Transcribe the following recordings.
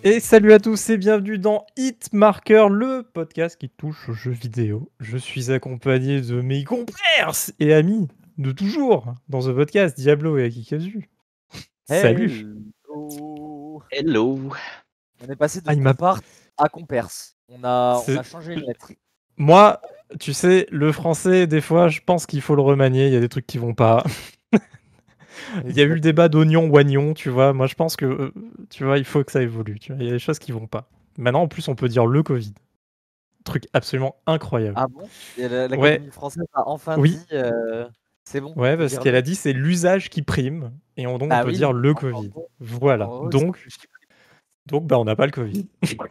Et salut à tous et bienvenue dans Hitmarker, le podcast qui touche aux jeux vidéo. Je suis accompagné de mes compères et amis de toujours dans ce podcast, Diablo et Akikazu. Salut. Hello. Hello. On est passé de Ah, il m'a... compart à compers. On a c'est- changé une lettre. Moi, tu sais, le français, des fois, je pense qu'il faut le remanier. Il y a des trucs qui vont pas. Il y a eu le débat d'oignon-oignon, tu vois. Moi, je pense que, tu vois, il faut que ça évolue. Tu vois. Il y a des choses qui vont pas. Maintenant, en plus, on peut dire le Covid. Truc absolument incroyable. Ah bon? Et Ouais, l'Académie française a enfin oui. dit c'est bon, on Ouais, peut parce dire qu'elle le. a dit c'est l'usage qui prime et donc on Bah peut oui, dire le encore Covid. heureux, Voilà. encore heureux, c'est Donc, plus qui prime. bah on n'a pas le Covid.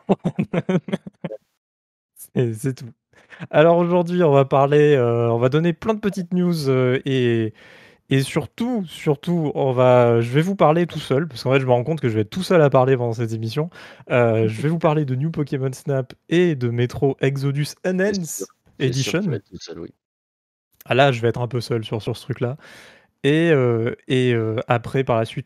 C'est tout. Alors aujourd'hui, on va parler, on va donner plein de petites news et surtout, je vais vous parler tout seul parce qu'en fait, je me rends compte que je vais être tout seul à parler pendant cette émission. Je vais vous parler de New Pokémon Snap et de Metro Exodus C'est sûr, Enhanced c'est sûr que tu vas Edition. être tout seul, oui. Ah là, je vais être un peu seul sur ce truc-là. Et après, par la suite,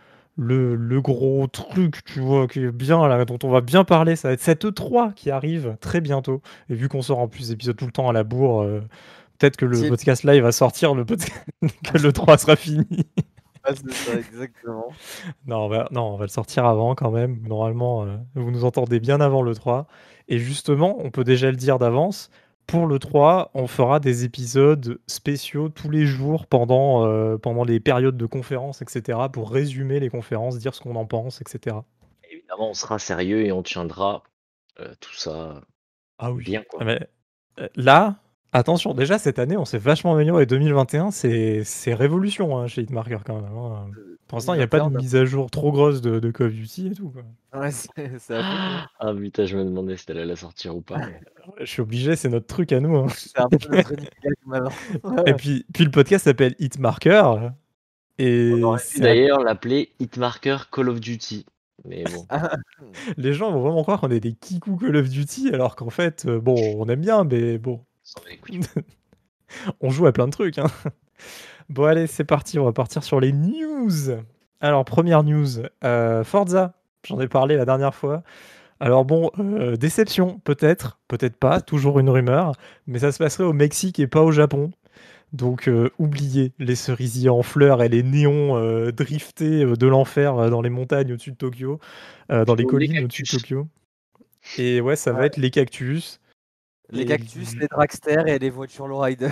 le gros truc, tu vois, qui est bien, là, dont on va bien parler, ça va être cette E3 qui arrive très bientôt. Et vu qu'on sort en plus d'épisodes tout le temps à la bourre, peut-être que le C'est podcast live va sortir, que l'E3 sera fini. ah, c'est ça, exactement. Non, on va le sortir avant quand même. Normalement, vous nous entendez bien avant l'E3. Et justement, on peut déjà le dire d'avance, pour l'E3, on fera des épisodes spéciaux tous les jours pendant les périodes de conférences, etc., pour résumer les conférences, dire ce qu'on en pense, etc. Évidemment, on sera sérieux et on tiendra tout ça Ah oui. bien, quoi. Mais là, attention, déjà cette année, on s'est vachement amélioré. 2021, c'est révolution hein, chez Hitmarker quand même. Hein. Pour l'instant, il n'y a pas 2021, de on a. mise à jour trop grosse de Call of Duty et tout. Quoi. Ouais, c'est abusé, hein. Ah putain, je me demandais si elle allait sortir ou pas, mais Je suis obligé, c'est notre truc à nous. Hein. C'est un peu notre running gag maintenant. Et puis le podcast s'appelle Hitmarker. on Et aurait pu c'est d'ailleurs l'appeler Hitmarker Call of Duty. Mais bon, les gens vont vraiment croire qu'on est des kikous Call of Duty, alors qu'en fait, bon, on aime bien, mais bon, sans les couilles. on joue à plein de trucs. Hein. Bon, allez, c'est parti, on va partir sur les news. Alors, première news, Forza, j'en ai parlé la dernière fois. Alors bon, déception, peut-être pas, toujours une rumeur, mais ça se passerait au Mexique et pas au Japon. Donc, oubliez les cerisiers en fleurs et les néons driftés de l'enfer dans les montagnes au-dessus de Tokyo, dans les Ou les collines au-dessus de cactus. Tokyo. Et ouais, ça va Ouais. être les cactus. Les Et cactus, les dragsters et les voitures lowrider.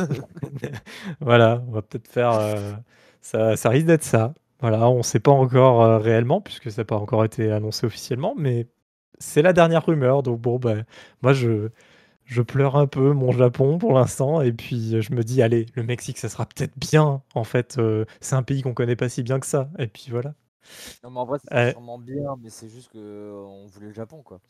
voilà, on va peut-être faire. Ça risque d'être ça. Voilà, on ne sait pas encore réellement, puisque ça n'a pas encore été annoncé officiellement, mais c'est la dernière rumeur. Donc bon, bah, moi, je pleure un peu mon Japon pour l'instant, et puis je me dis, allez, le Mexique, ça sera peut-être bien. En fait, c'est un pays qu'on connaît pas si bien que ça. Et puis voilà. Non, mais en vrai, ça sera Euh, sûrement bien, mais c'est juste que on voulait le Japon, quoi.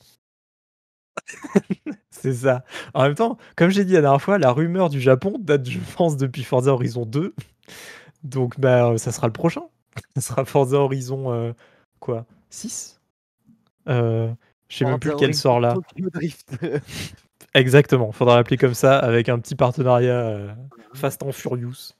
c'est ça. En même temps, comme j'ai dit la dernière fois, la rumeur du Japon date, je pense, depuis Forza Horizon 2. Donc, bah, ça sera le prochain. Ça sera Forza Horizon, quoi 6 Je sais même plus Forza lequel Horizon sort là. Tokyo Drift. Exactement, faudra l'appeler comme ça, avec un petit partenariat Fast and Furious.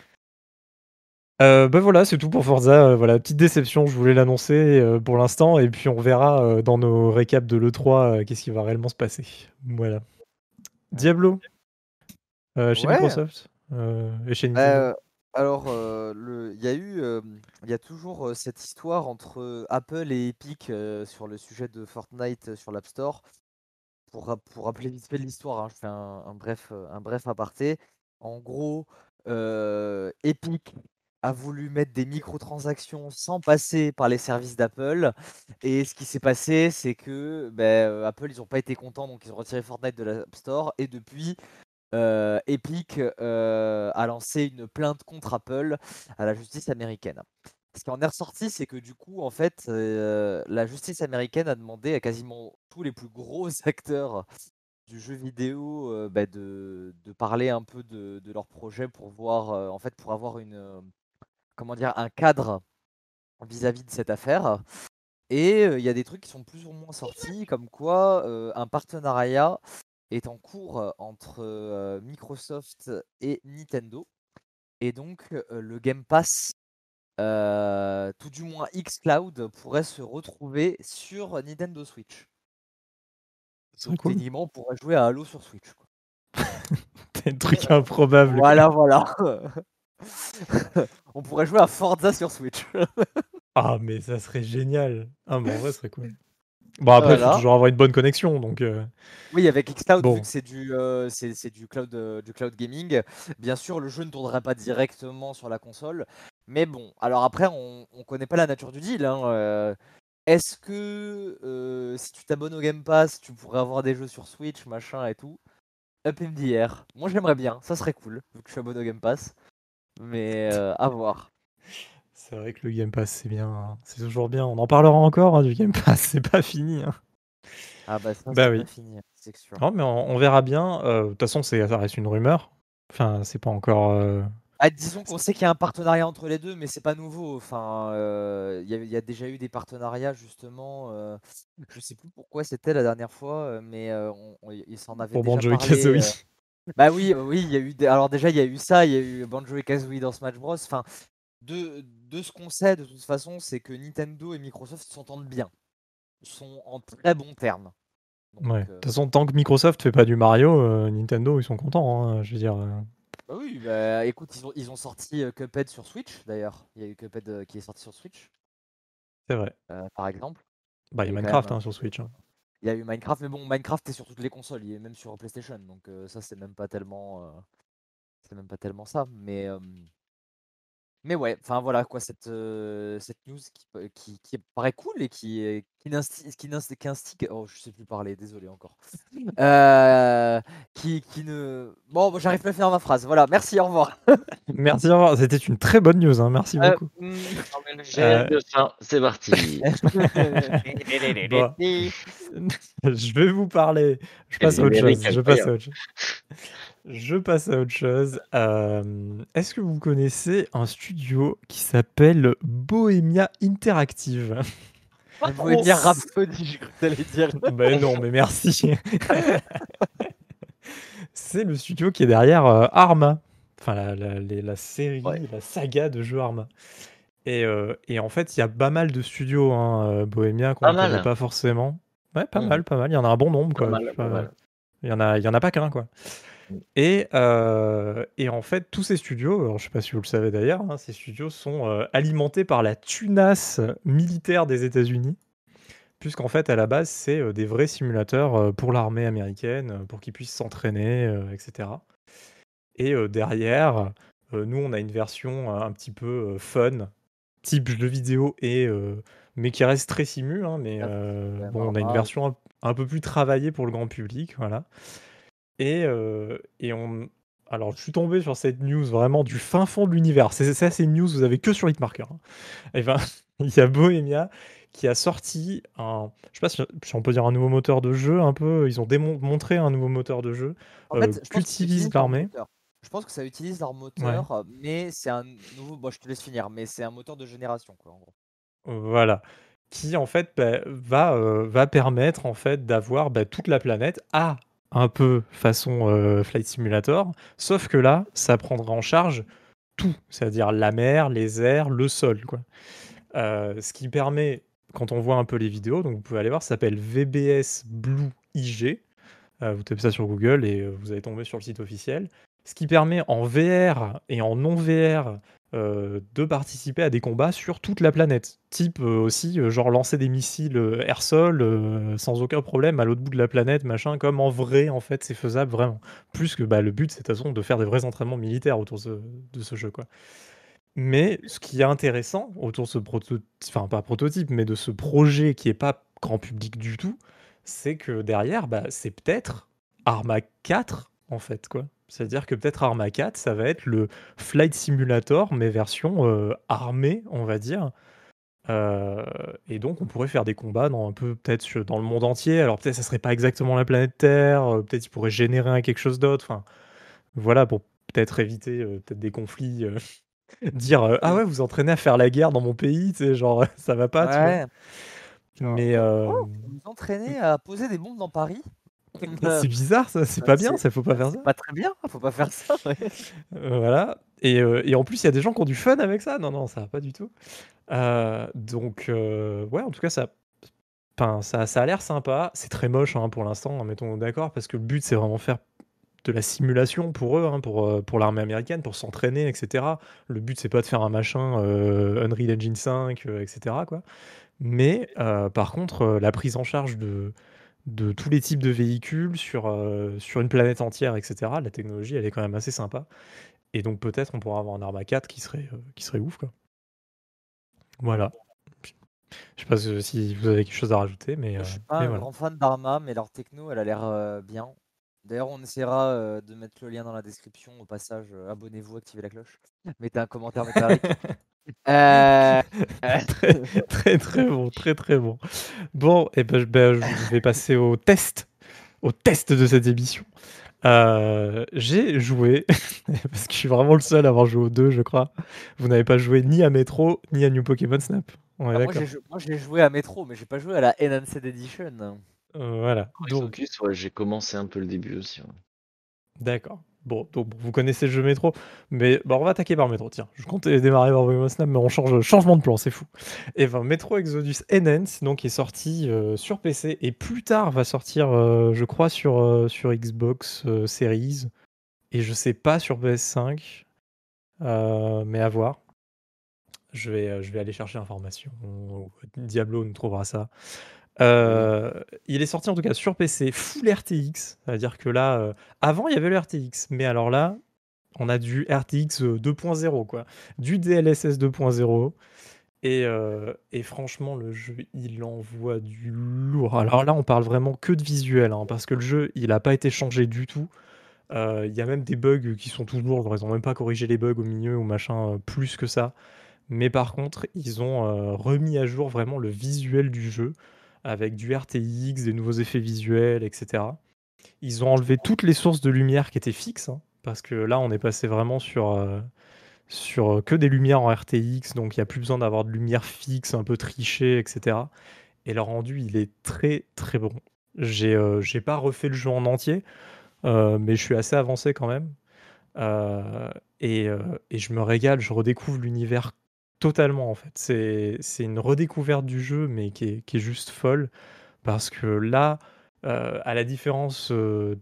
Bah voilà, c'est tout pour Forza. Voilà, petite déception, je voulais l'annoncer pour l'instant, et puis on verra dans nos récaps de l'E3 qu'est-ce qui va réellement se passer. Voilà. Diablo, chez Ouais. Microsoft et chez Nintendo. Bah, alors, il y a eu, il y a toujours cette histoire entre Apple et Epic sur le sujet de Fortnite sur l'App Store. Pour rappeler vite fait l'histoire, hein, je fais un bref aparté. En gros, Epic a voulu mettre des microtransactions sans passer par les services d'Apple. Et ce qui s'est passé, c'est que Apple, ils n'ont pas été contents, donc ils ont retiré Fortnite de l'App Store. Et depuis, Epic a lancé une plainte contre Apple à la justice américaine. Ce qui en est ressorti, c'est que du coup, en fait, la justice américaine a demandé à quasiment tous les plus gros acteurs du jeu vidéo de parler un peu de leur projet pour voir, en fait, pour avoir comment dire, un cadre vis-à-vis de cette affaire. Et il y a des trucs qui sont plus ou moins sortis, comme quoi un partenariat est en cours entre Microsoft et Nintendo. Et donc, le Game Pass tout du moins xCloud pourrait se retrouver sur Nintendo Switch. Ce serait Donc cool. techniquement, on pourrait jouer à Halo sur Switch, quoi. Des trucs improbables. Voilà, voilà. On pourrait jouer à Forza sur Switch. Ah, mais ça serait génial. Ah, mais en vrai, ce serait cool. Bon, après, il faut Voilà. toujours avoir une bonne connexion, donc Oui, avec xCloud, vu bon. que c'est du cloud gaming, bien sûr, le jeu ne tournerait pas directement sur la console. Mais bon, alors après, on connaît pas la nature du deal, hein. Est-ce que si tu t'abonnes au Game Pass, tu pourrais avoir des jeux sur Switch, machin et tout? Up in the air. Moi, j'aimerais bien, ça serait cool, vu que je suis abonné au Game Pass. Mais à voir. C'est vrai que le Game Pass, c'est bien, hein. C'est toujours bien. On en parlera encore hein, du Game Pass, c'est pas fini, hein. Ah bah ça, Bah c'est oui. pas fini, c'est sûr. Non, mais on verra bien. De toute façon, ça reste une rumeur. Enfin, c'est pas encore. Ah, disons qu'on sait qu'il y a un partenariat entre les deux, mais c'est pas nouveau. Enfin, il y a déjà eu des partenariats justement. Je sais plus pourquoi c'était la dernière fois, mais il s'en avait Pour déjà Banjo et parlé. Kazooie. Bah oui, oui, il y a eu. Alors déjà, il y a eu ça, il y a eu Banjo et Kazooie dans Smash Bros. Enfin, de ce qu'on sait de toute façon, c'est que Nintendo et Microsoft s'entendent bien, sont en très bons termes. Donc, Ouais. De toute façon, tant que Microsoft fait pas du Mario, Nintendo, ils sont contents, hein, je veux dire. bah oui, bah écoute, ils ont sorti Cuphead sur Switch d'ailleurs. Il y a eu Cuphead qui est sorti sur Switch, C'est vrai. par exemple. Bah, il y Qui a est quand même Minecraft hein, sur Switch. Hein. Il y a eu Minecraft, mais bon, Minecraft est sur toutes les consoles, il est même sur PlayStation, donc ça c'est même pas tellement ça. Mais ouais, enfin voilà quoi, cette news qui paraît cool et qui instigue. Oh, je sais plus parler, désolé encore. Qui ne. Bon, j'arrive pas à finir ma phrase. Voilà, merci, au revoir. Merci, au revoir. C'était une très bonne news, hein, merci beaucoup. Hmm. On met le générique de fin, c'est parti. Bon. Je vais vous parler. Je Quel passe à autre chose. générique Je passe à incroyable. autre chose. Je passe à autre chose. Est-ce que vous connaissez un studio qui s'appelle Bohemia Interactive? Bohemian Rhapsody, je crois que t'allais dire. Ben non, mais merci. C'est le studio qui est derrière Arma. Enfin, la série, Ouais. la saga de jeux Arma. Et en fait, il y a pas mal de studios, hein, Bohemia, qu'on Pas ne connaît mal. pas forcément. Ouais, pas Mhm. mal, pas mal. Il y en a un bon nombre, Pas quoi. mal, pas mal. Il y en a pas qu'un, quoi. Mm. Et en fait, tous ces studios, alors, je sais pas si vous le savez d'ailleurs, hein, ces studios sont alimentés par la tunasse militaire des États-Unis, puisqu'en fait, à la base, c'est des vrais simulateurs pour l'armée américaine, pour qu'ils puissent s'entraîner, etc. Et derrière, nous, on a une version un petit peu fun, type jeu vidéo, mais qui reste très simu, hein, mais bon, on a une version un peu plus travaillée pour le grand public, voilà. Et alors, je suis tombé sur cette news vraiment du fin fond de l'univers. Ça, c'est une news, vous avez que sur Hitmarker. Hein. Et ben, il y a Bohemia qui a sorti je sais pas si on peut dire un nouveau moteur de jeu, un peu. Ils ont montré un nouveau moteur de jeu En fait, je pense que ça qu'utilise utilise leur l'armée. moteur. Je pense que ça utilise leur Ouais. moteur, mais c'est un nouveau. Bon, je te laisse finir, mais c'est un moteur de génération, quoi, en gros. Voilà. Qui, en fait, va permettre, en fait, d'avoir toute la planète un peu façon Flight Simulator, sauf que là, ça prendra en charge tout, c'est-à-dire la mer, les airs, le sol, quoi. Ce qui permet, quand on voit un peu les vidéos, donc vous pouvez aller voir, ça s'appelle VBS Blue IG. Vous tapez ça sur Google et vous allez tomber sur le site officiel. Ce qui permet en VR et en non VR de participer à des combats sur toute la planète. Type aussi, genre lancer des missiles air-sol sans aucun problème à l'autre bout de la planète, machin, comme en vrai, en fait, c'est faisable vraiment. Plus que le but, c'est de toute façon de faire des vrais entraînements militaires autour de ce jeu, quoi. Mais ce qui est intéressant autour de ce enfin pas prototype, mais de ce projet qui est pas grand public du tout, c'est que derrière, c'est peut-être Arma 4 en fait, quoi. C'est-à-dire que peut-être Arma 4, ça va être le Flight Simulator, mais version armée, on va dire. Et donc on pourrait faire des combats dans un peu peut-être dans le monde entier. Alors peut-être ça serait pas exactement la planète Terre, peut-être il pourrait générer quelque chose d'autre. Enfin, voilà, pour peut-être éviter peut-être des conflits. Dire ah ouais, vous entraînez à faire la guerre dans mon pays, tu sais, genre ça va pas, tu vois. Ouais. Mais Vous entraînez à poser des bombes dans Paris? c'est bizarre, ça, c'est pas bien, ça faut pas faire C'est ça. pas très bien, faut pas faire ça. Ouais. Voilà. Et en plus, il y a des gens qui ont du fun avec ça. Non, ça va pas du tout. Donc, ouais, en tout cas, ça a l'air sympa. C'est très moche pour l'instant, mettons d'accord, parce que le but, c'est vraiment faire de la simulation pour eux, pour l'armée américaine, pour s'entraîner, etc. Le but, c'est pas de faire un machin Unreal Engine 5, etc. quoi. Mais par contre, la prise en charge de tous les types de véhicules sur une planète entière, etc., la technologie, elle est quand même assez sympa. Et donc peut-être on pourra avoir un Arma 4 qui serait ouf, quoi. Voilà. Je sais pas si vous avez quelque chose à rajouter, mais Je suis pas un voilà. grand fan d'Arma, mais leur techno, elle a l'air bien. D'ailleurs, on essaiera de mettre le lien dans la description. Au passage, abonnez-vous, activez la cloche. Mettez un commentaire, mettez un like. Euh, Très, très, très bon, très, très bon. Bon, et je vais passer au test de cette émission. J'ai joué, parce que je suis vraiment le seul à avoir joué aux deux, je crois. Vous n'avez pas joué ni à Metro, ni à New Pokémon Snap. On est moi, d'accord. j'ai joué à Metro, mais j'ai pas joué à la Enhanced Edition. Voilà. Donc, Exodus, ouais, j'ai commencé un peu le début aussi. Ouais. d'accord. Bon, donc vous connaissez le jeu Metro, mais on va attaquer par Metro. Tiens, je comptais démarrer par Pokémon Snap, mais on change changement de plan, c'est fou. Et ben Metro Exodus Enhance, donc est sorti sur PC et plus tard va sortir, je crois, sur Xbox Series et je sais pas sur PS5, mais à voir. Je vais aller chercher l'information. Diablo nous trouvera ça. Il est sorti en tout cas sur PC full RTX, c'est-à-dire que là, avant il y avait le RTX, mais alors là, on a du RTX 2.0 quoi, du DLSS 2.0 et franchement le jeu il envoie du lourd. Alors là, on parle vraiment que de visuel, parce que le jeu il a pas été changé du tout. Il y a même des bugs qui sont toujours, genre, ils ont même pas corrigé les bugs au milieu ou machin plus que ça. Mais par contre, ils ont remis à jour vraiment le visuel du jeu avec du RTX, des nouveaux effets visuels, etc. Ils ont enlevé toutes les sources de lumière qui étaient fixes, parce que là, on est passé vraiment sur que des lumières en RTX, donc il n'y a plus besoin d'avoir de lumière fixe, un peu trichée, etc. Et le rendu, il est très très bon. J'ai pas refait le jeu en entier, mais je suis assez avancé quand même. Euh, et je me régale, je redécouvre l'univers totalement en fait. C'est une redécouverte du jeu, mais qui est juste folle, parce que là, à la différence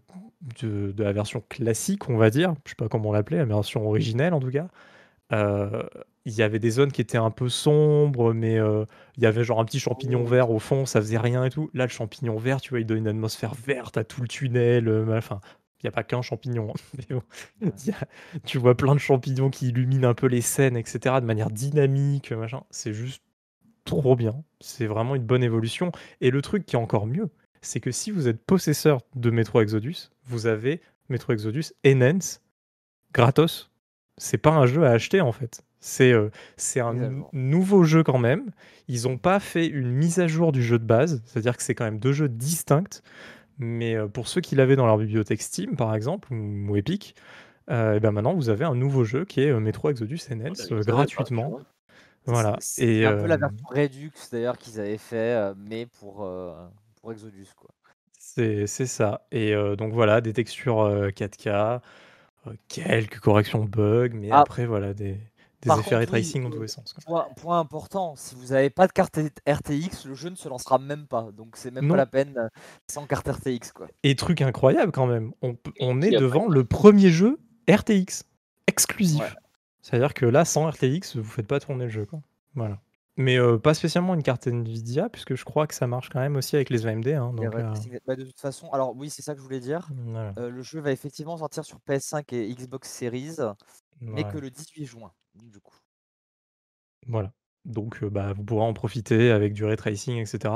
de la version classique, on va dire, je sais pas comment on l'appelait, la version originelle en tout cas, euh, il y avait des zones qui étaient un peu sombres, mais il y avait genre un petit champignon vert au fond, ça faisait rien et tout. Là, le champignon vert, tu vois, il donne une atmosphère verte à tout le tunnel. Enfin, il n'y a pas qu'un champignon, mais bon, tu vois plein de champignons qui illuminent un peu les scènes, etc., de manière dynamique, machin. C'est juste trop bien. C'est vraiment une bonne évolution. Et le truc qui est encore mieux, c'est que si vous êtes possesseur de Metro Exodus, vous avez Metro Exodus Enhance gratos. C'est pas un jeu à acheter en fait. C'est un nouveau jeu quand même. Ils n'ont pas fait une mise à jour du jeu de base, c'est-à-dire que c'est quand même deux jeux distincts. Mais pour ceux qui l'avaient dans leur bibliothèque Steam, par exemple, ou Epic, et ben maintenant vous avez un nouveau jeu qui est Metro Exodus Enhance gratuitement. Voilà. C'est un peu la version Redux d'ailleurs qu'ils avaient fait, mais pour Exodus quoi. C'est ça. Et donc voilà, des textures 4K, quelques corrections de bugs, mais après voilà, des effets ray tracing dans tous les sens. Point important, si vous n'avez pas de carte RTX, le jeu ne se lancera même pas. Donc c'est même pas la peine sans carte RTX quoi. Et truc incroyable quand même, on est devant le premier jeu RTX exclusif. Ouais. C'est-à-dire que là, sans RTX, vous faites pas tourner le jeu, quoi. Voilà. Mais pas spécialement une carte Nvidia, puisque je crois que ça marche quand même aussi avec les AMD. Donc, de toute façon, alors oui, c'est ça que je voulais dire. Voilà. Le jeu va effectivement sortir sur PS5 et Xbox Series, mais que le 18 juin, du coup. Voilà. Donc, vous pourrez en profiter avec du ray tracing, etc.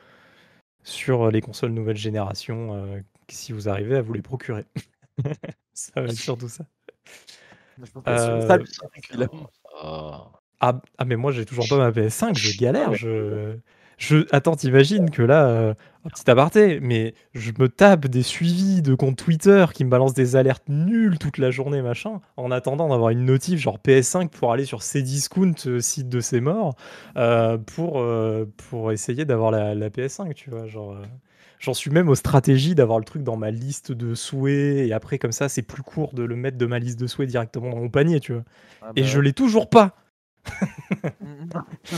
sur les consoles nouvelle génération, si vous arrivez à vous les procurer. Ça va être surtout ça. Je peux pas ça, mais moi j'ai toujours pas ma PS5, je galère. Attends, t'imagines que là, un petit aparté, mais je me tape des suivis de comptes Twitter qui me balancent des alertes nulles toute la journée, machin, en attendant d'avoir une notif genre PS5 pour aller sur Cdiscount, site de ses morts, pour essayer d'avoir la PS5, tu vois. Genre, j'en suis même aux stratégies d'avoir le truc dans ma liste de souhaits, et après, comme ça, c'est plus court de le mettre de ma liste de souhaits directement dans mon panier, tu vois. Ah Et bah je ouais. l'ai toujours pas. Mm.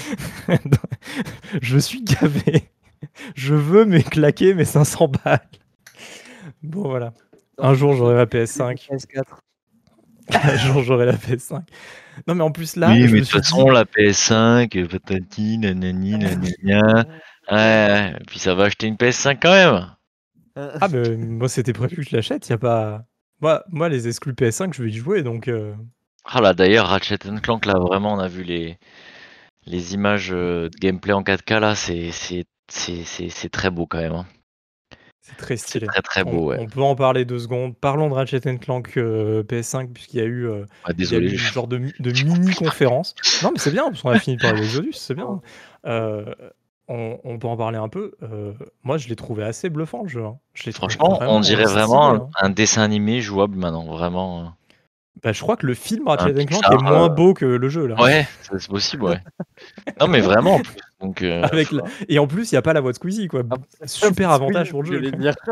Je suis gavé. Je veux claquer mes 500 balles. Bon, voilà. Dans Un le jour, j'aurai besoin ma de PS5. PS4. Un jour, j'aurai la PS5. Non, mais en plus, là, Oui, je mais me de suis toute façon, dit... la PS5, patati, nanani, nanana. Ouais, et puis ça va acheter une PS5 quand même. Ah, mais moi, c'était prévu que je l'achète. Y a pas... Moi, les exclus PS5, je vais y jouer, donc... Ah là, d'ailleurs, Ratchet Clank, là, vraiment, on a vu les images de gameplay en 4K, là, c'est très beau quand même. Hein. C'est très C'est stylé. très très beau, ouais. On peut en parler 2 secondes. Parlons de Ratchet Clank PS5, puisqu'il y a eu, Désolé. une genre de mini-conférence. Non, mais c'est bien, parce qu'on a fini de parler d'Exodus, c'est bien. On peut en parler un peu. Moi, je l'ai trouvé assez bluffant, le jeu. Hein. Je l'ai trouvé Franchement, on vraiment dirait stylé. vraiment Hein. un dessin animé jouable maintenant, vraiment. Bah, je crois que le film Un Ratchet Clank Pixar. est moins beau que le jeu, là. Ouais, c'est possible, ouais. Non, mais vraiment, en plus. Donc, Et en plus, il n'y a pas la voix de Squeezie, quoi. Super avantage pour le jeu.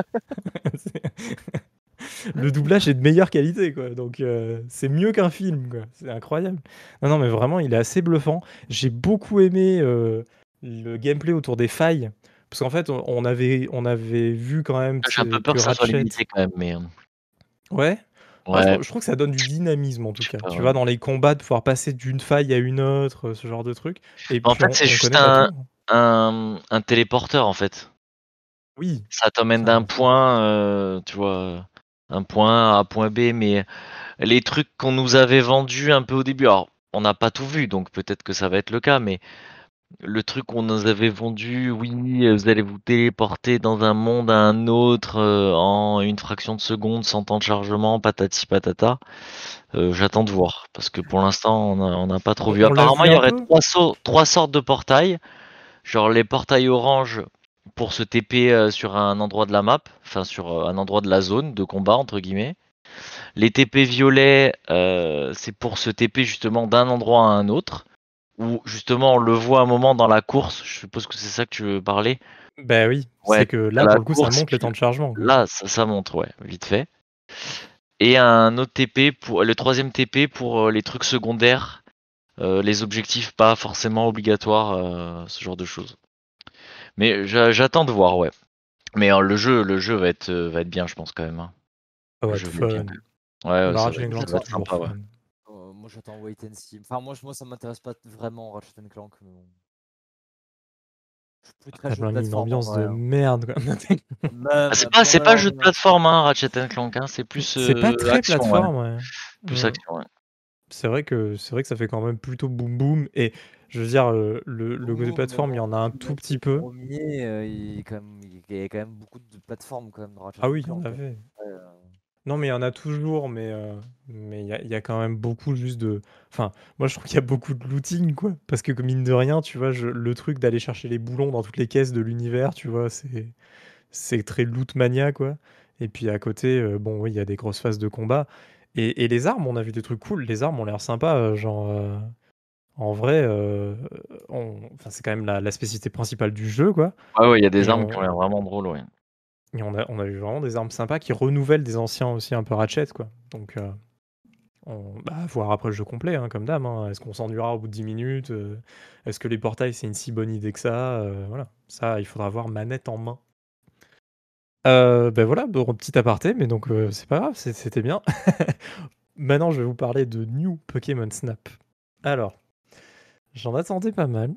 Le doublage est de meilleure qualité, quoi. Donc, c'est mieux qu'un film, quoi. C'est incroyable. Non, mais vraiment, il est assez bluffant. J'ai beaucoup aimé le gameplay autour des failles. Parce qu'en fait, on avait vu quand même j'ai un peu peur que que ça soit Ratchet... limité quand même, mais Ouais. ouais, Je trouve que ça donne du dynamisme, en tout je sais cas. pas, Tu ouais. vois, dans les combats, de pouvoir passer d'une faille à une autre, ce genre de truc. Et En puis, fait, c'est on juste connaît pas tout. un téléporteur, en fait. Oui. Ça t'emmène d'un point, tu vois, un point A à point B, mais les trucs qu'on nous avait vendus un peu au début, alors on n'a pas tout vu, donc peut-être que ça va être le cas, mais le truc qu'on nous avait vendu, oui, vous allez vous téléporter dans un monde à un autre en une fraction de seconde, sans temps de chargement, patati patata. J'attends de voir, parce que pour l'instant, on n'a pas trop vu. On l'a Apparemment, vu il y un aurait peu. trois sortes de portails. Genre les portails orange pour se TP sur un endroit de la map, enfin sur un endroit de la zone de combat entre guillemets. Les TP violets, c'est pour se TP justement d'un endroit à un autre. Ou justement on le voit un moment dans la course, je suppose que c'est ça que tu veux parler. Bah oui, Ouais, c'est que à là, la pour le coup, ça course, monte les puis temps de chargement, quoi. là ça monte, ouais, vite fait. Et un autre TP pour le troisième TP pour les trucs secondaires, les objectifs pas forcément obligatoires, ce genre de choses. Mais j'attends de voir, ouais. Mais le jeu va être bien, je pense quand même. Hein. Ça Le va jeu être va être bien. fun. Ouais, Bah, ça Ratchet Clank, va c'est être toujours sympa, ouais. fun. Moi j'attends Wait and See. Enfin, moi ça m'intéresse pas vraiment Ratchet Clank. Mais bon. Je suis plus très T'as jeu de mis une plateforme en ambiance de vrai. Hein. merde, quoi. Ah, c'est pas jeu de plateforme, hein, Ratchet Clank, hein, c'est plus C'est pas très action, ouais. plateforme, ouais. Plus action, ouais. C'est vrai que ça fait quand même plutôt boum boum. Et je veux dire, le côté Boum, plateforme, il y en a un tout petit peu. Premier, il y a quand même beaucoup de plateformes quand même dans Ratchet Ah oui, il y Clank. en avait. Non, mais il y en a toujours, mais il y a quand même beaucoup juste de... Enfin, moi, je trouve qu'il y a beaucoup de looting, quoi. Parce que, mine de rien, tu vois, le truc d'aller chercher les boulons dans toutes les caisses de l'univers, tu vois, c'est très loot mania, quoi. Et puis, à côté, bon, oui, il y a des grosses phases de combat. Et les armes, on a vu des trucs cool. Les armes ont l'air sympas, genre... en vrai, enfin, c'est quand même la spécificité principale du jeu, quoi. Ouais, il y a des Et armes qui ont l'air vraiment drôles, ouais. et on a eu vraiment des armes sympas qui renouvellent des anciens aussi un peu Ratchet, quoi. Donc, voir après le jeu complet, hein, comme d'hab. Hein. Est-ce qu'on s'ennuiera au bout de 10 minutes Est-ce que les portails, c'est une si bonne idée que ça Voilà. Ça, il faudra avoir manette en main. Ben voilà, bon, petit aparté, mais donc c'est pas grave, c'était bien. Maintenant, je vais vous parler de New Pokémon Snap. Alors, j'en attendais pas mal.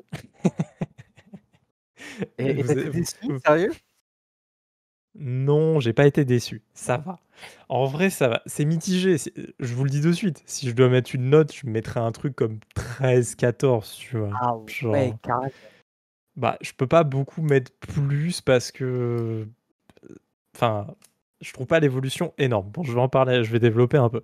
Et Vous t'as été êtes- déçu, vous- sérieux? Non, j'ai pas été déçu. Ça va. En vrai, ça va. C'est mitigé. Je vous le dis de suite. Si je dois mettre une note, je mettrais un truc comme 13-14, tu vois. Ah ouais, Genre, carrément. bah, je peux pas beaucoup mettre plus parce que... Enfin, je trouve pas l'évolution énorme. Bon, je vais en parler, je vais développer un peu.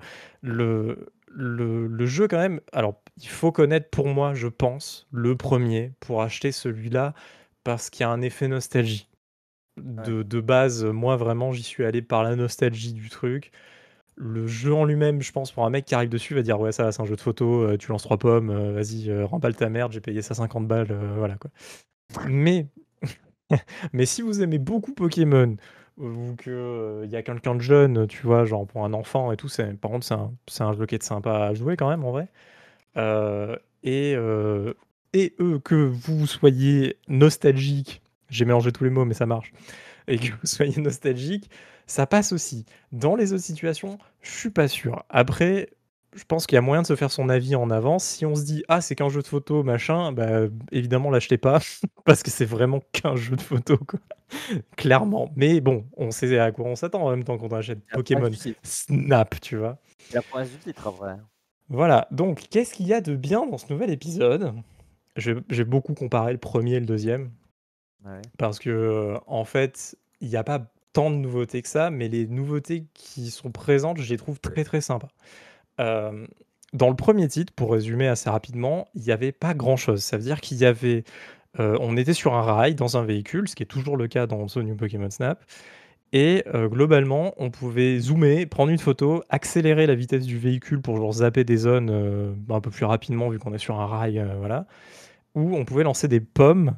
Le jeu, quand même... Alors, il faut connaître, pour moi, je pense, le premier pour acheter celui-là parce qu'il y a un effet nostalgie. De base, moi vraiment, j'y suis allé par la nostalgie du truc. Le jeu en lui-même, je pense, pour un mec qui arrive dessus, va dire ouais, ça va, c'est un jeu de photo, tu lances 3 pommes, vas-y, remballe ta merde, j'ai payé ça 50 balles, voilà quoi. Mais, mais si vous aimez beaucoup Pokémon, ou que il y a quelqu'un de jeune, tu vois, genre pour un enfant et tout, par contre, c'est un jeu qui est sympa à jouer quand même en vrai. Euh, et, euh, et que vous soyez nostalgique, j'ai mélangé tous les mots, mais ça marche, et que vous soyez nostalgique, ça passe aussi. Dans les autres situations, je suis pas sûr. Après, je pense qu'il y a moyen de se faire son avis en avance. Si on se dit, ah, c'est qu'un jeu de photo, machin, bah, évidemment, l'achetez pas, parce que c'est vraiment qu'un jeu de photo, quoi. Clairement. Mais bon, on sait à quoi on s'attend en même temps quand on achète Pokémon Snap, tu vois. C'est la promesse du titre, en vrai. Voilà, donc qu'est-ce qu'il y a de bien dans ce nouvel épisode? J'ai beaucoup comparé le premier et le deuxième, Ouais. parce que en fait, il n'y a pas tant de nouveautés que ça, mais les nouveautés qui sont présentes, je les trouve très très sympas. Euh, Dans le premier titre, pour résumer assez rapidement, il n'y avait pas grand-chose. Ça veut dire qu'il y avait... on était sur un rail, dans un véhicule, ce qui est toujours le cas dans The New Pokémon Snap, et globalement, on pouvait zoomer, prendre une photo, accélérer la vitesse du véhicule pour genre zapper des zones un peu plus rapidement vu qu'on est sur un rail, voilà. Ou on pouvait lancer des pommes.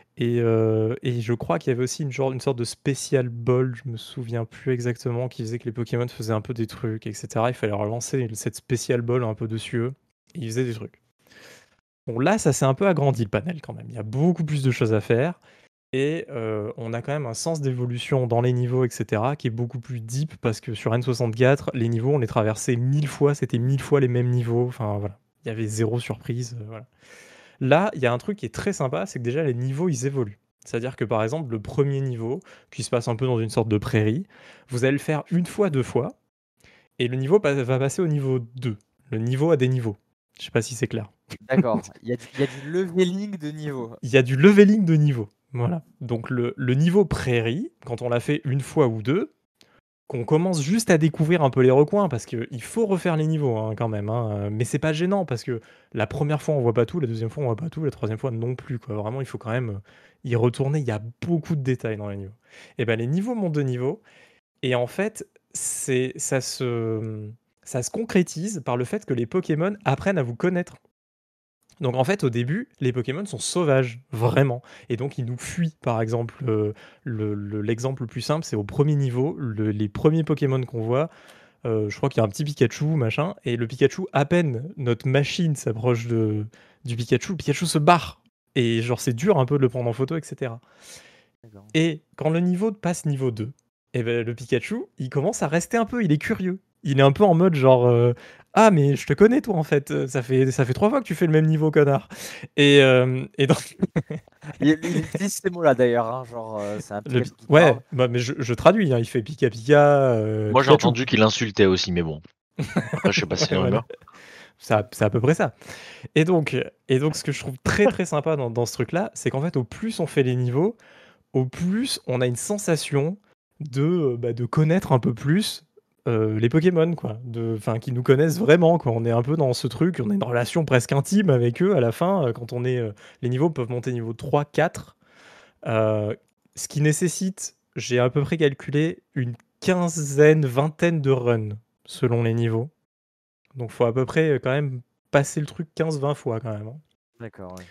Et je crois qu'il y avait aussi une sorte de spécial ball, je me souviens plus exactement, qui faisait que les Pokémon faisaient un peu des trucs, etc. Il fallait relancer cette spécial ball un peu dessus eux, et ils faisaient des trucs. Bon, là, ça s'est un peu agrandi le panel quand même. Il y a beaucoup plus de choses à faire. Et on a quand même un sens d'évolution dans les niveaux, etc., qui est beaucoup plus deep, parce que sur N64, les niveaux, on les traversait 1000 fois, c'était 1000 fois les mêmes niveaux, enfin voilà. Il y avait zéro surprise, voilà. Là, il y a un truc qui est très sympa, c'est que déjà les niveaux, ils évoluent. C'est-à-dire que par exemple, le premier niveau, qui se passe un peu dans une sorte de prairie, vous allez le faire une fois, deux fois, et le niveau va passer au niveau 2. Le niveau a des niveaux. Je sais pas si c'est clair. D'accord. Il y a du leveling de niveau. Il y a du leveling de niveau. Voilà. Donc le niveau prairie, quand on l'a fait une fois ou deux, qu'on commence juste à découvrir un peu les recoins, parce qu'il faut refaire les niveaux hein, quand même. Hein. Mais c'est pas gênant, parce que la première fois on voit pas tout, la deuxième fois on voit pas tout, la troisième fois non plus. Quoi. Vraiment, il faut quand même y retourner. Il y a beaucoup de détails dans les niveaux. Et ben les niveaux montent de niveau, et en fait, ça se concrétise par le fait que les Pokémon apprennent à vous connaître. Donc en fait, au début, les Pokémon sont sauvages, vraiment. Et donc ils nous fuient, par exemple. L'exemple le plus simple, c'est au premier niveau, les premiers Pokémon qu'on voit, je crois qu'il y a un petit Pikachu, machin, et le Pikachu, à peine notre machine s'approche du Pikachu, le Pikachu se barre. Et genre c'est dur un peu de le prendre en photo, etc. D'accord. Et quand le niveau passe niveau 2, et ben, le Pikachu, il commence à rester un peu, il est curieux. Il est un peu en mode genre ah mais je te connais toi en fait, ça fait 3 fois que tu fais le même niveau connard. Et donc Il utilise ces mots-là d'ailleurs, hein, genre c'est un Pikachu qui ouais, parle. bah, mais je traduis, hein, il fait Pika Pika. Moi, j'ai Pikachu. entendu qu'il insultait aussi, mais bon. Après, je sais pas si c'est dans Voilà. l'humeur. C'est à peu près ça. Et donc, ce que je trouve très très sympa dans ce truc-là, c'est qu'en fait, au plus on fait les niveaux, au plus on a une sensation de connaître un peu plus les Pokémon, quoi. Enfin, qui nous connaissent vraiment, quoi. On est un peu dans ce truc, on a une relation presque intime avec eux à la fin, quand on est. Les niveaux peuvent monter niveau 3, 4. Ce qui nécessite, j'ai à peu près calculé, une quinzaine, vingtaine de runs selon les niveaux. Donc faut à peu près quand même passer le truc 15-20 fois quand même. Hein. D'accord, ouais.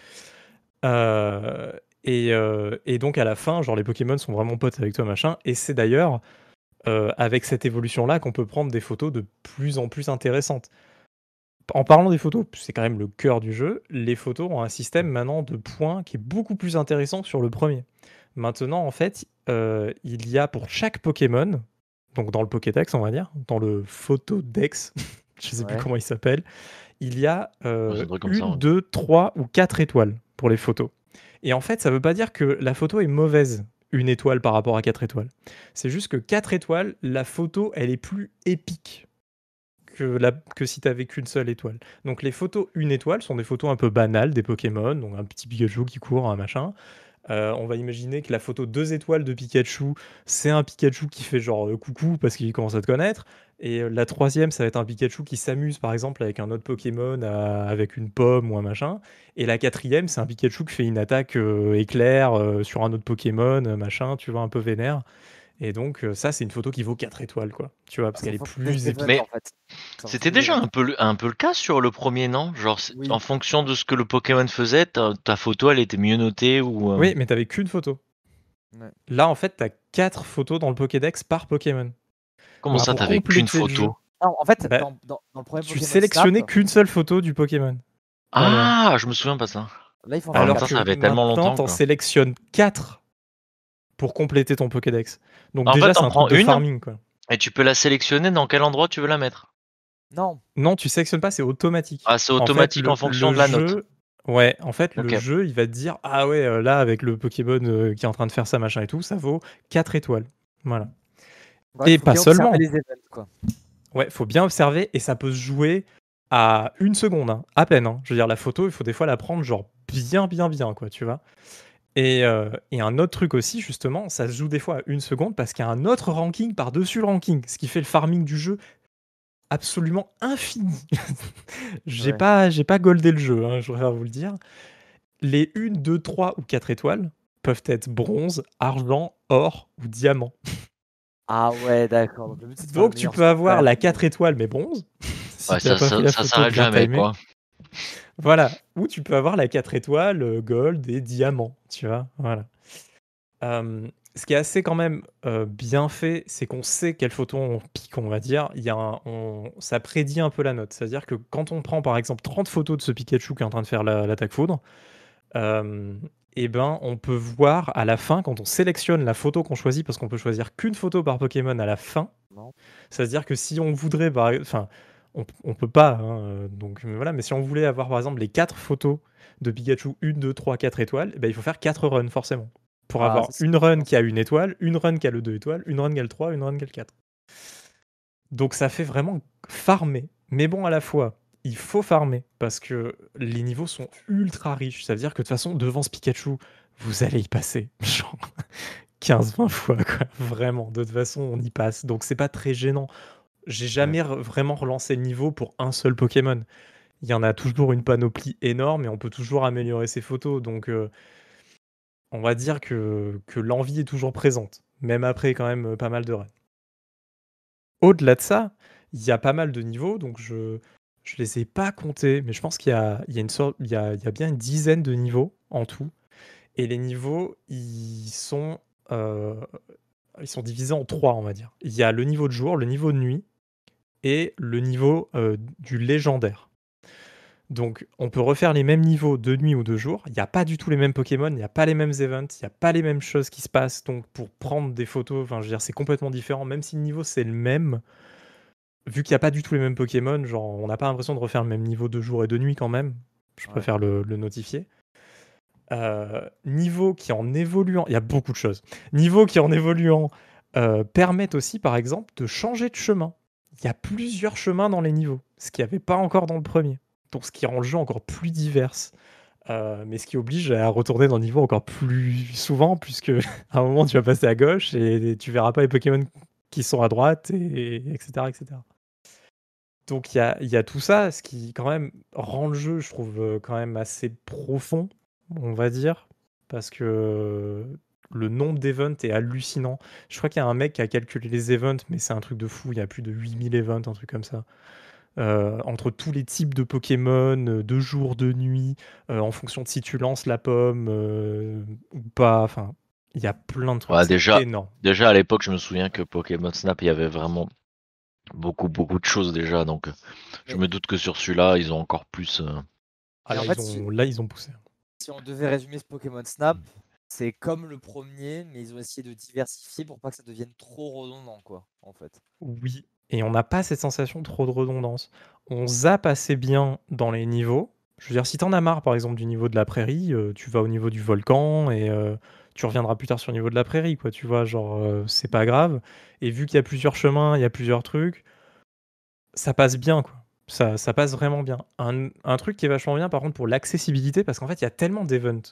Et donc à la fin, genre les Pokémon sont vraiment potes avec toi, machin. Et c'est d'ailleurs avec cette évolution-là qu'on peut prendre des photos de plus en plus intéressantes. En parlant des photos, c'est quand même le cœur du jeu, les photos ont un système maintenant de points qui est beaucoup plus intéressant que sur le premier. Maintenant, en fait, il y a pour chaque Pokémon, donc dans le Pokédex, on va dire, dans le Photodex, je sais plus Ouais. comment il s'appelle, il y a C'est un truc comme ça, 1, ouais. 2, 3 ou 4 étoiles pour les photos. Et en fait, ça veut pas dire que la photo est mauvaise, une étoile par rapport à 4 étoiles. C'est juste que 4 étoiles, la photo, elle est plus épique que si t'avais qu'une seule étoile. Donc les photos une étoile sont des photos un peu banales des Pokémon, donc un petit Pikachu qui court, un machin. On va imaginer que la photo 2 étoiles de Pikachu, c'est un Pikachu qui fait genre coucou parce qu'il commence à te connaître. Et la troisième, ça va être un Pikachu qui s'amuse par exemple avec un autre Pokémon, avec une pomme ou un machin. Et la quatrième, c'est un Pikachu qui fait une attaque éclair sur un autre Pokémon, machin, tu vois, un peu vénère. Et donc, ça, c'est une photo qui vaut 4 étoiles, quoi. Tu vois, parce C'est qu'elle est en fonction plus des épique. events, Mais en fait. C'est en c'était fonction des déjà events. un peu le cas sur le premier, non? Genre, Oui. en fonction de ce que le Pokémon faisait, ta photo, elle était mieux notée ou... Oui, mais t'avais qu'une photo. Ouais. Là, en fait, t'as 4 photos dans le Pokédex par Pokémon. Comment Donc, ça, pour t'avais qu'une compléter le jeu, photo? Non, en fait, bah, dans le premier tu Pokémon sélectionnais Snap, qu'une seule photo du Pokémon dans le 1. Ah, je me souviens pas ça. là, ils font En même Alors temps, faire que ça avait tellement maintenant, longtemps, t'en quoi. sélectionnes 4 pour compléter ton Pokédex. Donc En fait, déjà, c'est t'en un truc prends de une farming, quoi. et tu peux la sélectionner dans quel endroit tu veux la mettre. Non. Non, tu sélectionnes pas, c'est automatique. Ah, c'est En fait, automatique en fonction de la note. Ouais, en fait, le Ok. jeu, il va te dire, ah ouais, là, avec le Pokémon qui est en train de faire ça, machin et tout, ça vaut 4 étoiles. Voilà. Ouais, Et faut pas bien observer seulement. les events, quoi. Ouais, faut bien observer et ça peut se jouer à 1 seconde, hein, à peine, hein. Je veux dire, la photo, il faut des fois la prendre genre bien, quoi, tu vois. Et un autre truc aussi, justement, ça se joue des fois à 1 seconde parce qu'il y a un autre ranking par-dessus le ranking, ce qui fait le farming du jeu absolument infini. J'ai Ouais. pas goldé le jeu, hein, je préfère vous le dire. Les 1, 2, 3 ou 4 étoiles peuvent être bronze, argent, or ou diamant. Ah ouais, d'accord. Donc le but, c'est de faire le Donc tu meilleur peux score avoir quand la même. 4 étoiles mais bronze, si Ouais, t'as pas fait la ça photo s'arrête bien jamais, timée. quoi. Voilà. Ou tu peux avoir la 4 étoiles, gold et diamant, tu vois. Voilà. Ce qui est assez quand même bien fait, c'est qu'on sait quelle photo on pique, on va dire. Ça prédit un peu la note. C'est-à-dire que quand on prend par exemple 30 photos de ce Pikachu qui est en train de faire l'attaque foudre, et ben on peut voir à la fin, quand on sélectionne la photo qu'on choisit, parce qu'on peut choisir qu'une photo par Pokémon à la fin, Non. c'est-à-dire que si on voudrait, enfin, on peut pas, hein, donc mais voilà, mais si on voulait avoir par exemple les 4 photos de Pikachu, 1, 2, 3, 4 étoiles, eh ben, il faut faire 4 runs forcément. Pour Ah, avoir ça, c'est une run bien, qui a ça. 1 étoile, une run qui a le 2 étoiles, une run qui a le 3, une run qui a le 4. Donc ça fait vraiment farmer. Mais bon, à la fois, il faut farmer parce que les niveaux sont ultra riches. Ça veut dire que de toute façon, devant ce Pikachu, vous allez y passer. Genre 15-20 fois, quoi. Vraiment, de toute façon, on y passe. Donc c'est pas très gênant. J'ai jamais vraiment relancé le niveau pour un seul Pokémon. Il y en a toujours une panoplie énorme et on peut toujours améliorer ses photos. Donc on va dire que l'envie est toujours présente. Même après quand même pas mal de runs. Au-delà de ça, il y a pas mal de niveaux, donc je les ai pas comptés, mais je pense qu'il y a une sorte, il y a bien une dizaine de niveaux en tout. Et les niveaux, ils sont divisés en 3, on va dire. Il y a le niveau de jour, le niveau de nuit et le niveau du légendaire. Donc, on peut refaire les mêmes niveaux de nuit ou de jour. Il n'y a pas du tout les mêmes Pokémon, il n'y a pas les mêmes events, il n'y a pas les mêmes choses qui se passent. Donc, pour prendre des photos, enfin, je veux dire, c'est complètement différent. Même si le niveau c'est le même, vu qu'il n'y a pas du tout les mêmes Pokémon, genre, on n'a pas l'impression de refaire le même niveau de jour et de nuit quand même. Je préfère le notifier. Niveau qui en évoluant, il y a beaucoup de choses. Niveau qui en évoluant permettent aussi, par exemple, de changer de chemin. Il y a plusieurs chemins dans les niveaux, ce qu'il n'y avait pas encore dans le premier. Donc, ce qui rend le jeu encore plus divers. Mais ce qui oblige à retourner dans le niveau encore plus souvent, puisque à un moment tu vas passer à gauche et tu verras pas les Pokémon qui sont à droite, etc., etc. Donc il y a tout ça, ce qui quand même rend le jeu, je trouve, quand même assez profond, on va dire, parce que le nombre d'events est hallucinant. Je crois qu'il y a un mec qui a calculé les events, mais c'est un truc de fou, il y a plus de 8000 events, un truc comme ça. Entre tous les types de Pokémon, de jour, de nuit, en fonction de si tu lances la pomme ou pas, enfin, il y a plein de trucs, Ouais, c'est énorme. déjà à l'époque, je me souviens que Pokémon Snap, il y avait vraiment beaucoup de choses déjà. Donc, je Mais- me doute que sur celui-là, ils ont encore plus. Ah Mais en là, fait, ils ont poussé. si on devait résumer ce Pokémon Snap, c'est comme le premier, mais ils ont essayé de diversifier pour pas que ça devienne trop redondant, quoi, en fait. Oui, et on n'a pas cette sensation trop de redondance. On zappe assez bien dans les niveaux. Je veux dire, si t'en as marre, par exemple, du niveau de la prairie, tu vas au niveau du volcan et tu reviendras plus tard sur le niveau de la prairie, quoi. Tu vois, genre, c'est pas grave. Et vu qu'il y a plusieurs chemins, il y a plusieurs trucs, ça passe bien, quoi. Ça passe vraiment bien. Un truc qui est vachement bien, par contre, pour l'accessibilité, parce qu'en fait, il y a tellement d'events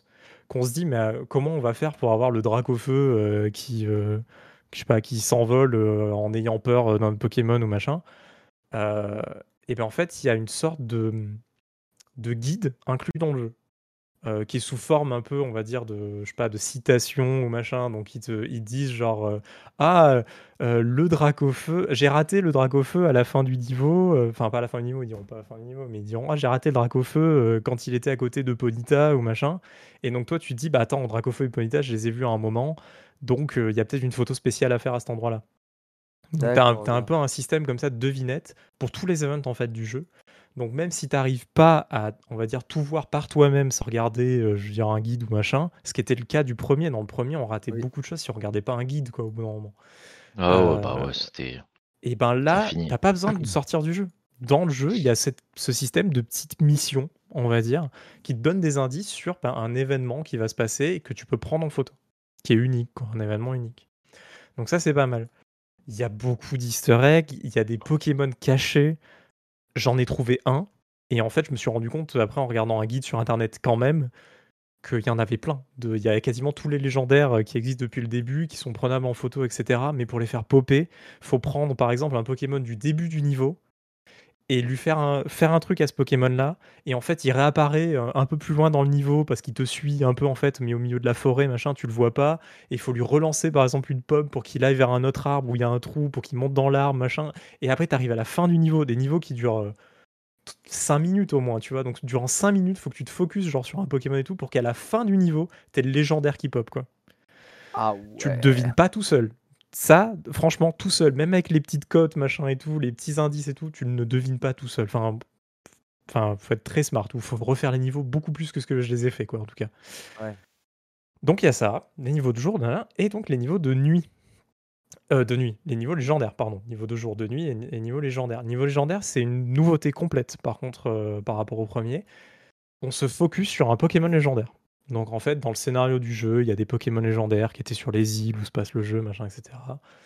qu'on se dit, mais comment on va faire pour avoir le Dracofeu qui, je sais pas, qui s'envole en ayant peur d'un Pokémon ou machin. Et bien en fait, il y a une sorte de guide inclus dans le jeu. Qui est sous forme un peu, on va dire, je sais pas, de citation ou machin. Donc ils disent genre le Dracofeu, j'ai raté le Dracofeu à la fin du niveau. Enfin, pas à la fin du niveau, ils diront pas à la fin du niveau, mais ils diront j'ai raté le Dracofeu quand il était à côté de Ponyta ou machin. Et donc toi, tu te dis bah attends, Dracofeu et Ponyta, je les ai vus à un moment, donc il y a peut-être une photo spéciale à faire à cet endroit-là. Donc t'as D'accord, un ok. peu un système comme ça de devinettes pour tous les events en fait du jeu. Donc même si t'arrives pas à, on va dire, tout voir par toi-même sans regarder, je veux dire, un guide ou machin, ce qui était le cas du premier. Dans le premier, on ratait Oui. beaucoup de choses si on regardait pas un guide, quoi, au bout d'un moment. Ah ouais, bah Euh, ouais, c'était et ben c'est là, fini. t'as pas besoin de sortir du jeu. Dans le jeu, il y a ce système de petites missions, on va dire, qui te donnent des indices sur un événement qui va se passer et que tu peux prendre en photo, qui est unique, quoi, un événement unique. Donc ça, c'est pas mal. Il y a beaucoup d'easter eggs, il y a des Pokémon cachés. J'en ai trouvé un, et en fait, je me suis rendu compte, après, en regardant un guide sur Internet quand même, qu'il y en avait plein. Il y a quasiment tous les légendaires qui existent depuis le début, qui sont prenables en photo, etc. Mais pour les faire popper, faut prendre, par exemple, un Pokémon du début du niveau, et lui faire un truc à ce Pokémon-là, et en fait, il réapparaît un peu plus loin dans le niveau, parce qu'il te suit un peu, en fait, mais au milieu de la forêt, machin, tu le vois pas, et il faut lui relancer, par exemple, une pomme pour qu'il aille vers un autre arbre où il y a un trou, pour qu'il monte dans l'arbre, machin, et après, tu arrives à la fin du niveau, des niveaux qui durent 5 minutes au moins, tu vois, donc durant 5 minutes, faut que tu te focuses genre sur un Pokémon et tout, pour qu'à la fin du niveau, t'aies le légendaire qui pop, quoi. Ah Tu le ouais. devines pas tout seul. Ça, franchement, tout seul, même avec les petites cotes, machin et tout, les petits indices et tout, tu ne devines pas tout seul. Enfin, faut être très smart, ou faut refaire les niveaux beaucoup plus que ce que je les ai fait, quoi, en tout cas. Ouais. Donc il y a ça, les niveaux de jour, et donc les niveaux de nuit. De nuit, les niveaux légendaires, pardon. Niveau de jour, de nuit et niveau légendaire. Niveau légendaire, c'est une nouveauté complète, par contre, par rapport au premier. On se focus sur un Pokémon légendaire. Donc en fait, dans le scénario du jeu, il y a des Pokémon légendaires qui étaient sur les îles où se passe le jeu, machin, etc.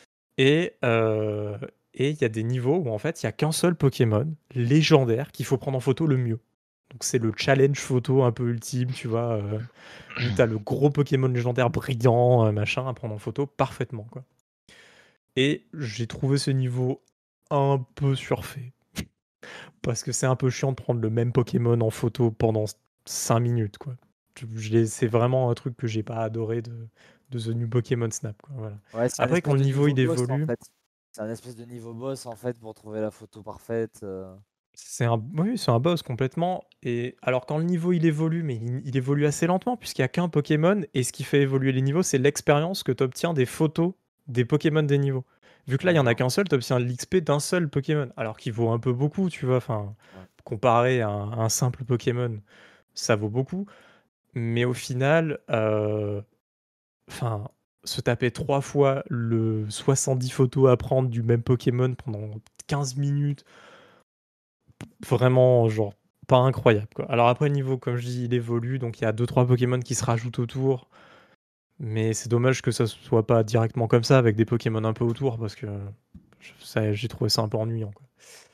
Et il y a des niveaux où en fait, il n'y a qu'un seul Pokémon légendaire qu'il faut prendre en photo le mieux. Donc c'est le challenge photo un peu ultime, tu vois, où tu as le gros Pokémon légendaire brillant, machin, à prendre en photo parfaitement, quoi. Et j'ai trouvé ce niveau un peu surfait. Parce que c'est un peu chiant de prendre le même Pokémon en photo pendant 5 minutes, quoi. C'est vraiment un truc que j'ai pas adoré de The New Pokémon Snap, quoi, voilà. Ouais, c'est un Après, quand espèce le de niveau niveau il boss en évolue, fait. C'est un espèce de niveau boss en fait pour trouver la photo parfaite. oui, c'est un boss complètement. Et alors, quand le niveau il évolue, mais il évolue assez lentement, puisqu'il n'y a qu'un Pokémon, et ce qui fait évoluer les niveaux, c'est l'expérience que tu obtiens des photos des Pokémon des niveaux. Vu que là, il y en a D'accord. qu'un seul, tu obtiens l'XP d'un seul Pokémon, alors qu'il vaut un peu beaucoup, tu vois, enfin, Ouais. comparé à un simple Pokémon, ça vaut beaucoup. Mais au final, enfin, se taper 3 fois le 70 photos à prendre du même Pokémon pendant 15 minutes, vraiment, genre, pas incroyable, quoi. Alors après, le niveau, comme je dis, il évolue, donc il y a 2-3 Pokémon qui se rajoutent autour. Mais c'est dommage que ça soit pas directement comme ça, avec des Pokémon un peu autour, parce que j'ai trouvé ça un peu ennuyant, quoi.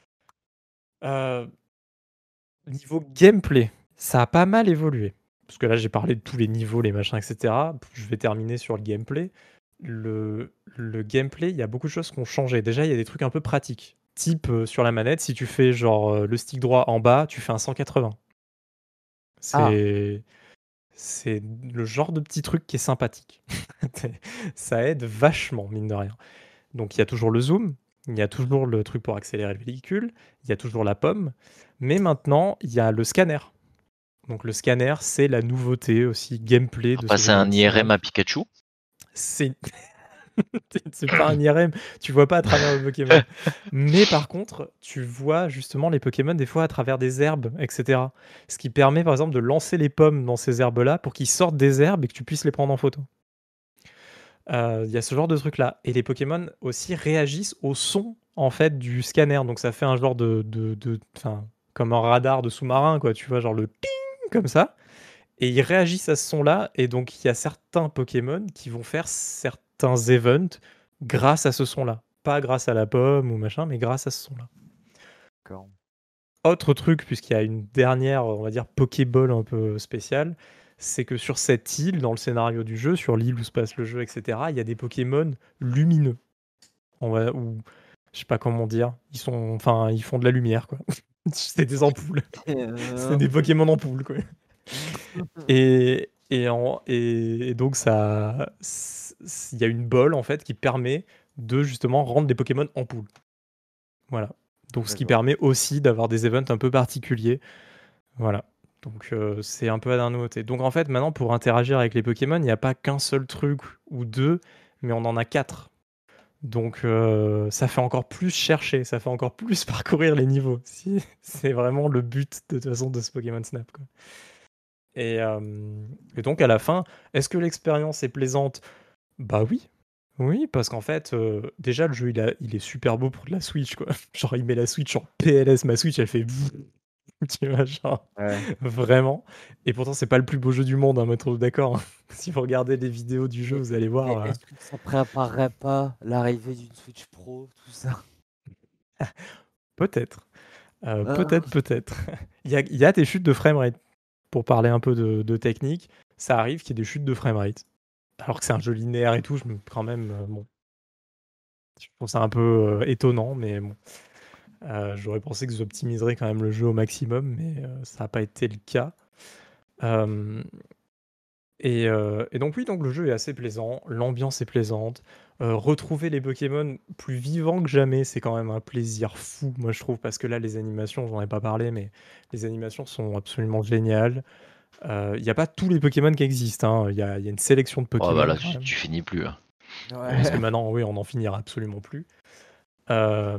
Niveau gameplay, ça a pas mal évolué. Parce que là, j'ai parlé de tous les niveaux, les machins, etc. Je vais terminer sur le gameplay. Le gameplay, il y a beaucoup de choses qui ont changé. Déjà, il y a des trucs un peu pratiques. Type sur la manette, si tu fais genre le stick droit en bas, tu fais un 180. Ah, C'est le genre de petit truc qui est sympathique. Ça aide vachement, mine de rien. Donc il y a toujours le zoom, il y a toujours le truc pour accélérer le véhicule, il y a toujours la pomme, mais maintenant il y a le scanner. Donc le scanner, c'est la nouveauté aussi gameplay de ce Passer un Pokémon IRM Snap. à Pikachu. C'est c'est pas un IRM, tu vois pas à travers le Pokémon. Mais par contre, tu vois justement les Pokémon des fois à travers des herbes, etc. Ce qui permet par exemple de lancer les pommes dans ces herbes-là pour qu'ils sortent des herbes et que tu puisses les prendre en photo. Il y a ce genre de truc-là. Et les Pokémon aussi réagissent au son en fait du scanner. Donc ça fait un genre enfin, comme un radar de sous-marin, quoi. Tu vois, genre le ping comme ça. Et ils réagissent à ce son-là. Et donc il y a certains Pokémon qui vont faire certains events grâce à ce son-là. Pas grâce à la pomme ou machin, mais grâce à ce son-là. d'accord. Autre truc, puisqu'il y a une dernière, on va dire, Pokéball un peu spéciale, c'est que sur cette île, dans le scénario du jeu, sur l'île où se passe le jeu, etc., il y a des Pokémon lumineux. Ou je sais pas comment dire. Ils font de la lumière, quoi. C'est des ampoules. C'est des Pokémon ampoules, quoi. Et donc il y a une ball en fait qui permet de justement rendre des Pokémon ampoules. Voilà. Donc ce qui D'accord. permet aussi d'avoir des events un peu particuliers. Voilà. Donc c'est un peu à noter. Donc en fait maintenant pour interagir avec les Pokémon, il n'y a pas qu'un seul truc ou deux, mais on en a 4. Donc ça fait encore plus chercher, ça fait encore plus parcourir les niveaux. C'est vraiment le but de toute façon de ce Pokémon Snap, quoi. Et, donc à la fin, est-ce que l'expérience est plaisante? Bah oui. Oui, parce qu'en fait, déjà le jeu il est super beau pour de la Switch, quoi. Genre il met la Switch en PLS, ma Switch elle fait tu vois, genre Ouais. vraiment. Et pourtant c'est pas le plus beau jeu du monde, hein, mettons-nous d'accord, hein. Si vous regardez les vidéos du jeu, Mais, vous allez mais voir. est-ce que ça préparerait pas l'arrivée d'une Switch Pro, tout ça? Peut-être. Ah. Peut-être. Il y a des chutes de framerate. Pour parler un peu de technique, ça arrive qu'il y ait des chutes de framerate. Alors que c'est un jeu linéaire et tout, quand même, bon, je trouve ça un peu étonnant, mais bon. J'aurais pensé que optimiseraient quand même le jeu au maximum, mais ça n'a pas été le cas. Euh, et donc oui, donc le jeu est assez plaisant, l'ambiance est plaisante. Retrouver les Pokémon plus vivants que jamais, c'est quand même un plaisir fou, moi je trouve, parce que là, les animations, j'en ai pas parlé, mais les animations sont absolument géniales. Il n'y a pas tous les Pokémon qui existent, hein. Il y a une sélection de Oh, bah Pokémon là, quand même. tu finis plus. Hein. Parce que Ouais. maintenant, oui, on n'en finira absolument plus. Euh,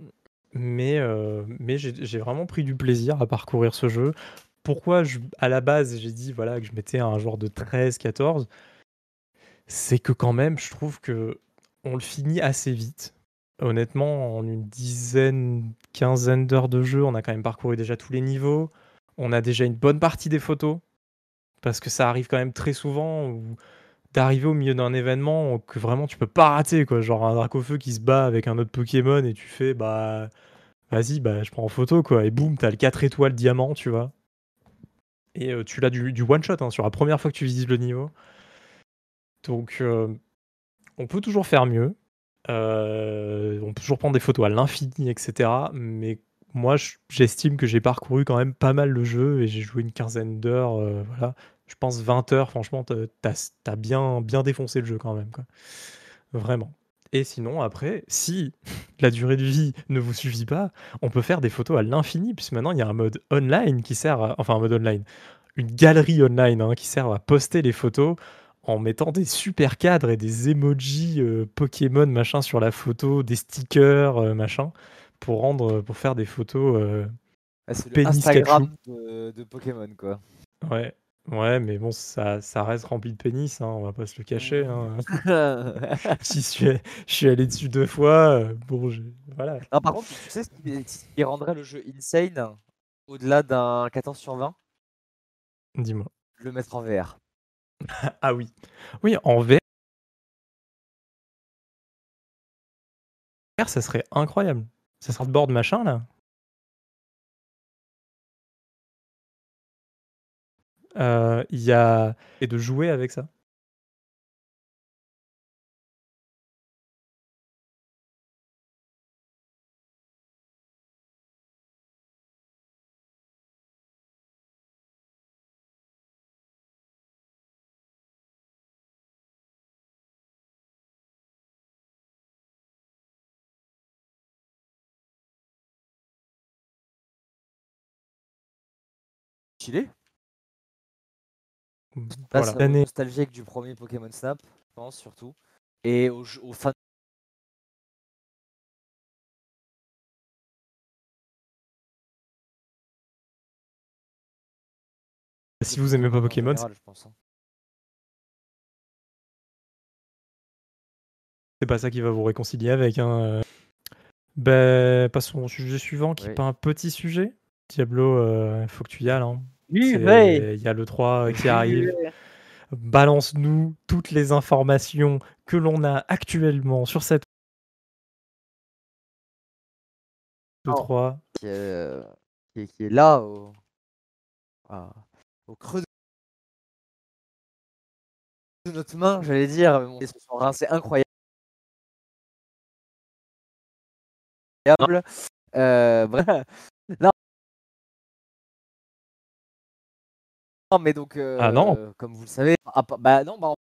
mais j'ai vraiment pris du plaisir à parcourir ce jeu. Pourquoi à la base j'ai dit voilà, que je mettais un genre de 13-14, c'est que quand même je trouve que on le finit assez vite. Honnêtement, en une dizaine, quinzaine d'heures de jeu, on a quand même parcouru déjà tous les niveaux. On a déjà une bonne partie des photos, parce que ça arrive quand même très souvent où d'arriver au milieu d'un événement que vraiment tu peux pas rater, quoi. Genre un Dracofeu qui se bat avec un autre Pokémon et tu fais bah vas-y, bah je prends en photo, quoi. Et boum, t'as le 4 étoiles diamant, tu vois. Et tu l'as du one shot, hein, sur la première fois que tu visites le niveau. Donc on peut toujours faire mieux. On peut toujours prendre des photos à l'infini, etc. Mais moi, j'estime que j'ai parcouru quand même pas mal le jeu et j'ai joué une quinzaine d'heures. Voilà. Je pense 20 heures, franchement, t'as bien, bien défoncé le jeu quand même, quoi. Vraiment. Et sinon, après, si la durée de vie ne vous suffit pas, on peut faire des photos à l'infini, puisque maintenant il y a un mode online qui sert enfin un mode online, une galerie online, hein, qui sert à poster les photos en mettant des super cadres et des emojis Pokémon machin sur la photo, des stickers machin, pour faire des photos Ah, c'est le Penny Sketchou. Instagram de Pokémon, quoi. Ouais, ouais, mais bon, ça reste rempli de pénis, hein, on va pas se le cacher, hein. Je suis allé dessus 2 fois, bon, voilà. Non, par contre, tu sais ce qui rendrait le jeu insane au-delà d'un 14 sur 20? Dis-moi. Le mettre en VR. Ah oui. Oui, en VR, ça serait incroyable. Ça sort de board machin, là. Il y a et de jouer avec ça. Stylé. Là, Voilà. ça va être nostalgique du premier Pokémon Snap, je pense, surtout. Et aux fans. Si vous aimez pas En Pokémon, général, je pense. c'est pas ça qui va vous réconcilier avec, hein. Ben, passons au sujet suivant, qui est Oui. pas un petit sujet. Diablo, faut que tu y ailles, hein. Purée. Il y a le 3 qui arrive. Balance-nous toutes les informations que l'on a actuellement sur cette Oh. 3. Qui est là, au creux de notre main, j'allais dire. Mais bon, ils se sont rincés incroyable. Bref. Non, mais donc, Ah non, comme vous le savez, bah non, bah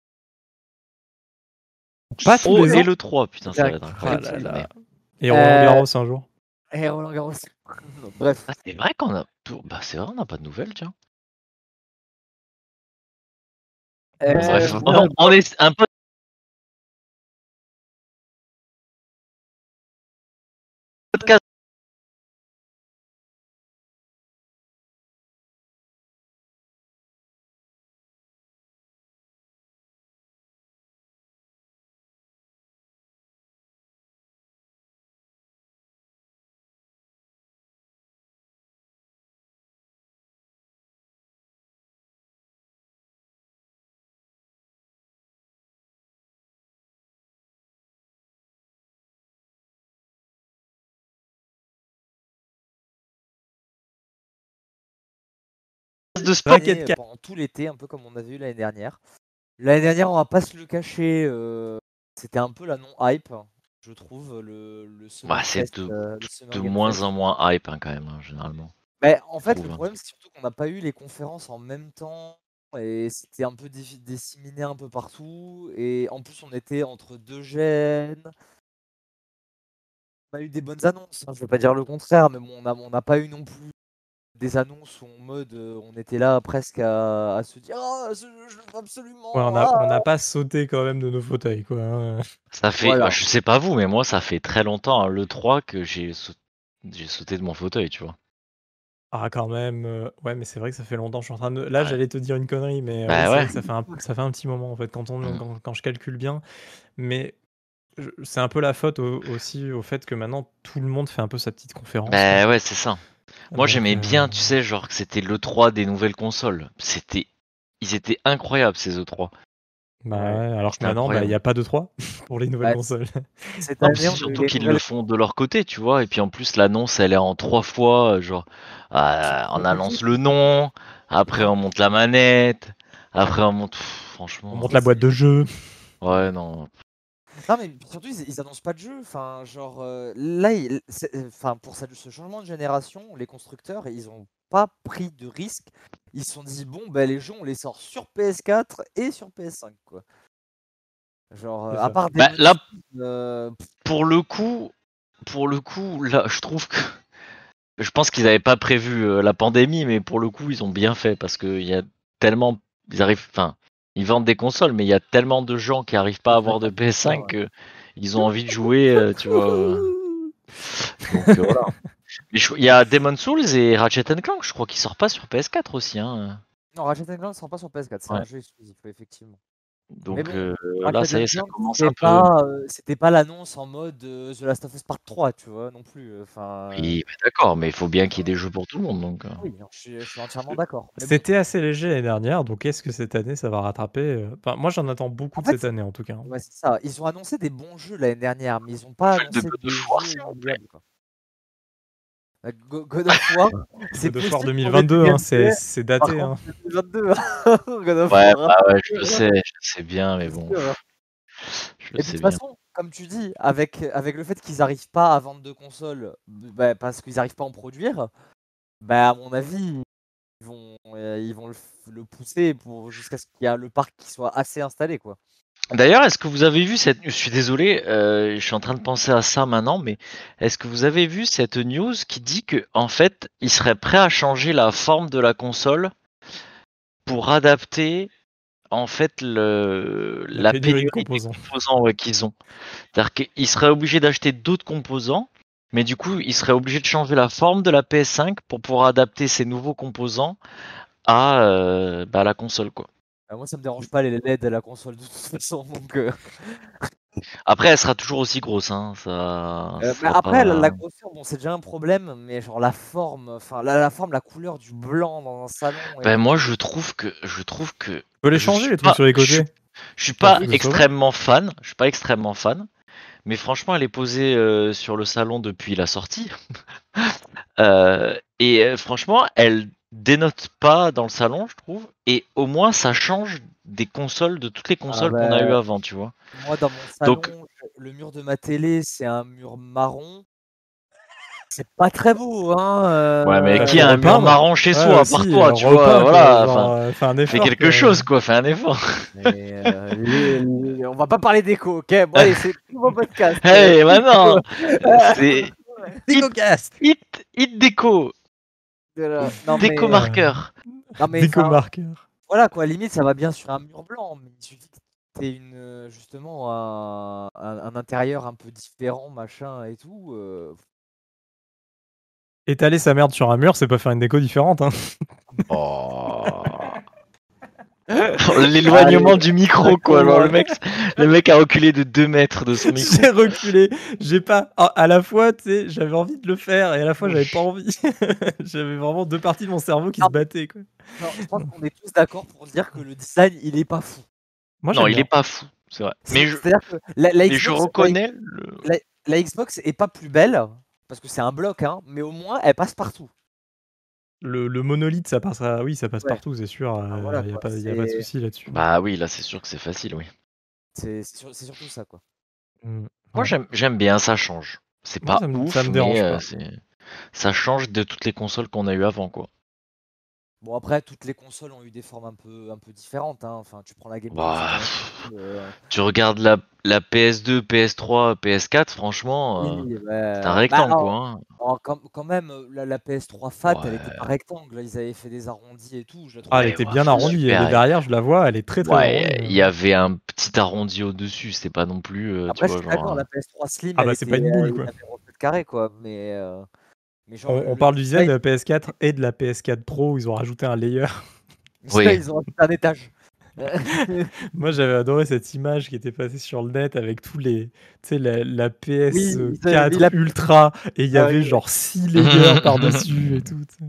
pas tous Oh, les et ans. le 3, putain, ça va être Ah incroyable là cette année. là. Et Roland Euh, Garros un jour. et Roland Garros. Bref. Ah, c'est vrai qu'on a. Bah, c'est vrai, on n'a pas de nouvelles, tiens. Bon, bref, Non, on est un peu. Podcast. De sport. Raquette 4. pendant tout l'été, un peu comme on avait eu l'année dernière. L'année dernière, on va pas se le cacher, c'était un peu la non-hype, je trouve, le Bah, Summer c'est Fest, de, le Summer de Game moins Fest. en moins hype, hein, quand même, hein, généralement. Bah, en Je fait, le trouve. problème, c'est surtout qu'on n'a pas eu les conférences en même temps et c'était un peu disséminé un peu partout. Et en plus, on était entre deux gènes. On a eu des bonnes annonces, hein, je ne vais pas dire le contraire, mais bon, on n'a pas eu non plus des annonces où en mode on était là presque à se dire ah, je le veux absolument. Ouais, on Ah n'a pas sauté quand même de nos fauteuils, quoi. Hein. Ça fait, voilà. je sais pas vous, mais moi, ça fait très longtemps, hein, le 3 que j'ai sauté de mon fauteuil, tu vois. Ah, quand même. Ouais, mais c'est vrai que ça fait longtemps. Je suis en train de. Là, Ouais. j'allais te dire une connerie, mais oui, Bah c'est vrai ouais. que ça fait un petit moment, en fait, Mm. quand je calcule bien. Mais c'est un peu la faute aussi au fait que maintenant, tout le monde fait un peu sa petite conférence, quoi. Bah ouais, c'est ça. Moi, Donc, j'aimais bien, tu sais, genre que c'était l'E3 des nouvelles consoles. Ils étaient incroyables, ces E3. bah Ouais. ouais, alors que C'était maintenant, il n'y incroyable. a pas de 3 pour les nouvelles Bah, consoles. cette Non, mais année, c'est on a eu surtout les qu'ils le nouvelles. font de leur côté, tu vois. Et puis en plus, l'annonce, elle est en 3 fois. Genre, on annonce le nom, après on monte la manette, après on monte. On Franchement. monte la boîte de jeu. Ouais, non. Non, mais surtout, ils annoncent pas de jeu. Enfin, genre, là, enfin, pour ce changement de génération, les constructeurs, ils ont pas pris de risque. Ils se sont dit, bon, bah, les jeux, on les sort sur PS4 et sur PS5, quoi. Genre, C'est à ça. part Bah, Demon's là, Souls, pour le coup, là, je trouve que. Je pense qu'ils n'avaient pas prévu la pandémie, mais pour le coup, ils ont bien fait parce qu'il y a tellement. Ils arrivent. Enfin, ils vendent des consoles, mais il y a tellement de gens qui n'arrivent pas à avoir de PS5 ouais. que ils ont envie de jouer, tu vois. Donc voilà. Mais il y a Demon's Souls et Ratchet Clank, je crois qu'ils sortent pas sur PS4 aussi. Hein. Non, Ratchet Clank ne sort pas sur PS4, c'est Ouais. un jeu exclusif, effectivement. Mais Donc bon, là, Ratchet ça y est, ça Clank, commence un peu. c'était pas l'annonce en mode The Last of Us Part 3, tu vois, non plus. Oui, mais d'accord, mais il faut bien qu'il y ait des jeux pour tout le monde. Donc, Oui, non, je suis entièrement d'accord. Mais bon, C'était assez léger l'année dernière, donc est-ce que cette année, ça va rattraper Enfin, moi, j'en attends beaucoup en de fait, cette année, en tout cas. ouais, c'est ça. Ils ont annoncé des bons jeux l'année dernière, mais ils ont pas faites de annoncé God des of War, jeux s'il vous plaît. inoubliables, quoi. God of War, c'est God of War possible qu'on ait du 2022, hein, gameplay. c'est Par daté. Hein. contre, 2022, God of Ouais, War, bah ouais, hein, je sais bien, mais c'est bon, sûr, hein. je Et puis de sais toute bien. façon, comme tu dis, avec le fait qu'ils n'arrivent pas à vendre de consoles, bah, parce qu'ils n'arrivent pas à en produire, bah, à mon avis, ils vont le pousser jusqu'à ce qu'il y ait le parc qui soit assez installé, quoi. D'ailleurs, est-ce que vous avez vu cette news? Je suis désolé, je suis en train de penser à ça maintenant, mais est-ce que vous avez vu cette news qui dit que en fait, ils seraient prêts à changer la forme de la console pour adapter en fait La la pénurie de pénurie des composants. composants ouais, qu'ils ont. C'est-à-dire qu'ils seraient obligés d'acheter d'autres composants, mais du coup, ils seraient obligés de changer la forme de la PS5 pour pouvoir adapter ces nouveaux composants à bah, la console, quoi. Moi, ça me dérange pas les LED à la console de toute façon, donc. Après, elle sera toujours aussi grosse, hein. Ça Mais sera après, la pas. grosseur, bon, c'est déjà un problème, mais genre la forme, enfin la forme, la couleur du blanc dans un salon et Ben moi, tout. je trouve que Tu peux les je changer, suis les trucs pas, sur les je suis, côtés. je suis T'en pas fous que ce soit bon. extrêmement fan. Je suis pas extrêmement fan. Mais franchement, elle est posée sur le salon depuis la sortie. Et franchement, elle dénote pas dans le salon, je trouve. Et au moins, ça change des consoles, de toutes les Ah consoles qu'on a eues bah, avant, tu vois. moi, dans mon Donc, salon, le mur de ma télé, c'est un mur marron. C'est pas très beau, hein. ouais, mais Bah, qui faut a un mur repeindre. marron chez Ouais, soi, à part aussi, toi, tu vois, repeins, quoi. voilà, Genre, enfin, fais un fais effort, quelque quoi. chose, quoi, fais un effort. Mais on va pas parler d'écho, ok? Bon, allez, c'est plus mon podcast. Hey, maintenant, c'est hit, Décocast. hit déco, Non, déco mais, marqueur. non, mais, enfin, Déco-marqueur. voilà, quoi. Limite, ça va bien sur un mur blanc, mais il suffit que t'aies justement un intérieur un peu différent, machin et tout. Étaler sa merde sur un mur, c'est pas faire une déco différente, hein. Oh. Allez, L'éloignement du micro, ça quoi. Genre, commence. le mec a reculé de 2 mètres de son micro. J'ai reculé. J'ai pas. À la fois, tu sais, j'avais envie de le faire et à la fois, j'avais pas envie. J'avais vraiment deux parties de mon cerveau qui se battaient, quoi. Non, je pense qu'on est tous d'accord pour dire que le design, il est pas fou. Moi, Non, j'aime il est bien. pas fou, c'est vrai. Mais C'est-à-dire que la je Xbox, reconnais la Xbox est pas plus belle, parce que c'est un bloc, hein, mais au moins, elle passe partout. Le monolithe, ça passera. Oui, ça passe Ouais. partout, c'est sûr. Ah, voilà, Il n'y a, quoi, y a pas de souci là-dessus. Bah oui, là, c'est sûr que c'est facile, oui. c'est surtout ça, quoi. Moi, Ouais. j'aime bien, ça change. C'est Moi, pas ouf, ça me mais dérange pas. ça change de toutes les consoles qu'on a eues avant, quoi. Bon, après, toutes les consoles ont eu des formes un peu différentes, hein. Enfin, tu prends la GameCube, Bah, c'est quand même tu regardes la PS2, PS3, PS4, franchement, oui, c'est un rectangle, quoi. Hein. quand même, la PS3 Fat, elle était pas Ouais, rectangle. Ils avaient fait des arrondis et tout. Je la Ah, elle trouvais ouais, était ouais, bien arrondie. Elle est super. derrière, je la vois, elle est très très Ouais, arrondie. il y avait un petit arrondi au-dessus, c'est pas non plus, tu Après, je vois, suis d'accord, genre. la PS3 Slim, Ah elle bah, c'est était, pas une boule, il quoi. avait refait de carré, quoi. Mais genre, On le parle du design design, de la PS4 et de la PS4 Pro où ils ont rajouté un layer. Oui. ils ont rajouté un étage. Moi, j'avais adoré cette image qui était passée sur le net avec tous les, tu sais, la Oui, ils avaient mis PS4 la. Ultra et il y Ah avait oui, ouais. genre 6 layers par-dessus et tout. Tu sais.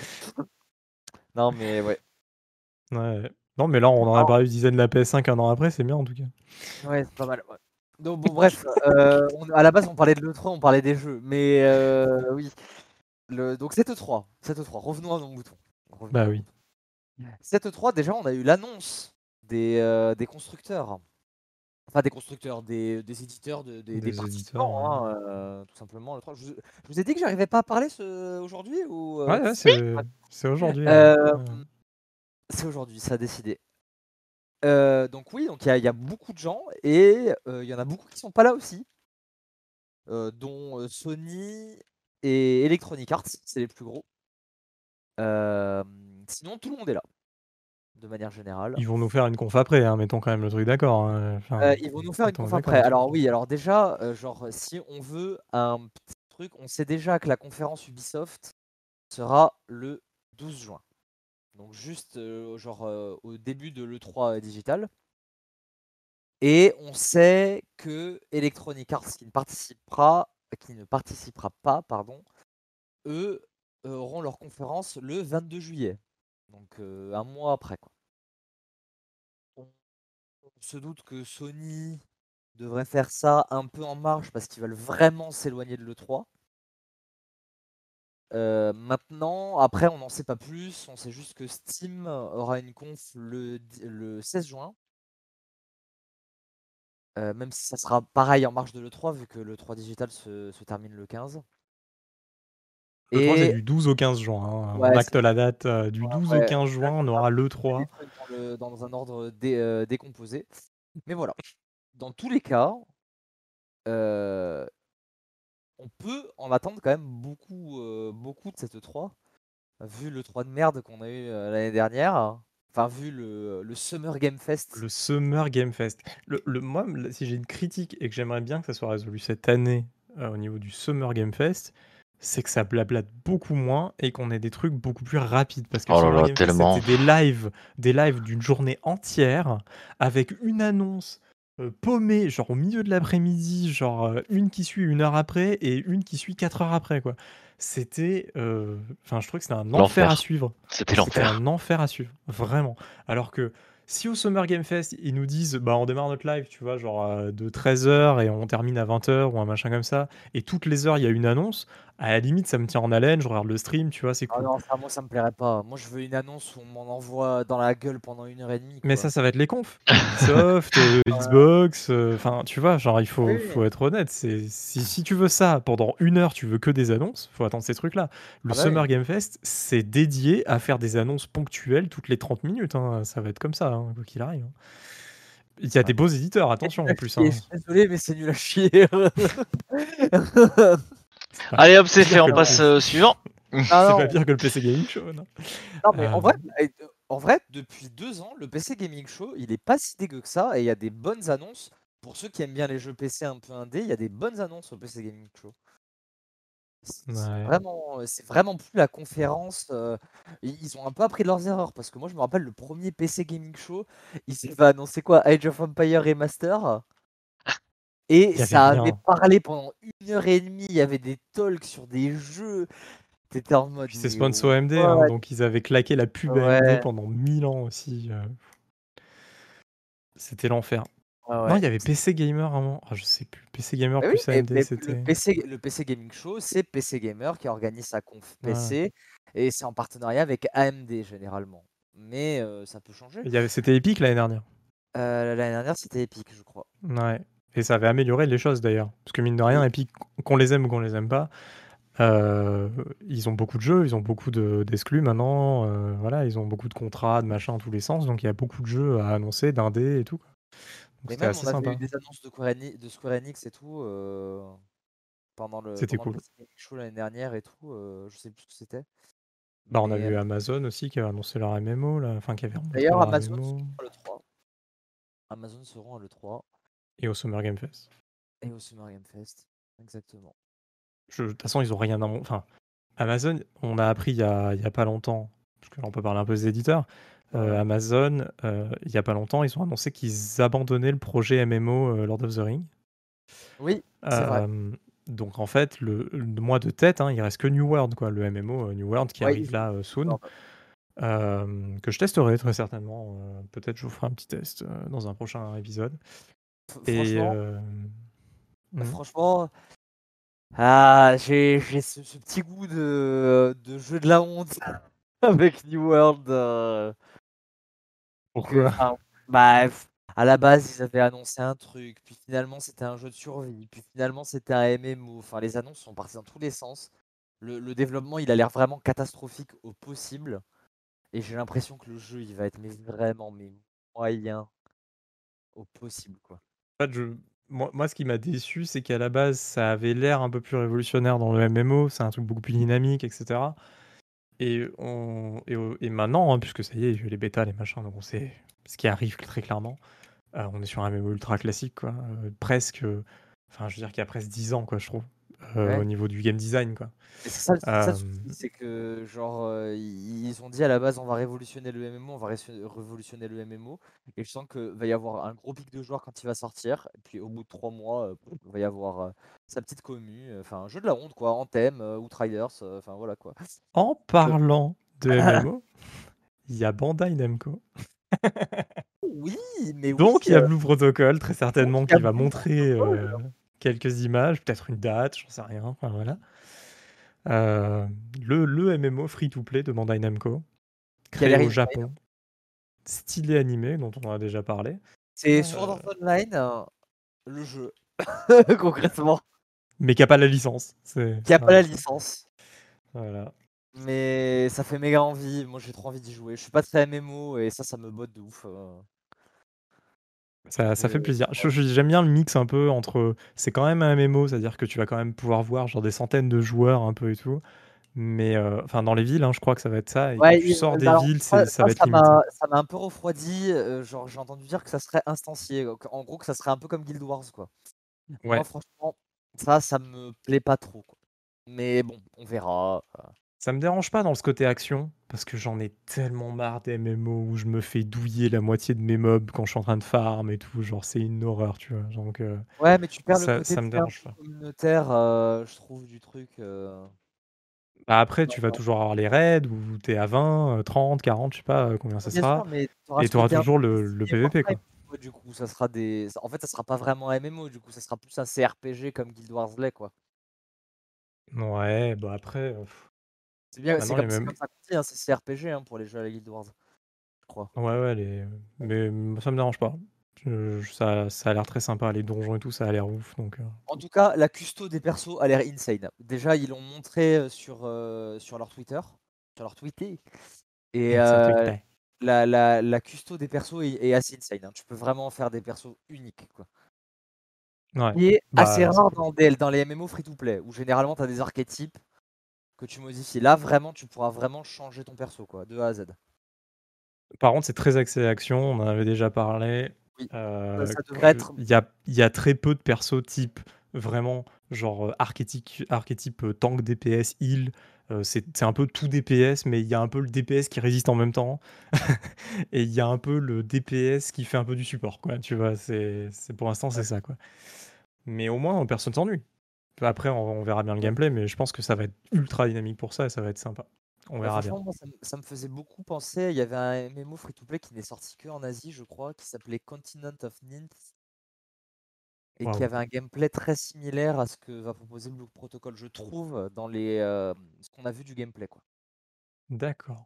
Non, mais ouais. Ouais. Non, mais là, on en a Alors, parlé du design de la PS5 un an après, c'est bien en tout cas. ouais, c'est pas mal. Ouais. Donc, bon, bref, à la base, on parlait de l'E3, on parlait des jeux. Mais oui. Donc, cette E3. Revenons à nos moutons. Revenons à Bah nos oui. moutons. Cette E3, déjà, on a eu l'annonce des constructeurs. Enfin, des constructeurs, des éditeurs, des Des éditeurs. participants, hein, tout simplement. Je vous ai dit que j'arrivais pas à parler aujourd'hui ou Ouais, ouais, c'est aujourd'hui. Euh, Ouais. c'est aujourd'hui, ça a décidé. Donc oui, donc il y a beaucoup de gens et il y en a beaucoup qui sont pas là aussi, dont Sony et Electronic Arts, c'est les plus gros. Sinon, tout le monde est là, de manière générale. Ils vont nous faire une conf après, hein, mettons quand même le truc d'accord. Hein. Enfin, Ils vont nous faire une mettons conf d'accord. après. Alors oui, alors déjà, genre si on veut un petit truc, on sait déjà que la conférence Ubisoft sera le 12 juin. Donc juste au début de l'E3 digital. Et on sait que Electronic Arts qui ne participera pas, pardon, eux auront leur conférence le 22 juillet. Donc un mois après, quoi. On se doute que Sony devrait faire ça un peu en marge parce qu'ils veulent vraiment s'éloigner de l'E3. Maintenant, après, on n'en sait pas plus. On sait juste que Steam aura une conf le 16 juin. Même si ça sera pareil en marge de l'E3, vu que l'E3 digital se termine le 15. Le 3, c'est Et du 12 au 15 juin. Hein. ouais, On acte la date du 12 au ouais, 15 juin, on aura le des 3. trucs dans un ordre décomposé. Mais voilà. Dans tous les cas, on peut en attendre quand même beaucoup, beaucoup de cette E3, vu le 3 de merde qu'on a eu l'année dernière. Enfin, vu le Summer Game Fest. Le Summer Game Fest. Moi, si j'ai une critique et que j'aimerais bien que ça soit résolu cette année au niveau du Summer Game Fest, c'est que ça blablate beaucoup moins et qu'on ait des trucs beaucoup plus rapides. Parce que Oh là Summer là, Game Fest, tellement. c'était des lives d'une journée entière avec une annonce paumée, genre au milieu de l'après-midi, genre une qui suit 1 heure après et une qui suit 4 heures après, quoi. C'était. Enfin, je trouve que c'était un enfer à L'enfer. suivre. C'était C'était l'enfer. un enfer à suivre, vraiment. Alors que Si au Summer Game Fest, ils nous disent, bah, on démarre notre live, tu vois, genre de 13h et on termine à 20h ou un machin comme ça, et toutes les heures, il y a une annonce, à la limite, ça me tient en haleine, je regarde le stream, tu vois, c'est Ah cool. non, ça, moi, ça me plairait pas. Moi, je veux une annonce où on m'en envoie dans la gueule pendant 1h30, Mais quoi. ça va être les confs. Ubisoft, Xbox, enfin, tu vois, genre, il Oui, faut être honnête. Si tu veux ça, pendant 1 heure, tu veux que des annonces, faut attendre ces trucs-là. Le ah bah oui. Summer Game Fest, c'est dédié à faire des annonces ponctuelles toutes les 30 minutes, hein. Ça va être comme ça, hein, quoi qu'il arrive, hein. Il y a Ah des non. beaux éditeurs, C'est attention, nul à en plus, chier, hein. je suis désolé, mais c'est nul à chier. C'est pas Allez hop, c'est fait, pire que on le passe PC. suivant. Ah C'est pas non. pire que le PC Gaming Show, non? Non, mais en vrai, Euh, depuis 2 ans, le PC Gaming Show, il est pas si dégueu que ça et il y a des bonnes annonces. Pour ceux qui aiment bien les jeux PC un peu indés, il y a des bonnes annonces au PC Gaming Show. ouais. C'est vraiment plus la conférence. Ils ont un peu appris de leurs erreurs parce que moi, je me rappelle le premier PC Gaming Show, ils s'avaient annoncé quoi? Age of Empires Remaster. Et Il y avait ça avait rien. parlé pendant 1h30. Il y avait des talks sur des jeux. T'étais en mode, Puis c'est mais sponsor AMD, hein, what? donc ils avaient claqué la pub AMD Ouais, pendant 1000 ans aussi. C'était l'enfer. ouais, Non, ouais. il y avait PC Gamer à un moment. Ah, je sais plus. PC Gamer Mais oui, plus AMD, mais c'était. le PC Gaming Show, c'est PC Gamer qui organise sa conf Ouais. PC et c'est en partenariat avec AMD généralement. Mais ça peut changer. C'était Epic l'année dernière. L'année dernière, c'était Epic, je crois. Ouais. Et ça avait amélioré les choses d'ailleurs. Parce que mine de rien, Oui, Epic, qu'on les aime ou qu'on les aime pas, euh, ils ont beaucoup de jeux, ils ont beaucoup d'exclus maintenant. Voilà, ils ont beaucoup de contrats, de machins dans tous les sens. Donc il y a beaucoup de jeux à annoncer, d'indés et tout, quoi. Donc mais c'était même assez on avait eu sympa. des annonces de Square Enix et tout C'était pendant le cool. PC Gaming Show l'année dernière et tout. Je sais plus ce que c'était. Bah, on a Mais vu Amazon aussi qui avait annoncé leur MMO, là. Enfin, qui avait montré d'ailleurs, leur Amazon MMO. seront à l'E3. Amazon seront à l'E3 Et au Summer Game Fest. et au Summer Game Fest. Exactement. De toute façon, ils ont rien à montrer. Enfin, Amazon, on a appris il y a pas longtemps, parce que là, on peut parler un peu des éditeurs. Ouais. Amazon, il y a pas longtemps, ils ont annoncé qu'ils abandonnaient le projet MMO Lord of the Ring. Oui, c'est vrai. Donc en fait, le mois de tête, hein, il reste que New World, quoi, le MMO New World qui Ouais, arrive là soon, Pardon. que je testerai très certainement. Peut-être je vous ferai un petit test dans un prochain épisode. Et Franchement, hmm. franchement, j'ai ce petit goût de jeu de la honte avec New World. Pourquoi? Bah, à la base, ils avaient annoncé un truc, puis finalement, c'était un jeu de survie, puis finalement, c'était un MMO. Enfin, les annonces sont parties dans tous les sens. Le développement, il a l'air vraiment catastrophique au possible. Et j'ai l'impression que le jeu, il va être vraiment mais moyen au possible, quoi. En fait, moi, ce qui m'a déçu, c'est qu'à la base, ça avait l'air un peu plus révolutionnaire dans le MMO, c'est un truc beaucoup plus dynamique, etc. Et maintenant, hein, puisque ça y est, il y a eu les bêtas, les machins, donc on sait ce qui arrive très clairement. On est sur un MMO ultra classique, quoi. Presque. Enfin, je veux dire qu'il y a presque 10 ans, quoi, je trouve, Ouais. au niveau du game design, quoi. Et c'est ça Euh, le souci, c'est que genre ils ont dit à la base on va révolutionner le MMO, on va révolutionner le MMO, et je sens que va y avoir un gros pic de joueurs quand il va sortir, et puis au bout de 3 mois, il va y avoir sa petite commu, enfin un jeu de la honte quoi, Anthem, Outriders, enfin voilà quoi. En Euh, parlant de MMO, il y a Bandai Namco. Oui, mais oui, Donc, il y a Blue Protocol, très donc certainement, il y a qui va Blue montrer Protocol. quelques images, peut-être une date, j'en sais rien. Enfin, voilà. Le MMO free-to-play de Bandai Namco, Qui a créé l'air au insane. Japon, stylé animé, dont on a déjà parlé, C'est Sword Art Online, le jeu, concrètement, mais qui n'a pas la licence. qui a pas la Voilà. licence. Voilà. Mais ça fait méga envie. Moi, j'ai trop envie d'y jouer. Je suis pas très MMO et ça me botte de ouf. Ça fait plaisir. J'aime bien le mix un peu entre. C'est quand même un MMO, c'est-à-dire que tu vas quand même pouvoir voir genre des centaines de joueurs un peu et tout. Mais enfin, dans les villes, hein, je crois que ça va être ça. Et quand Ouais, tu sors des alors villes, ça, ça va être limité. ça m'a un peu refroidi. Genre, j'ai entendu dire que ça serait instancié. En gros, que ça serait un peu comme Guild Wars, quoi. Moi, Ouais. franchement, ça me plaît pas trop, quoi. Mais bon, on verra. Ça me dérange pas dans ce côté action, parce que j'en ai tellement marre des MMO où je me fais douiller la moitié de mes mobs quand je suis en train de farm et tout. Genre, c'est une horreur, tu vois. Donc, Ouais, mais tu perds le côté ça me tu sais, un dérange peu pas. communautaire, je trouve, du truc. Bah, après, Non, tu vas non. toujours avoir les raids où tu es à 20, 30, 40, je sais pas combien ça Bien sûr, sera. mais tu auras Et ce tu auras côté un peu toujours le stylé PVP, Warframe, quoi. tu vois, du coup, ça sera en fait, ça sera pas vraiment un MMO, du coup, ça sera plus un CRPG comme Guild Wars l'est, quoi. Ouais, bah après, C'est bien, maintenant les c'est mêmes. comme ça qu'on dit, hein, c'est CRPG hein, pour les jeux à la Guild Wars, je crois. Ouais, ouais, mais ça me dérange pas. Ça a l'air très sympa, les donjons et tout, ça a l'air ouf. Donc, En tout cas, la custo des persos a l'air insane. Déjà, ils l'ont montré sur leur Twitter, sur leur tweeté. Et ça tweet. la custo des persos est assez insane, hein. Tu peux vraiment faire des persos uniques, quoi. Ouais, Qui est assez bah c'est rare cool. dans les MMO free-to-play, où généralement tu as des archétypes que tu modifies. Là, vraiment, tu pourras vraiment changer ton perso, quoi, de A à Z. Par contre, c'est très axé action, on en avait déjà parlé. Oui, ça devrait être. Il y a très peu de persos type vraiment genre archétype tank DPS heal. C'est un peu tout DPS, mais il y a un peu le DPS qui résiste en même temps. Et il y a un peu le DPS qui fait un peu du support, quoi. Tu vois, pour l'instant, c'est Ouais. ça, quoi. Mais au moins, personne s'ennuie. Après, on verra bien le gameplay, mais je pense que ça va être ultra dynamique pour ça et ça va être sympa. On verra bien. Franchement, moi, ça me faisait beaucoup penser. Il y avait un MMO free-to-play qui n'est sorti que en Asie, je crois, qui s'appelait Continent of Ninth et qui Waouh. avait un gameplay très similaire à ce que va proposer Blue Protocol, je trouve, dans ce qu'on a vu du gameplay, quoi. D'accord.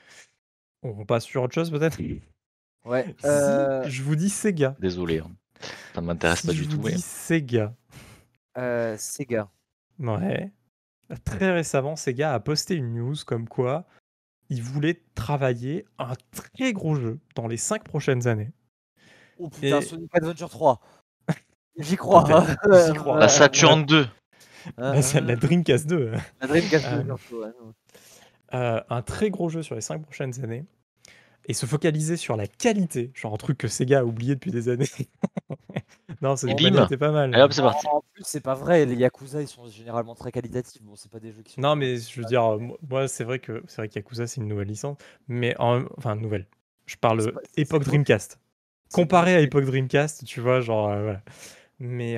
On passe sur autre chose, peut-être? Ouais. Si je vous dis Sega, Désolé, hein. Ça m'intéresse si pas je du vous tout, mais dis Sega, Sega. ouais, très récemment, Sega a posté une news comme quoi ils voulaient travailler un très gros jeu dans les 5 prochaines années. Oh putain, Et Sonic Adventure 3. J'y crois. peut-être, j'y crois. la Saturn 2. La Dreamcast 2. La Dreamcast 2, Euh, surtout, ouais. un très gros jeu sur les 5 prochaines années. Et se focaliser sur la qualité, genre un truc que Sega a oublié depuis des années. Non, Et Sonic Mania bim. était pas mal. Allez hop, c'est parti. En plus, c'est pas vrai. Les Yakuza, ils sont généralement très qualitatifs. Bon, c'est pas des jeux qui sont. Non, mais je veux dire, moi, c'est vrai que Yakuza, c'est une nouvelle licence, mais enfin, nouvelle. Je parle C'est époque beau. Dreamcast. C'est beau, Comparé à mais époque Dreamcast, tu vois, genre, voilà. Mais,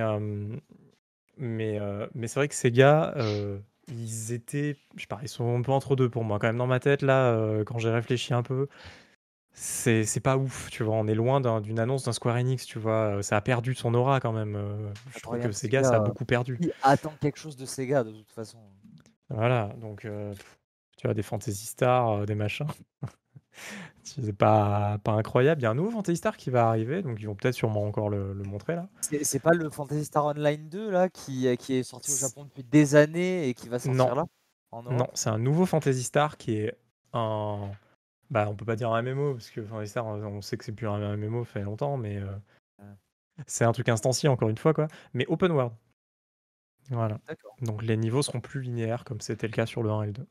mais c'est vrai que Sega, ils étaient, je sais pas, ils sont un peu entre deux pour moi, quand même, dans ma tête, là, quand j'ai réfléchi un peu. C'est pas ouf, tu vois, on est loin d'une annonce d'un Square Enix, tu vois, ça a perdu son aura quand même. Je trouve que incroyable, Sega, ça a Sega. beaucoup perdu. Qui attend quelque chose de Sega de toute façon? Voilà, donc tu vois, des Fantasy Star, des machins. C'est pas incroyable. Il y a un nouveau Fantasy Star qui va arriver, donc ils vont peut-être sûrement encore le montrer là. C'est pas le Phantasy Star Online 2 là qui est sorti au Japon depuis des années et qui va sortir Non, là en non, Europe? c'est un nouveau Fantasy Star qui est un. Bah, on peut pas dire un MMO, parce que Fantasy Star, on sait que c'est plus un MMO, ça fait longtemps, mais Ouais. c'est un truc instancié, encore une fois, quoi. Mais open world. Voilà. D'accord. Donc les niveaux seront plus linéaires, comme c'était le cas sur le 1 et le 2.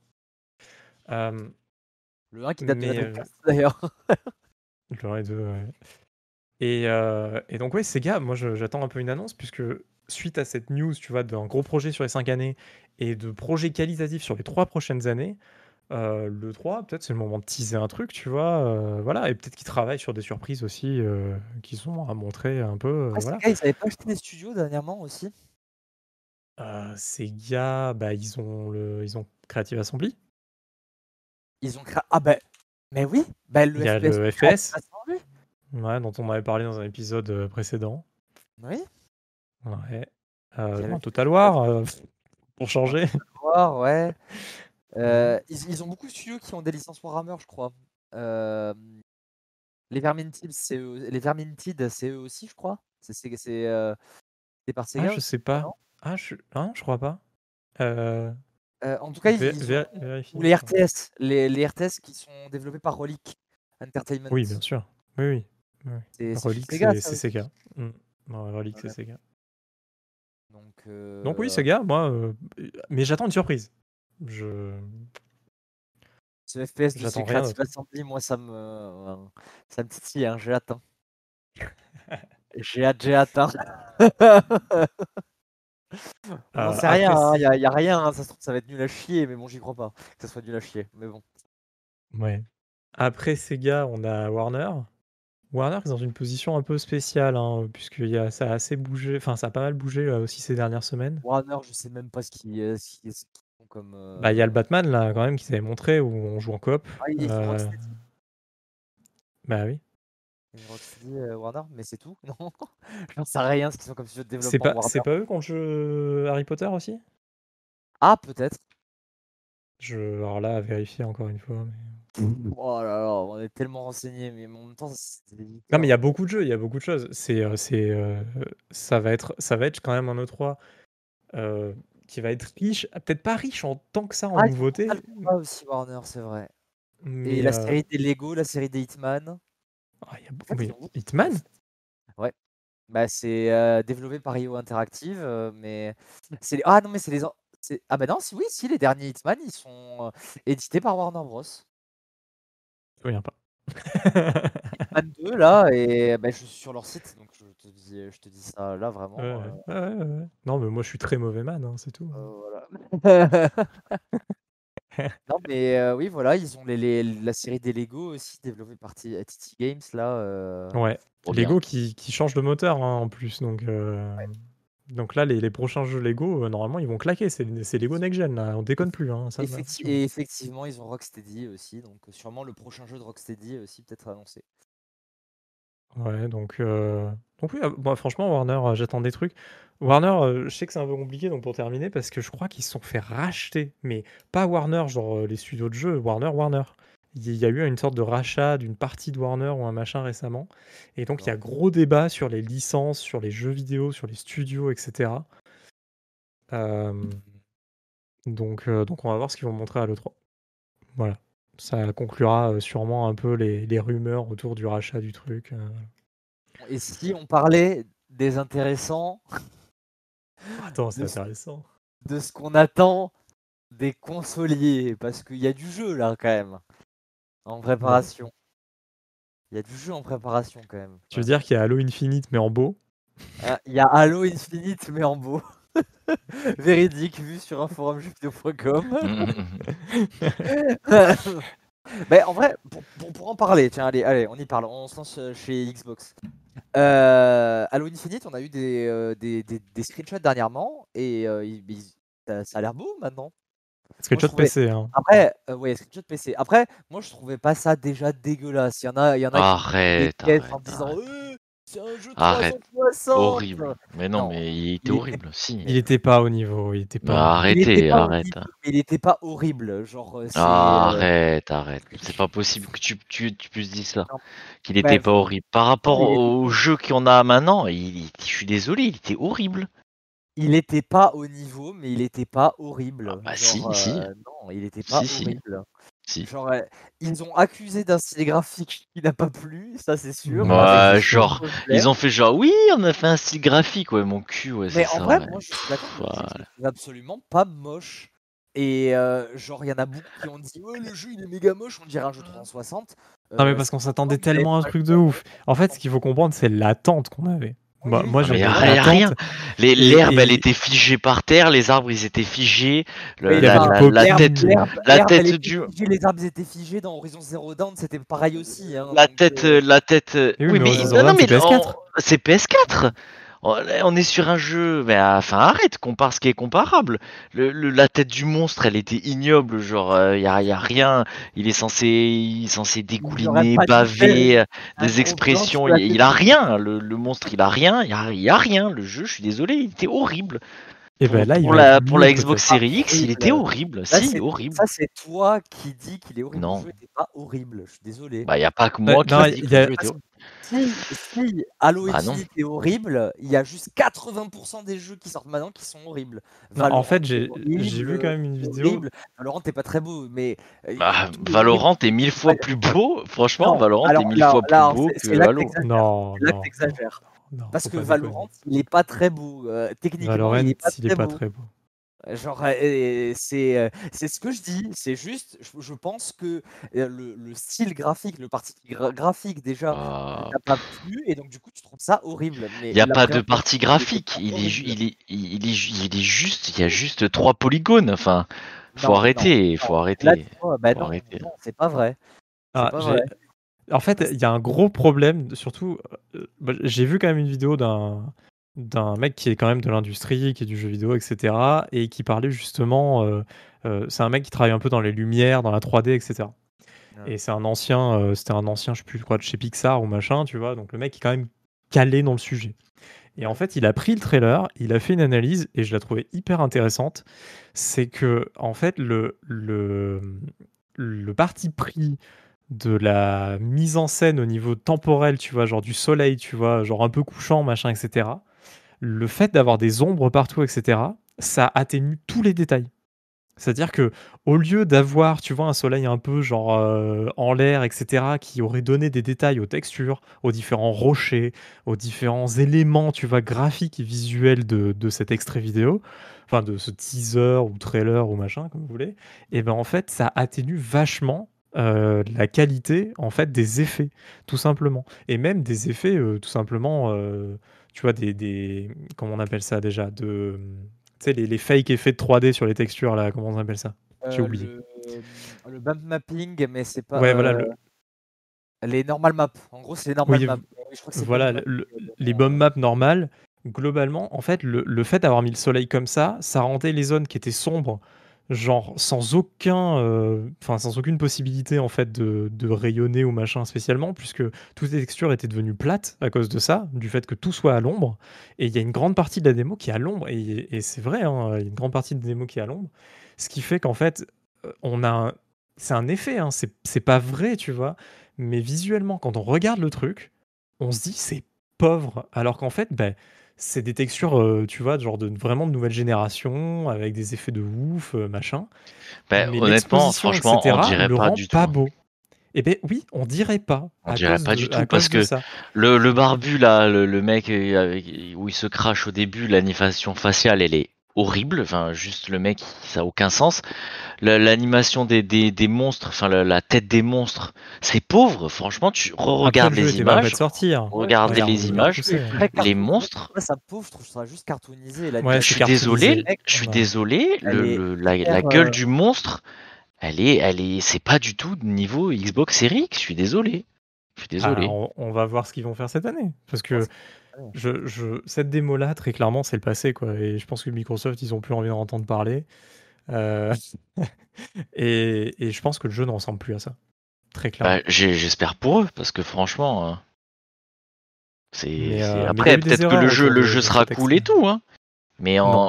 Le 1 qui date de la Mais Dreamcast d'ailleurs. le 1 et 2, ouais. Et donc, ouais, Sega, moi j'attends un peu une annonce, puisque suite à cette news, tu vois, d'un gros projet sur les 5 années et de projets qualitatifs sur les 3 prochaines années, le 3, peut-être c'est le moment de teaser un truc, tu vois, voilà, et peut-être qu'ils travaillent sur des surprises aussi qui sont à montrer un peu, Après, voilà. Sega, ils avaient pas acheté des studios dernièrement aussi? Sega, bah, ils ont Creative Assembly, Ils ont créé. Ah ben, mais oui, bah le il y a FPS le Creative FPS, Assembly. ouais, dont on avait parlé dans un épisode précédent, Oui, ouais, il y a le un FPS Total Creative War, pour changer. War, ouais. Ouais. Ils ont beaucoup de studios qui ont des licences Warhammer, je crois. Les Vermintide, c'est eux aussi, je crois. C'est par Ah, Sega je aussi, sais je crois, pas. non? Ah, je crois pas. Euh, En tout cas, ils ont ou Vérifie. les RTS, les RTS qui sont développés par Relic Entertainment. Oui, bien sûr. Oui, oui. Oui. C'est chez Relic, Sega, ça c'est aussi. Sega. Ouais, Relic, c'est Ouais. Sega. Donc, Donc oui, Sega, moi, mais j'attends une surprise. ce FPS de chez J'attends rien Creative d'autre. Assembly, moi, ça me titille, hein, j'ai hâte, hein. J'ai hâte, hein. On n'en sait rien, Après, hein, y a rien, hein, ça se trouve, ça va être nul à chier, mais bon, j'y crois pas que ça soit nul à chier, mais bon. ouais. Après Sega, on a Warner. Warner est dans une position un peu spéciale, hein, ça a assez bougé, enfin ça a pas mal bougé aussi ces dernières semaines. Warner, je sais même pas ce qu'ils comme. Bah, il y a le Batman là quand même qui s'avait montré où on joue en coop. Ils font Euh, Rocksteady. Bah oui. Rocksteady, Warner, mais c'est tout? Non? J'en sais rien ce qu'ils sont comme studio de C'est développement pas Warner. eux qui ont le jeu Harry Potter aussi? Ah, peut-être. Alors là, à vérifier encore une fois. Mais... Oh là là, on est tellement renseignés, mais en même temps, c'est des Non, éditeurs. mais il y a beaucoup de jeux, il y a beaucoup de choses. Ça va être quand même un E3 qui va être riche, peut-être pas riche en tant que ça en Ah, ils font nouveautés, Mortal Kombat aussi, Warner, c'est vrai. Et mais la série des Lego, la série des Hitman. il y a En fait, mais ils ont beaucoup de Hitman? choses. Ouais. Bah, c'est développé par IO Interactive, mais c'est ah non, mais c'est les ah bah non, oui, si les derniers Hitman, ils sont édités par Warner Bros. Je me souviens pas. Hitman 2 là, et bah, je suis sur leur site, donc je te dis ça là vraiment. Ouais. Non, mais moi je suis très mauvais man, hein, c'est tout. Voilà. Non, mais oui, voilà, ils ont la série des Lego aussi, développée par TT Games là. Ouais. Trop Lego bien. qui change de moteur hein, en plus, donc là les prochains jeux Lego normalement ils vont claquer. C'est Lego Next Gen là, on déconne plus hein, ça. Attention. Et effectivement, ils ont Rocksteady aussi, donc sûrement le prochain jeu de Rocksteady aussi peut-être annoncé. Ouais, donc oui, bah, franchement, Warner, j'attends des trucs. Warner, je sais que c'est un peu compliqué, donc pour terminer, parce que je crois qu'ils se sont fait racheter, mais pas Warner, genre les studios de jeux, Warner. Il y a eu une sorte de rachat d'une partie de Warner ou un machin récemment, et donc il y a gros débat sur les licences, sur les jeux vidéo, sur les studios, etc. Donc on va voir ce qu'ils vont montrer à l'E3. Voilà. Ça conclura sûrement un peu les rumeurs autour du rachat du truc. Et si on parlait des intéressants, Attends, c'est de ce intéressant. de ce qu'on attend des consoliers, parce qu'il y a du jeu là quand même, en préparation. Il y a du jeu en préparation quand même. Tu veux dire qu'il y a Halo Infinite mais en beau? Il y a Halo Infinite mais en beau. Véridique, vu sur un forum jeuxvideo.com. Mais en vrai, pour en parler, tiens, allez, on y parle, on se lance chez Xbox. Halo Infinite, on a eu des screenshots dernièrement, et ça a l'air beau maintenant. Screenshot PC, hein. Après, ouais, screenshot PC. Après, moi je trouvais pas ça déjà dégueulasse. Il y en a qui Arrête, en arrête, disant arrête. c'est un jeu Arrête. 360. Horrible. Mais non, Non, mais il était il était- horrible, si. Il était pas au niveau, il était pas. Bah, il était arrêtez, pas au arrête. niveau, mais il était pas horrible. Genre, Arrête. C'est pas possible que tu puisses dire ça. Non. Qu'il était pas horrible. Par rapport mais il était au jeu qu'on a maintenant, je suis désolé, il était horrible. Il était pas au niveau, mais il était pas horrible. Bah Genre, si. non, il était pas Si. horrible. Si. Genre, ils ont accusé d'un style graphique qui n'a pas plu, ça c'est sûr. Ouais, Ouais, c'est sûr. genre, ils ont fait genre, oui, on a fait un style graphique, ouais, mon cul, ouais, c'est Mais ça. en vrai, ouais. moi je suis d'accord, Ouais. je le trouve absolument pas moche. Et genre, il y en a beaucoup qui ont dit ouais, le jeu il est méga moche, on dirait un jeu 360. Non, mais parce qu'on s'attendait tellement à un truc de ouf. En fait, ce qu'il faut comprendre, c'est l'attente qu'on avait. Moi, Mais j'avais y a l'attente. rien. L'herbe, et- elle était figée par terre, les arbres, ils étaient figés. Mais il y avait La une tête, l'herbe, la elle tête était du, figée, les arbres étaient figés dans Horizon Zero Dawn, c'était pareil aussi. Hein, la donc, tête. oui, mais Horizon Zero non, Dawn, mais c'est PS4. c'est PS4. On est sur un jeu, mais enfin arrête, compare ce qui est comparable. La tête du monstre, elle était ignoble, genre y a rien. Il est censé dégouliner, pas dû baver, un des gros expressions. plan sur la Il a rien. Le monstre, il a rien. Il y a rien. Le jeu, je suis désolé, il était horrible. Et ben là, il Pour va la être pour mieux, la Xbox peut-être. Series X, il était horrible. Là, Si, horrible. Ça, c'est toi qui dis qu'il est horrible. Non. Le jeu n'était pas horrible, je suis désolé. Bah, y a pas que moi qui non, dis que le jeu était horrible. Si Halo Bah, non. Infinite est horrible, il y a juste 80% des jeux qui sortent maintenant qui sont horribles. Non, en Valorant, fait, c'est j'ai horrible, vu quand même une c'est vidéo. horrible. Valorant, t'es pas très beau, mais. Bah, tous les Valorant jeux- est 1000 fois plus beau. Franchement, Non, Valorant alors, est 1000 là, fois plus là, beau c'est que là que Halo. t'exagères. Non, C'est là que non, t'exagères. non, Parce faut que pas Valorant, il est pas très beau. Techniquement, Valorant, il est pas il est très pas beau. très beau. Genre, c'est ce que je dis. C'est juste, je pense que le style graphique, le parti graphique déjà, Ah, t'a pas plu, et donc du coup tu trouves ça horrible. Mais il y a pas de l'appréhension, partie il était graphique. pas Il horrible. est juste. Il y a juste 3 polygones. Enfin, faut Non, arrêter. non. Faut Là, arrêter. tu vois, bah Faut non, arrêter. non, c'est pas vrai. C'est Ah, pas vrai. En fait, il y a un gros problème, surtout, j'ai vu quand même une vidéo d'un d'un mec qui est quand même de l'industrie, qui est du jeu vidéo, etc. Et qui parlait justement. C'est un mec qui travaille un peu dans les lumières, dans la 3D, etc. Ouais. Et c'est un ancien, c'était un ancien, je sais plus, je crois, de chez Pixar ou machin, tu vois. Donc le mec est quand même calé dans le sujet. Et en fait, il a pris le trailer, il a fait une analyse et je la trouvais hyper intéressante. C'est que, en fait, le parti pris de la mise en scène au niveau temporel, tu vois, genre du soleil, tu vois, genre un peu couchant, machin, etc. Le fait d'avoir des ombres partout, etc., ça atténue tous les détails. C'est-à-dire que au lieu d'avoir, tu vois, un soleil un peu genre en l'air, etc., qui aurait donné des détails aux textures, aux différents rochers, aux différents éléments, tu vois, graphiques et visuels de cet extrait vidéo, enfin de ce teaser ou trailer ou machin, comme vous voulez, et ben en fait, ça atténue vachement la qualité en fait des effets, tout simplement. Et même des effets, tout simplement, tu vois, comment on appelle ça déjà, tu sais, les fake effets de 3D sur les textures, là, comment on appelle ça? J'ai oublié. Le bump mapping, mais c'est pas Ouais, voilà, les normal maps. En gros, c'est les normal oui, maps. Oui, je crois que c'est bump voilà, mapping. les bomb maps normales, globalement, en fait, le fait d'avoir mis le soleil comme ça rendait les zones qui étaient sombres, genre sans aucune possibilité en fait de rayonner ou machin spécialement, puisque toutes les textures étaient devenues plates à cause de ça, du fait que tout soit à l'ombre. Et il y a une grande partie de la démo qui est à l'ombre, et c'est vrai, hein, il y a une grande partie de la démo qui est à l'ombre, ce qui fait qu'en fait, on a c'est un effet, hein, c'est pas vrai, tu vois, mais visuellement, quand on regarde le truc, on se dit c'est pauvre, alors qu'en fait, ben, c'est des textures, tu vois, genre vraiment de nouvelle génération, avec des effets de ouf, machin. Ben, Mais honnêtement, l'exposition, franchement, on etc., dirait le pas rend du tout, pas hein. beau. Eh ben oui, on dirait pas On dirait pas du à tout parce cause de que ça. le barbu là, le mec où il se crache au début, l'animation faciale, elle est horrible. Enfin, juste le mec, ça a aucun sens. L'animation des monstres, enfin la tête des monstres, c'est pauvre. Franchement, tu Après, re-regardes le jeu les était pas prêt de images, sortir. Ouais, je trouve regardez ça Regarde, les on est super, images, repoussé, hein. très les cartoon. Moi, monstres. ça pauvre, je trouve ça juste cartoonisé. Ouais, Je c'est L'animation, suis cartoonisé. désolé, mec, je suis Ouais. désolé. elle est La hyper. gueule du monstre, c'est pas du tout de niveau Xbox Series X. Je suis désolé. Je suis Ah, désolé. on va voir ce qu'ils vont faire cette année. Parce Ouais, que cette démo-là, très clairement, c'est le passé, quoi. Et je pense que Microsoft, ils ont plus envie d'en entendre parler. Euh, et je pense que le jeu ne ressemble plus à ça. Très clairement. Bah, j'espère pour eux parce que franchement, Mais il y a après eu des peut-être que erreurs autour le jeu de sera cet cool et extrait. tout, hein. Mais Non.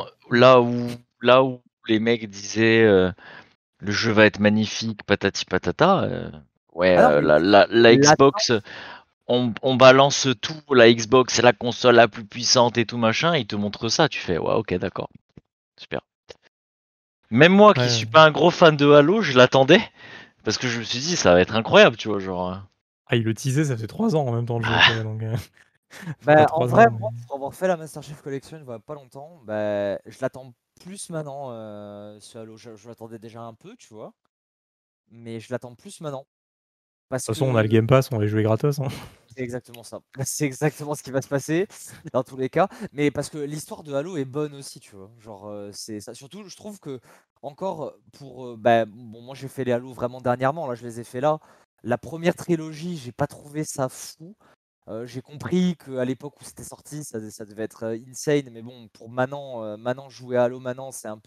là où les mecs disaient le jeu va être magnifique, patati patata, ouais, Ah non, mais la l'attente, Xbox, on balance tout, la Xbox c'est la console la plus puissante et tout machin, ils te montrent ça, tu fais ouais ok d'accord, super. Même moi qui Ouais. suis pas un gros fan de Halo, je l'attendais parce que je me suis dit ça va être incroyable, tu vois, genre. Ah, il le teasait, ça fait 3 ans en même temps le jeu, quoi. Donc, enfin, pas bah, en 3 vrai, ans, mais. moi, pour avoir fait la Master Chief Collection il y a pas longtemps, bah, je l'attends plus maintenant. Ce Halo, je l'attendais déjà un peu, tu vois, mais je l'attends plus maintenant De parce toute façon, on a le que Game Pass, on va y jouer gratos, hein. c'est exactement ça. C'est exactement ce qui va se passer dans tous les cas. Mais parce que l'histoire de Halo est bonne aussi, tu vois. Genre, c'est ça. Surtout, je trouve que, encore, pour. Bah, bon, moi, j'ai fait les Halo vraiment dernièrement. Là, je les ai fait là. La première trilogie, j'ai pas trouvé ça fou. J'ai compris qu'à l'époque où c'était sorti, ça devait être insane. Mais bon, pour maintenant jouer à Halo maintenant,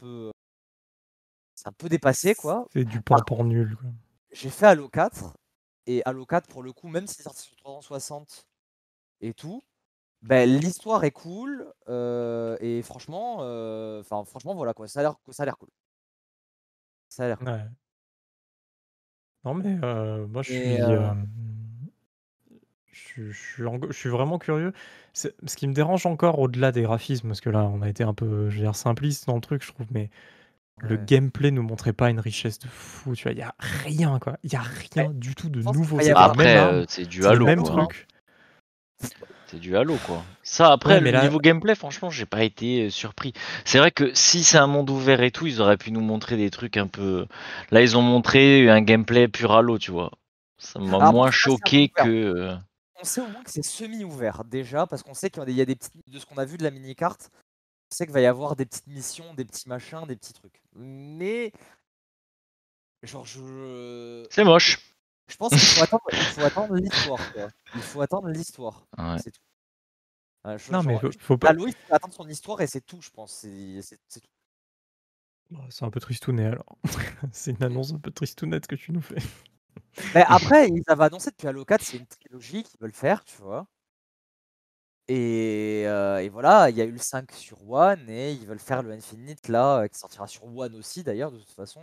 c'est un peu dépassé, quoi. C'est du Par pan contre, nul, quoi. j'ai fait Halo 4. Et Halo 4, pour le coup, même si c'est sorti sur 360 et tout. Ben, l'histoire est cool et franchement, franchement voilà quoi, ça a l'air cool. Ça a l'air cool. Ouais. Non, mais moi, Et heu, je suis vraiment curieux. Ce qui me dérange encore au-delà des graphismes, parce que là, on a été un peu, je veux dire, simpliste dans le truc, je trouve, mais le ouais. gameplay ne montrait pas une richesse de fou, tu vois. Il y a rien, quoi. Il y a Ouais, rien du tout de je pense qu'il nouveau. va y C'est les avoir mêmes Après armes, c'est du c'est les Halo mêmes quoi, hein. trucs. C'est du Halo quoi. Ça Ouais, après le mais là, niveau gameplay franchement j'ai pas été surpris. C'est vrai que si c'est un monde ouvert et tout ils auraient pu nous montrer des trucs un peu. Là ils ont montré un gameplay pur Halo tu vois. Ça m'a alors après on moins sait pas si c'est un monde choqué ouvert. que. On sait au moins que c'est semi-ouvert déjà, parce qu'on sait qu'il y a des petites de ce qu'on a vu de la mini-carte, on sait qu'il va y avoir des petites missions, des petits machins, des petits trucs. Mais genre C'est moche. je pense qu'il faut attendre l'histoire quoi. Il faut attendre l'histoire, Ouais. c'est tout. Non, mais Genre, faut pas. Halo, il faut attendre son histoire et c'est tout, je pense. C'est tout. Bah, c'est un peu tristounet alors. C'est une annonce un peu tristounette que tu nous fais. Mais après, ils avaient annoncé depuis Halo 4, c'est une trilogie qu'ils veulent faire, tu vois. Et voilà, il y a eu le 5 sur One et ils veulent faire le Infinite là, qui sortira sur One aussi d'ailleurs, de toute façon.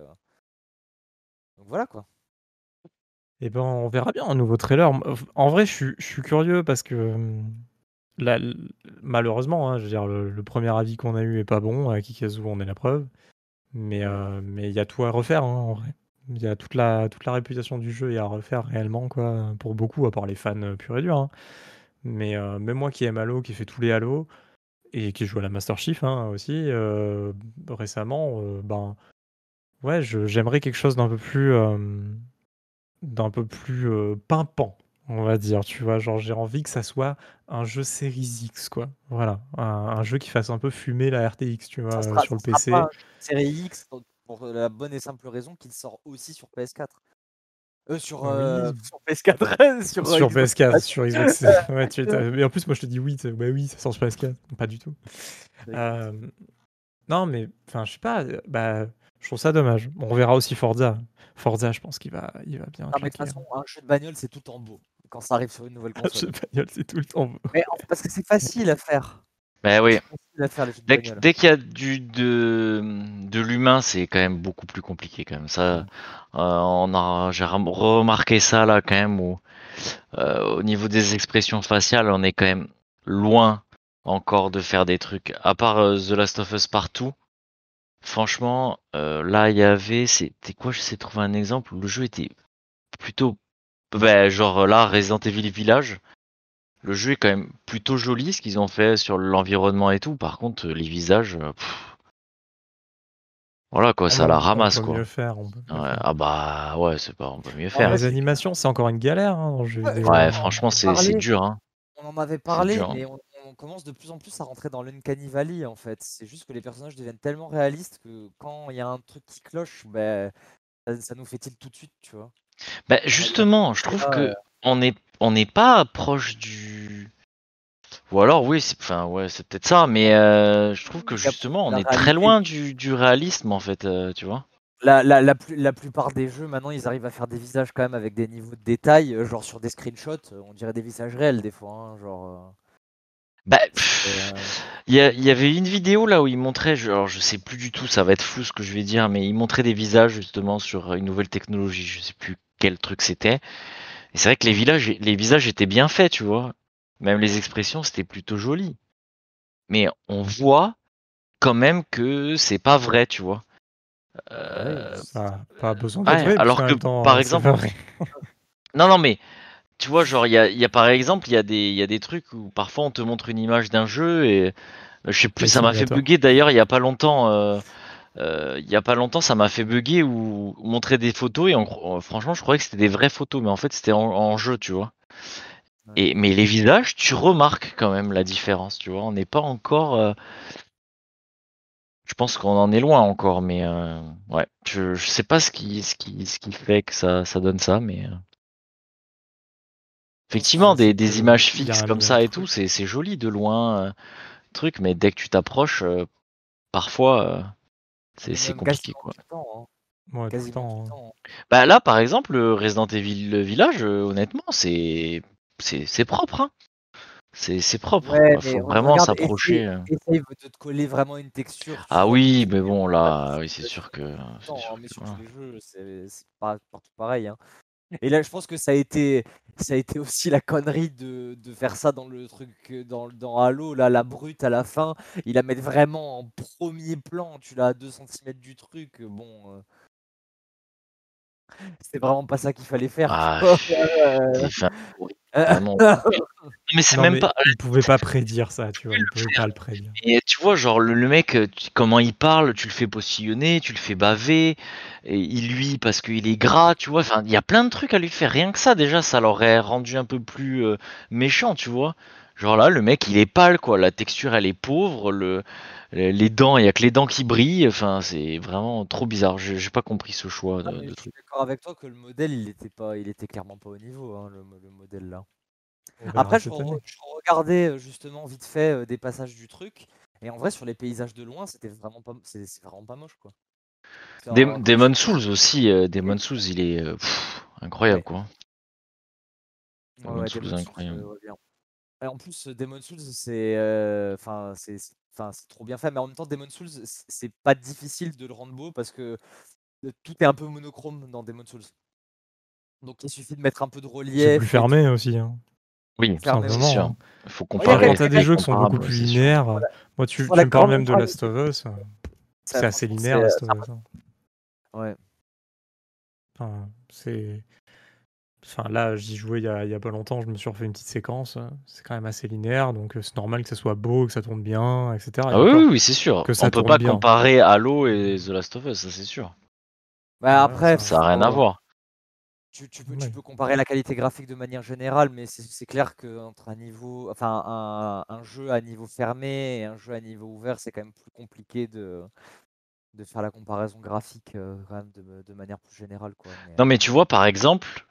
Donc voilà quoi. Et ben, on verra bien un nouveau trailer. En vrai, je suis curieux parce que là, malheureusement, hein, je veux dire, le premier avis qu'on a eu est pas bon. À Kikazu, on est la preuve. Mais il y a tout à refaire, hein, en vrai. Il y a toute la réputation du jeu est à refaire réellement, quoi, pour beaucoup, à part les fans purs et durs. Hein. Mais même moi qui aime Halo, qui fait tous les Halo, et qui joue à la Master Chief aussi, récemment, ben ouais, j'aimerais quelque chose d'un peu plus pimpant, on va dire, tu vois. Genre, j'ai envie que ça soit un jeu Series X, quoi. Voilà, un jeu qui fasse un peu fumer la RTX, tu vois, sur Ça le sera pas un PC. jeu de série X pour la bonne et simple raison qu'il sort aussi sur PS4. Oui, Sur PS4, sur sur Xbox PS4, One. sur Xbox. Ouais, mais en plus, moi, je te dis oui, bah oui, ça sort sur PS4. Pas du tout. Euh, Non, mais enfin, je sais pas. Bah, je trouve ça dommage. On verra aussi Forza. Forza, je pense il va bien Non, mais de toute claquer. façon, un jeu de bagnole, c'est tout en beau quand ça arrive sur une nouvelle Un jeu console. de bagnole, c'est tout le temps beau. Mais parce que c'est facile à faire. Ben oui. C'est facile à faire les jeux de bagnole. Dès qu'il y a de l'humain, c'est quand même beaucoup plus compliqué quand même. Ça, j'ai remarqué ça là quand même où au niveau des expressions faciales, on est quand même loin encore de faire des trucs. À part The Last of Us Partout, franchement, là il y avait, c'était quoi? J'essaie de trouver un exemple où le jeu était plutôt, ben, genre là Resident Evil Village. Le jeu est quand même plutôt joli, ce qu'ils ont fait sur l'environnement et tout. Par contre, les visages, voilà quoi, ça la On ramasse peut quoi. mieux faire. On peut mieux Ouais, faire. ah bah ouais, c'est pas, on peut mieux En Bah, faire. vrai, les animations, c'est encore une galère dans le jeu vidéo. Ouais, Hein. franchement, c'est parlé, dur, hein. on en avait C'est parlé, dur. Hein. mais on commence de plus en plus à rentrer dans l'Uncanny Valley en fait. C'est juste que les personnages deviennent tellement réalistes que quand il y a un truc qui cloche, ben, ça nous fait tilt tout de suite, tu vois. Bah On a justement, je trouve ça, que on n'est pas proche du. Ou alors oui, enfin ouais, c'est peut-être ça, mais je trouve que qui approche justement, de on la est très réalité. loin du réalisme en fait, tu vois. La plupart des jeux, maintenant, ils arrivent à faire des visages quand même avec des niveaux de détail, genre sur des screenshots, on dirait des visages réels des fois. Hein, genre, Bah, euh, il y avait une vidéo là où il montrait, alors je sais plus du tout, ça va être flou ce que je vais dire, mais il montrait des visages justement sur une nouvelle technologie, je sais plus quel truc c'était. Et c'est vrai que les visages étaient bien faits, tu vois. Même les expressions, c'était plutôt joli. Mais on voit quand même que c'est pas vrai, tu vois. oui. Ça n'a pas besoin d'être Ouais, vrai, alors puisqu'en que même temps, par c'est exemple, pas vrai. non, mais tu vois, genre, il y a par exemple, il y a des trucs où parfois on te montre une image d'un jeu et je sais plus, Flight ça m'a fait Simulator. bugger d'ailleurs il y a pas longtemps. Il y a pas longtemps, ça m'a fait bugger ou montrer des photos et franchement, je croyais que c'était des vraies photos, mais en fait, c'était en jeu, tu vois. Ouais. Mais les visages, tu remarques quand même la différence, tu vois. On n'est pas encore. Je pense qu'on en est loin encore, mais ouais, je sais pas ce qui fait que ça donne ça, mais Je pense effectivement, C'est des que images il y fixes a, comme il y a un ça et tout, truc. c'est joli de loin, truc, mais dès que tu t'approches, parfois, Mais c'est même compliqué, quasiment quoi. tout le temps. Hein. Ouais, tout le Quasiment tout temps. le Hein. temps. Hein. Bah là, par exemple, Resident Evil Village, honnêtement, c'est propre, hein. C'est propre. Ouais, mais Faut vraiment regarde, s'approcher. essaye de te coller vraiment une texture, tu Ah vois que oui, c'est mais bon, pas là, oui, possible c'est sûr mais que sur tous voilà. les jeux, c'est pas partout pareil. Hein. Et là, je pense que ça a été aussi la connerie de faire ça dans le truc, dans Halo, là, la brute à la fin, ils la mettent vraiment en premier plan, tu l'as à 2 centimètres du truc, bon, c'est vraiment pas ça qu'il fallait faire, tu Ah, vois. enfin, oui, vraiment. Mais c'est Non, même mais pas. il pouvait pas prédire ça, tu vois. Il pouvait pas le prédire. Et tu vois, genre, le mec, comment il parle, tu le fais postillonner, tu le fais baver, et il lui, parce qu'il est gras, tu vois, enfin, il y a plein de trucs à lui faire. Rien que ça, déjà, ça l'aurait rendu un peu plus méchant, tu vois. Genre là, le mec, il est pâle, quoi. La texture, elle est pauvre, les dents, il y a que les dents qui brillent. Enfin, c'est vraiment trop bizarre. J'ai pas compris ce choix Mais de je suis truc. d'accord avec toi que le modèle, il était clairement pas au niveau, hein, le modèle là. On verra Après, cette année. je regardais justement vite fait des passages du truc, et en vrai, sur les paysages de loin, c'est vraiment pas moche, quoi. Comme je Demon disais, Souls aussi, Demon Souls, il est incroyable, ouais, quoi. Demon ouais, Souls, Demon's Souls, incroyable. ouais, bien. Et en plus, Demon's Souls, c'est trop bien fait, mais en même temps, Demon's Souls, c'est pas difficile de le rendre beau parce que tout est un peu monochrome dans Demon's Souls. Donc, il suffit de mettre un peu de C'est plus relief et fermé aussi, hein, Oui, tout fermer c'est aussi. simplement. sûr. Hein. Il faut Il y a Enfin, quand comparer. t'as il y des a- jeux qui sont beaucoup Comparable, plus c'est sûr. linéaires, voilà. moi Je tu vois la me parles grande même de Last majorité. of Us, c'est assez Franchement, linéaire Last of Us. Hein. ouais. Enfin, là, j'y jouais il y a pas longtemps, je me suis refait une petite séquence, c'est quand même assez linéaire, donc c'est normal que ça soit beau, que ça tourne bien, etc. Et Ah oui, encore, oui, c'est sûr. que On ça peut tourne pas bien. comparer Halo et The Last of Us, ça c'est sûr. Bah, Voilà, après, Ça a rien à voir. tu Ouais. peux comparer la qualité graphique de manière générale, mais c'est clair qu'entre un jeu à niveau fermé et un jeu à niveau ouvert, c'est quand même plus compliqué de faire la comparaison graphique quand même de manière plus générale, quoi. Non, mais tu vois, par exemple,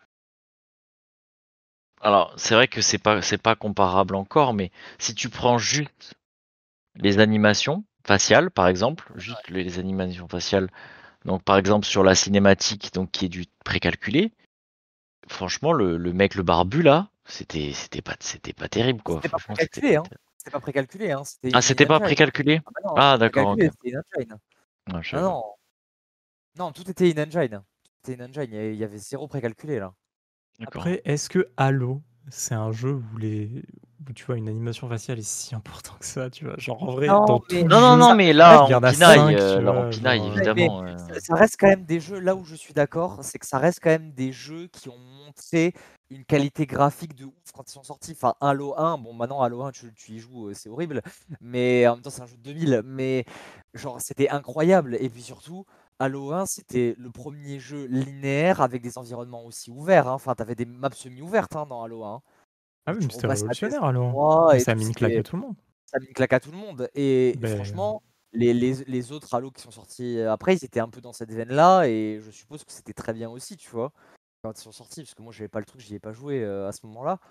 alors c'est vrai que c'est pas comparable encore, mais si tu prends juste les animations faciales, par exemple, juste les animations faciales, donc par exemple sur la cinématique, donc qui est du précalculé, franchement, le mec, le barbu là, c'était pas terrible, quoi. C'était pas Franchement, c'était précalculé, pas hein. terrible. C'était pas précalculé, hein. C'était Ah, une c'était pas in-engine. précalculé? Ah bah non, Ah, c'était d'accord, ok. précalculé, c'était in-engine. Ouais, je Ah savais pas. non, non, tout était in-engine. Tout était in-engine. Il y avait zéro précalculé là. D'accord. Après, est-ce que Halo, c'est un jeu où tu vois une animation faciale est si important que ça, tu vois? Genre en vrai, Non, dans mais tous les Non, non, jeux, non, ça, mais ça reste, là, il y on en a ça- pinaille, 5, tu là, on vois? pinaille, Genre, mais évidemment. ça reste quand même des jeux, là où je suis d'accord, c'est que ça reste quand même des jeux qui ont montré une qualité graphique de ouf quand ils sont sortis. Enfin, Halo 1, bon, maintenant Halo 1, tu y joues, c'est horrible, mais en même temps, c'est un jeu de 2000, mais genre, c'était incroyable. Et puis surtout, Halo 1, c'était le premier jeu linéaire avec des environnements aussi ouverts. Hein. Enfin, t'avais des maps semi-ouvertes dans Halo 1. ah Où oui, tu mais c'était repassais à des révolutionnaire alors. endroits Mais et ça a tout, mis une claque à c'était tout le monde. ça a mis une claque à tout le monde. Et Ben, franchement, les autres Halo qui sont sortis après, ils étaient un peu dans cette veine-là, et je suppose que c'était très bien aussi, tu vois, quand ils sont sortis, parce que moi, j'avais pas le truc, j'y ai pas joué à ce moment-là.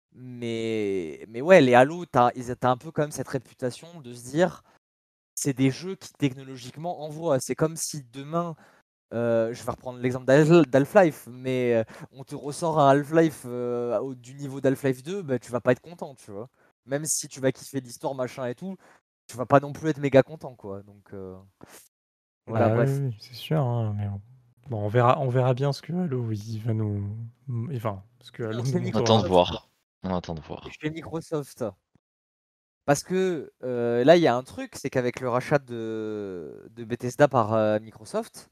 Mais ouais, les Halo, ils étaient un peu quand même cette réputation de se dire, c'est des jeux qui technologiquement envoient. C'est comme si demain, je vais reprendre l'exemple d'Half-Life, mais on te ressort un Half-Life du niveau d'Half-Life 2, bah, tu vas pas être content, tu vois. Même si tu vas kiffer l'histoire, machin et tout, tu vas pas non plus être méga content, quoi. Donc voilà, bah oui, bref. oui, c'est sûr, hein, mais bon, on verra bien ce que Halo il va nous, enfin, ce que Halo Non, nous chez On attend de montrera. Microsoft. voir. On attend de voir. Chez Microsoft. Parce que là, il y a un truc, c'est qu'avec le rachat de Bethesda par Microsoft,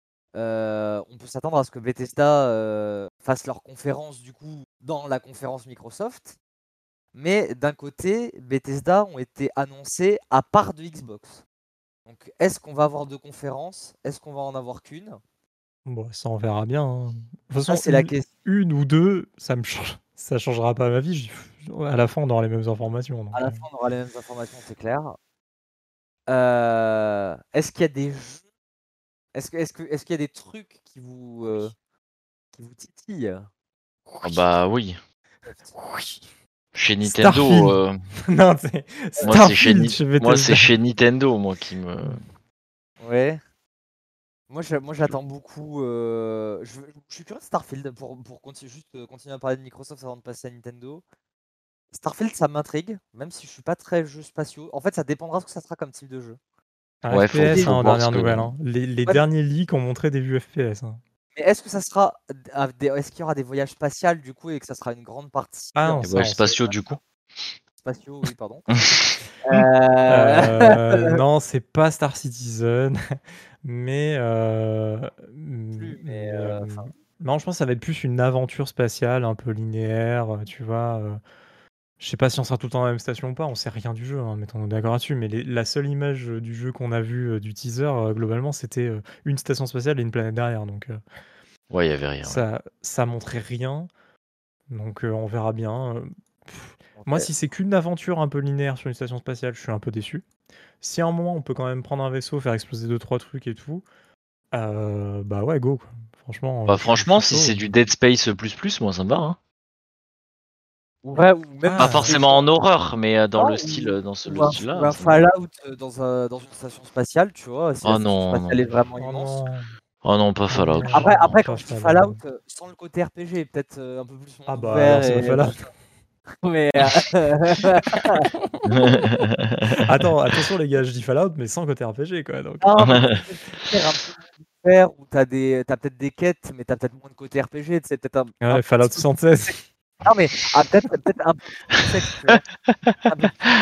on peut s'attendre à ce que Bethesda fasse leur conférence du coup dans la conférence Microsoft. Mais d'un côté, Bethesda ont été annoncés à part de Xbox. Donc est-ce qu'on va avoir deux conférences? Est-ce qu'on va en avoir qu'une? Bon, ça on verra bien. Hein. De toute Ça, façon, c'est la question. une ou deux, ça changera pas ma vie. À la fin, on aura les mêmes informations. À Donc, la fin, on aura les mêmes informations, c'est clair. Est-ce qu'il y a des jeux? Est-ce qu'il y a des trucs qui vous titillent? Ah bah oui. oui. Chez Nintendo, Starfield. Non, c'est moi c'est chez, Starfield chez moi, c'est Bethesda. chez Nintendo, moi qui me. Ouais. Moi, j'attends beaucoup. Je suis curieux de Starfield pour continuer à parler de Microsoft avant de passer à Nintendo. Starfield, ça m'intrigue, même si je suis pas très jeu spatiaux. En fait, ça dépendra ce que ça sera comme type de jeu. Un Ouais, FPS, faut hein, aux voir ce dernières que. nouvelles. Hein. Les Ouais, mais derniers leaks ont montré des vues FPS. Hein. est-ce que ça sera est-ce qu'il y aura des voyages spatials du coup et que ça sera une grande partie Ah non, en Les ça, voyages on sait. spatiaux du coup. spatiaux, oui, pardon. Euh, Non, c'est pas Star Citizen, mais, plus, mais non, je pense que ça va être plus une aventure spatiale un peu linéaire, tu vois. Je sais pas si on sera tout le temps dans la même station ou pas, on sait rien du jeu, hein, mettons-nous d'accord là-dessus, mais la seule image du jeu qu'on a vue du teaser, globalement, c'était une station spatiale et une planète derrière, donc Ouais, il y avait rien. Ouais. ça montrait rien, donc on verra bien. Moi, ok. si c'est qu'une aventure un peu linéaire sur une station spatiale, je suis un peu déçu. Si à un moment on peut quand même prendre un vaisseau, faire exploser 2-3 trucs et tout, bah ouais, go quoi. Franchement, Bah je franchement, suis si chaud. c'est du Dead Space plus, moi ça me va. Hein. Ouais, ou même Ah, Pas si forcément en horreur, mais dans Non, le style, dans ou le un style-là. ça- Fallout dans une station spatiale, tu vois, si la Oh station non, spatiale non. est vraiment Oh immense. non. Oh non, pas Oh Fallout. non. Après, Pas quand je dis Fallout. Fallout, sans le côté RPG, peut-être un peu plus Ah monde bah alors ouvert c'est pas et Fallout. tout ça. Mais Attends, attention les gars, je dis Fallout mais sans côté RPG quoi. Donc. non, mais tu sais, je veux dire un peu monde ouvert où t'as peut-être des quêtes, mais t'as peut-être moins de côté RPG, tu sais, peut-être un Ouais, Fallout petit peu plus 76. sexe. Non, mais peut-être un peu plus sexe, tu vois. Un peu plus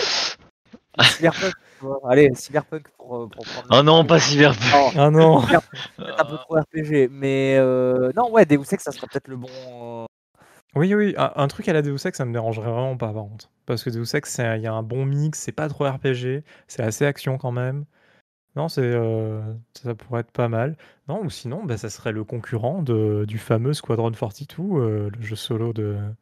ou cyberpunk, tu vois. Allez, cyberpunk pour prendre Oh le non, truc. pas Cyberpunk. Non, Ah non. cyberpunk, c'est peut-être un peu trop RPG, mais non, ouais, Deus Ex, ça serait peut-être le bon. Oui, oui, un truc à la Deus Ex, ça me dérangerait vraiment pas par contre. Parce que Deus Ex, il y a un bon mix, c'est pas trop RPG, c'est assez action quand même. Non, ça pourrait être pas mal. Non, ou sinon, bah, ça serait le concurrent du fameux Squadron 42, le jeu solo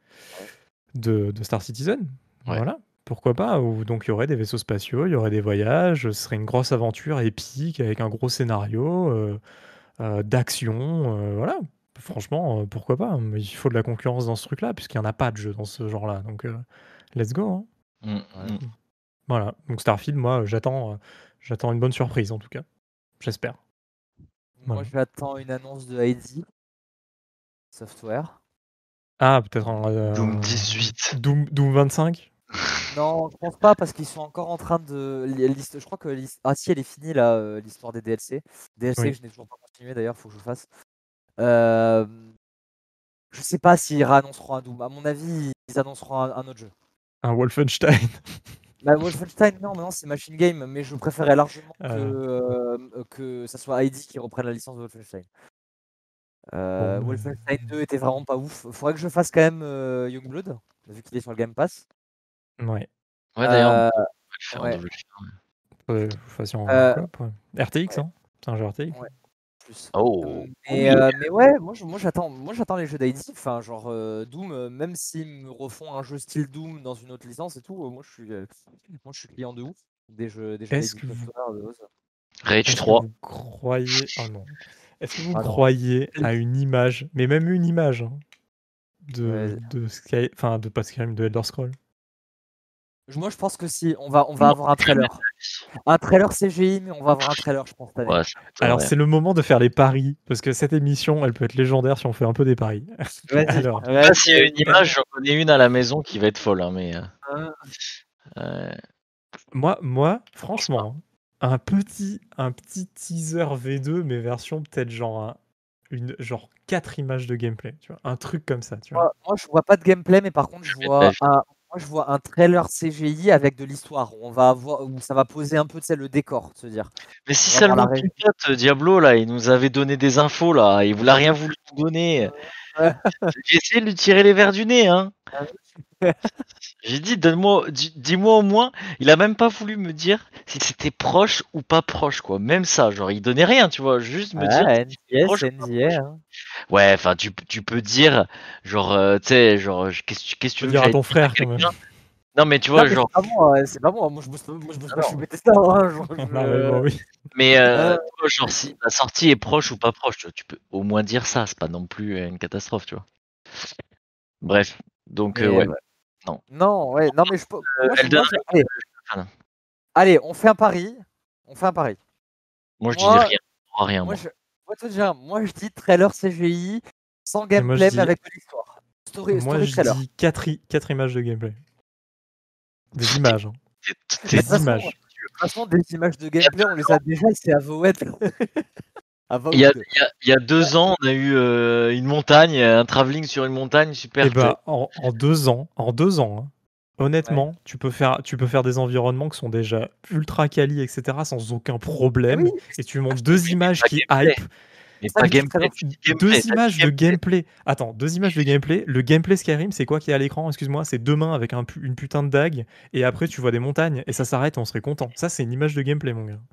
de Star Citizen. Ouais. Voilà, pourquoi pas. Ou, donc il y aurait des vaisseaux spatiaux, il y aurait des voyages, ce serait une grosse aventure épique avec un gros scénario d'action. Voilà, franchement, pourquoi pas. Mais il faut de la concurrence dans ce truc-là, puisqu'il n'y en a pas de jeu dans ce genre-là. Donc, let's go, hein. Mm, mm. Voilà, donc Starfield, moi, j'attends une bonne surprise en tout cas. J'espère. Moi, Voilà. j'attends une annonce de ID Software. Ah, peut-être Doom 18. Doom 25. Non, je pense pas parce qu'ils sont encore en train de. Je crois que. Ah, si, elle est finie là, l'histoire des DLC. DLC Oui. que je n'ai toujours pas continué d'ailleurs, faut que je fasse. Euh, Je sais pas s'ils réannonceront un Doom. À mon avis, ils annonceront un autre jeu. Un Wolfenstein. Bah, Wolfenstein, non, maintenant c'est Machine Game, mais je préférais largement Euh, que ça soit ID qui reprenne la licence de Wolfenstein. Bon, Wolfenstein 2 était vraiment pas ouf. Faudrait que je fasse quand même Youngblood, vu qu'il est sur le Game Pass. ouais. Ouais, d'ailleurs, on Euh, va le faire en ouais. double. Faudrait que vous fassiez en Euh, coop. Ouais. RTX, ouais. hein. C'est un jeu RTX. Ouais. Plus. Oh, Mais, oui. mais ouais, moi j'attends les jeux d'ID. Enfin, genre Doom, même s'ils me refont un jeu style Doom dans une autre licence et tout, moi je suis client de ouf des jeux Est-ce d'ID que vous, Software. Rage est-ce que 3. vous croyez. Oh non. Est-ce que vous Ah non. croyez à une image, mais même une image, hein, Ouais. enfin, de pas Skyrim, de Elder Scrolls? Moi je pense que si, on va avoir un trailer. Un trailer CGI, mais on va avoir un trailer, je pense, cette année. Ouais, ça Alors, m'étonnerait. c'est le moment de faire les paris, parce que cette émission, elle peut être légendaire si on fait un peu des paris. Vas-y. Alors, Ah, s'il y a une image, j'en connais une à la maison qui va être folle, hein, mais moi, franchement, hein, un petit teaser V2, mais version peut-être genre 4 images de gameplay, tu vois, un truc comme ça, tu vois. Moi, je vois pas de gameplay, mais par contre, la vie. je vois un trailer CGI avec de l'histoire. Où ça va poser un peu, tu sais, le décor, se dire. Mais si Vraiment seulement la ton pote Diablo, là, il nous avait donné des infos, là, il n'a rien voulu nous donner. Ouais. J'ai essayé de lui tirer les verres du nez, hein. J'ai dit, dis-moi au moins. Il a même pas voulu me dire si c'était proche ou pas proche, quoi. Même ça, genre, il donnait rien, tu vois. Juste me dire si c'était proche ou pas proche. NDA. Hein. Ouais, enfin, tu peux dire, genre, tu sais, genre, qu'est-ce que tu veux que dire à j'aille ton dire frère, quand même. quelqu'un. Non, mais tu Non, vois, mais genre. c'est pas moi. Moi, je bosse pas chez non. Bethesda. Hein, Normalement, oui. Mais tu vois, genre, si la sortie est proche ou pas proche, tu peux au moins dire ça. C'est pas non plus une catastrophe, tu vois. Bref, donc, Mais, ouais. ouais. Non. Non, ouais. Non, mais Elden Ring, allez, on fait un pari. moi, je dis Moi, rien. Rien, moi. Moi, je dis trailer CGI sans Et moi, je gameplay, dis- mais avec de l'histoire. Story Moi, je trailer. dis 4 images de gameplay. Des images, hein. T'es Des images. De toute façon, des images de gameplay, on les a déjà, c'est à Avowed. Il y a 2 ans, on a eu une montagne, un travelling sur une montagne super. Et bah, en 2 ans, hein, honnêtement, tu peux faire des environnements qui sont déjà ultra quali, etc., sans aucun problème. Oui. Et tu montes 2 images qui gameplay. hype. Mais Ça, pas je dis gameplay. très bien. 2 images de gameplay. Attends, 2 images de gameplay. Le gameplay Skyrim, c'est quoi qui est à l'écran? Excuse-moi, c'est 2 mains avec une putain de dague. Et après, tu vois des montagnes. Et ça s'arrête et on serait content. Ça, c'est une image de gameplay, mon gars.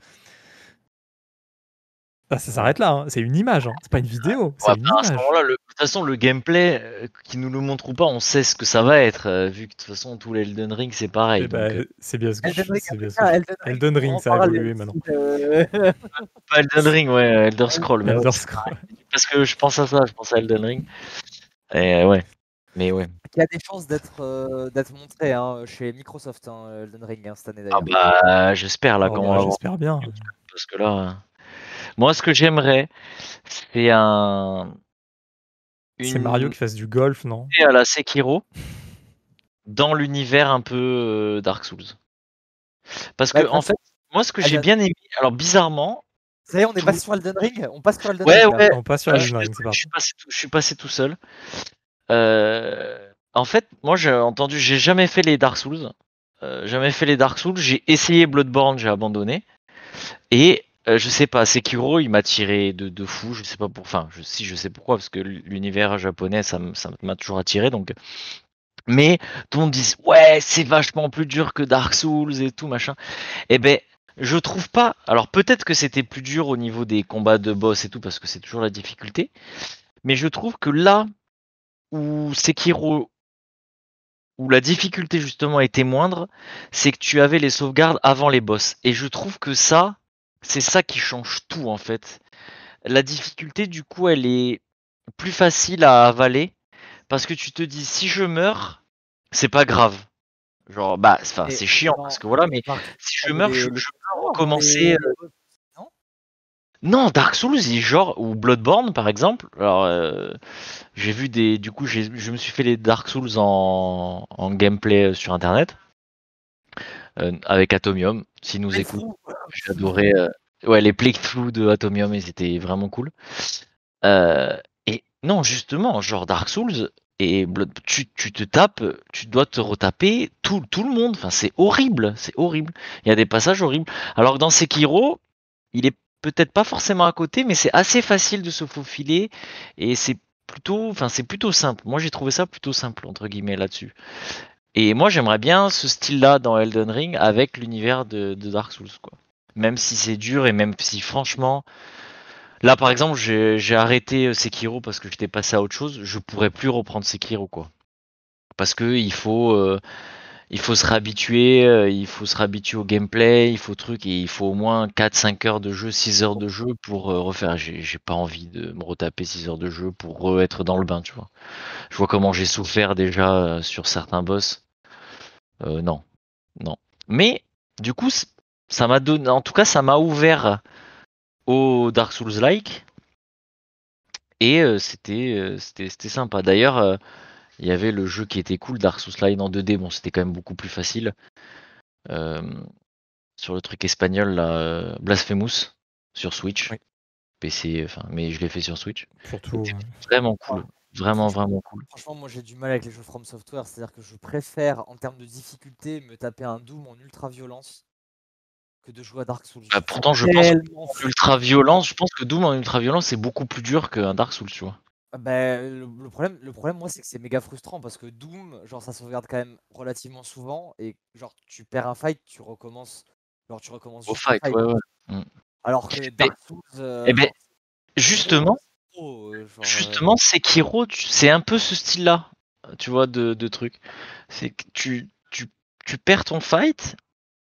Ah, ça s'arrête là, hein. C'est une image, hein. C'est pas une vidéo, c'est une À ce image. moment-là, de toute façon, le gameplay, qui nous le montre ou pas, on sait ce que ça va être, vu que de toute façon, tout l'Elden Ring, c'est pareil. Eh bah, Donc, c'est bien ce que Elden Ring, c'est bien ah, ce Elden Ring, Elden Ring, on ça a parle évolué maintenant. pas Elden Ring, ouais, Elder Scroll. Mais Elder ouais, Scrolls. parce que je pense à ça, je pense à Elden Ring. Et ouais. Mais ouais. Qui a des chances d'être montré chez Microsoft, Elden Ring, cette année Ah d'ailleurs. bah, j'espère là Oh, quand on bah, va voir. j'espère bien. Parce que là, moi, ce que j'aimerais, c'est C'est Mario une qui fasse du golf, non? à la Sekiro dans l'univers un peu Dark Souls. Parce Bah, que de toute en façon, fait, moi, ce que j'ai Elden- bien aimé, alors bizarrement, ça y est, on est tout. passé sur Elden Ring. On passe sur Elden Ouais, Ring là. ouais. On passe sur Je Elden suis Ring, désolé, c'est parti. je suis passé tout seul. En fait, moi, j'ai jamais fait les Dark Souls. Jamais fait les Dark Souls. J'ai essayé Bloodborne, j'ai abandonné. Et je sais pas, Sekiro, il m'a tiré de fou. Je sais pas pour. Enfin, si je sais pourquoi, parce que l'univers japonais, ça m'a toujours attiré. Donc, mais tout le monde dit ouais, c'est vachement plus dur que Dark Souls et tout machin. Eh ben, je trouve pas. Alors peut-être que c'était plus dur au niveau des combats de boss et tout, parce que c'est toujours la difficulté. Mais je trouve que là où Sekiro, où la difficulté justement était moindre, c'est que tu avais les sauvegardes avant les boss. Et je trouve que ça, c'est ça qui change tout en fait. La difficulté, du coup, elle est plus facile à avaler parce que tu te dis si je meurs, c'est pas grave. Genre, bah, enfin, Et c'est chiant parce que voilà, mais par si je contre, meurs, les je peux couleurs avant recommencer. les boss, non? Non, Dark Souls, genre, ou Bloodborne par exemple. Alors, j'ai vu des. Du coup, je me suis fait les Dark Souls en gameplay sur internet avec Atomium. S'ils nous écoutent, Fou. j'ai adoré. Ouais, les playthroughs de Atomium, ils étaient vraiment cool. Et non, justement, genre Dark Souls et tu te tapes, tu dois te retaper tout le monde. Enfin, c'est horrible, c'est horrible. Il y a des passages horribles. Alors que dans Sekiro, il est peut-être pas forcément à côté, mais c'est assez facile de se faufiler et c'est plutôt simple. Moi, j'ai trouvé ça plutôt simple entre guillemets là-dessus. Et moi, j'aimerais bien ce style-là dans Elden Ring avec l'univers de Dark Souls, quoi. Même si c'est dur et même si franchement, là, par exemple, j'ai arrêté Sekiro parce que j'étais passé à autre chose. Je pourrais plus reprendre Sekiro, quoi. Parce que il faut se réhabituer, il faut se réhabituer au gameplay, il faut truc, et il faut au moins 4-5 heures de jeu, 6 heures de jeu pour refaire. J'ai pas envie de me retaper 6 heures de jeu pour être dans le bain, tu vois. Je vois comment j'ai souffert déjà sur certains boss. Non, non. Mais, du coup, ça m'a donné, en tout cas, ça m'a ouvert au Dark Souls-like. Et c'était sympa. D'ailleurs, il y avait le jeu qui était cool, Dark Souls Line en 2D. Bon, c'était quand même beaucoup plus facile. Euh, sur le truc espagnol, là, Blasphemous, sur Switch. Oui. PC, enfin, mais je l'ai fait sur Switch. Surtout. C'était vraiment cool. Vraiment, vraiment cool. Franchement, moi j'ai du mal avec les jeux From Software, c'est-à-dire que je préfère en termes de difficulté me taper un Doom en ultra violence que de jouer à Dark Souls. Bah, Je trouve pourtant, ça je pense que tellement fou. ultra violence, je pense que Doom en ultra violence, c'est beaucoup plus dur qu'un Dark Souls, tu vois. Bah, le problème, moi, c'est que c'est méga frustrant parce que Doom, genre, ça sauvegarde quand même relativement souvent et genre, tu perds un fight, tu recommences Au juste le fight, fight. ouais, ouais. Mm. Alors que Dark Souls, Eh ben, genre, justement, genre, justement, Sekiro, c'est un peu ce style-là, tu vois, de truc. C'est que tu perds ton fight.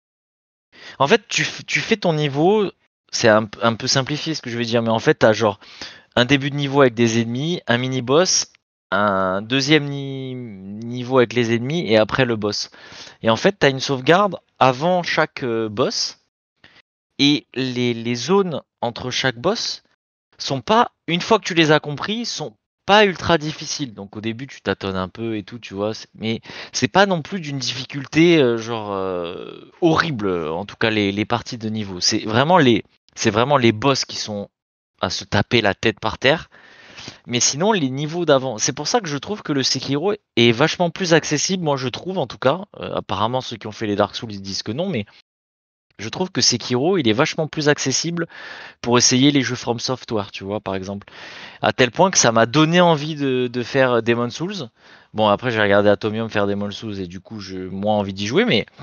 En fait, tu fais ton niveau. C'est un peu simplifié ce que je vais dire, mais en fait, t'as genre un début de niveau avec des ennemis, un mini-boss, un deuxième niveau avec les ennemis et après le boss. Et en fait, t'as une sauvegarde avant chaque boss et les zones entre chaque boss sont pas, une fois que tu les as compris, sont pas ultra difficiles. Donc au début, tu tâtonnes un peu et tout, tu vois. Mais c'est pas non plus d'une difficulté horrible. En tout cas, les parties de niveau. C'est vraiment les boss qui sont à se taper la tête par terre. Mais sinon, les niveaux d'avant. C'est pour ça que je trouve que le Sekiro est vachement plus accessible. Moi, je trouve en tout cas. Apparemment, ceux qui ont fait les Dark Souls ils disent que non, mais je trouve que Sekiro, il est vachement plus accessible pour essayer les jeux From Software, tu vois, par exemple. À tel point que ça m'a donné envie de faire Demon's Souls. Bon, après, j'ai regardé Atomium faire Demon's Souls et du coup, j'ai moins envie d'y jouer, mais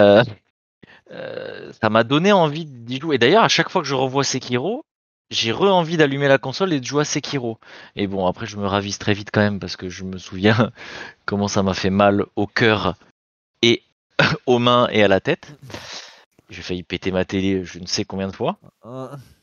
ça m'a donné envie d'y jouer. Et d'ailleurs, à chaque fois que je revois Sekiro, j'ai envie d'allumer la console et de jouer à Sekiro. Et bon, après, je me ravise très vite quand même parce que je me souviens comment ça m'a fait mal au cœur et aux mains et à la tête. J'ai failli péter ma télé je ne sais combien de fois.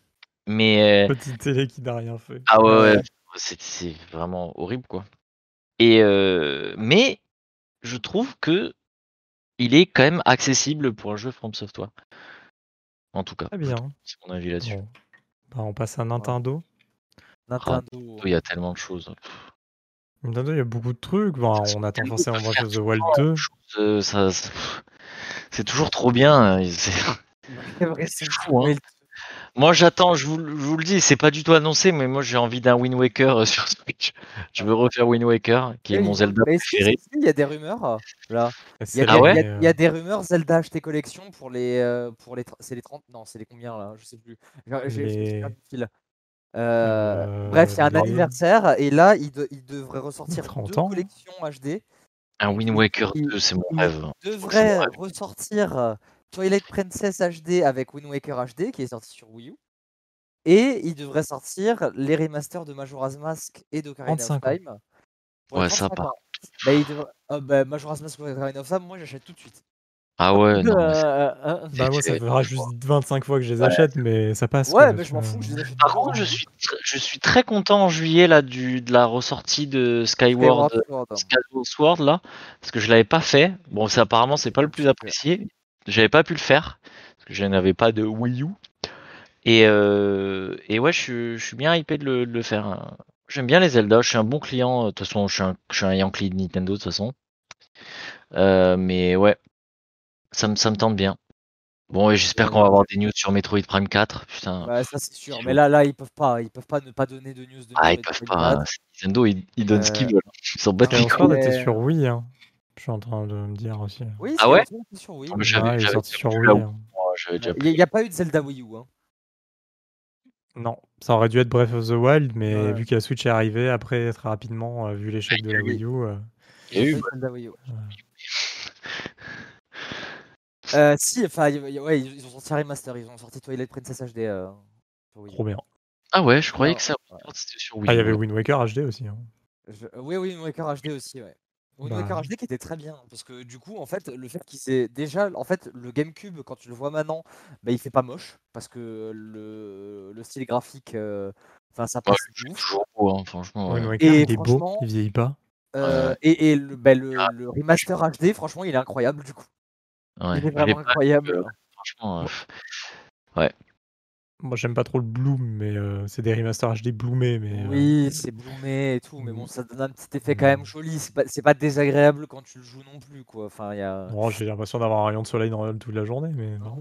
Mais Petite télé qui n'a rien fait. ah ouais, c'est vraiment horrible quoi. Mais je trouve que il est quand même accessible pour un jeu From Software. En tout cas, Très je bien. trouve. C'est mon avis là-dessus. Bon, bah, on passe à Nintendo. Nintendo. Il y a tellement de choses. Nintendo, il y a beaucoup de trucs. Bah, on attend Nintendo forcément peut Breath faire of the tout le Wild temps la 2. même chose, c'est toujours trop bien. C'est fou, hein. Moi, j'attends, je vous le dis, c'est pas du tout annoncé, mais moi j'ai envie d'un Wind Waker sur Switch. Je veux refaire Wind Waker, qui est mon Zelda préféré. Il y a des rumeurs là. Il y a Ah ouais il y a des rumeurs Zelda acheté collection pour les c'est les 30 non, c'est les combien là, je sais plus. J'ai perdu le fil. Bref, il y a un les- anniversaire et là il devrait ressortir 30 2 ans. collections HD. Un Wind Waker Il- 2, c'est mon il rêve. devrait ressortir Twilight Princess HD avec Wind Waker HD qui est sorti sur Wii U. Et il devrait sortir les remasters de Majora's Mask et d'Ocarina of 35 ans. Time. Pour les Ouais, ça 35 part. ans. Majora's Mask et Ocarina of Time, moi j'achète tout de suite. Ah ouais, non. Bah moi ça fera juste 25 fois que je les achète, mais ça passe. Ouais, quoi, mais je m'en fous, je les achète Par toujours, contre, hein. je suis très content en juillet là de la ressortie de Skyward Sword là, parce que je l'avais pas fait. Bon, apparemment c'est pas le plus apprécié. J'avais pas pu le faire parce que je n'avais pas de Wii U. Et ouais, je suis bien hypé de le faire, hein. J'aime bien les Zelda. Je suis un bon client. De toute façon, je suis un Yankee de Nintendo de toute façon. Mais ouais, ça me tente bien. Bon, et j'espère qu'on va avoir des news sur Metroid Prime 4. Putain. Bah ça c'est sûr, mais là ils peuvent pas ne pas donner de news de Ah, ils Metroid peuvent Prime pas. 4. Nintendo, ils donnent ce qu'ils veulent. Ils s'en battent les Skyward couilles. Sword était sur Wii, hein. Je suis en train de me dire aussi. Oui, Ah ouais? Skyward Sword était sur Wii. Ah, mais Ouais, j'avais il est sorti déjà sur pris Wii. la hein. Moi, j'avais déjà Il pris. n'y a pas eu de Zelda Wii U, hein. Non, ça aurait dû être Breath of the Wild, mais Ouais. vu que la Switch est arrivée après très rapidement, vu l'échec de la Wii U. Il y a eu, pas eu de Zelda Wii U. Ouais. Si, enfin, ouais, ils ont sorti un remaster, ils ont sorti Twilight Princess HD sur Wii U. Trop bien. Ah ouais, je croyais que ça Ouais. c'était sur Wii Ah, il y U. avait Wind Waker HD aussi. hein. Oui, Wind Waker HD aussi, ouais. Wind Bah. Waker HD qui était très bien, parce que du coup, en fait, le fait qu'il s'est déjà, en fait, le GameCube, quand tu le vois maintenant, bah, il fait pas moche, parce que le style graphique, enfin, ça Ouais, passe de c'est ouf. toujours beau, hein, franchement. Wind Ouais. Waker, Et il est beau, franchement, il vieillit pas. et le remaster HD, franchement, il est incroyable du coup. Ouais, Il est je l'ai vraiment pas incroyable. vu, franchement. Ouais. Moi, j'aime pas trop le bloom, mais c'est des remasters HD bloomés. Mais, Oui, c'est bloomé et tout, mais bon, Mm. ça donne un petit effet quand même joli. C'est pas désagréable quand tu le joues non plus, quoi. Enfin, il y a. Bon, j'ai l'impression d'avoir un rayon de soleil dans toute la journée, mais non.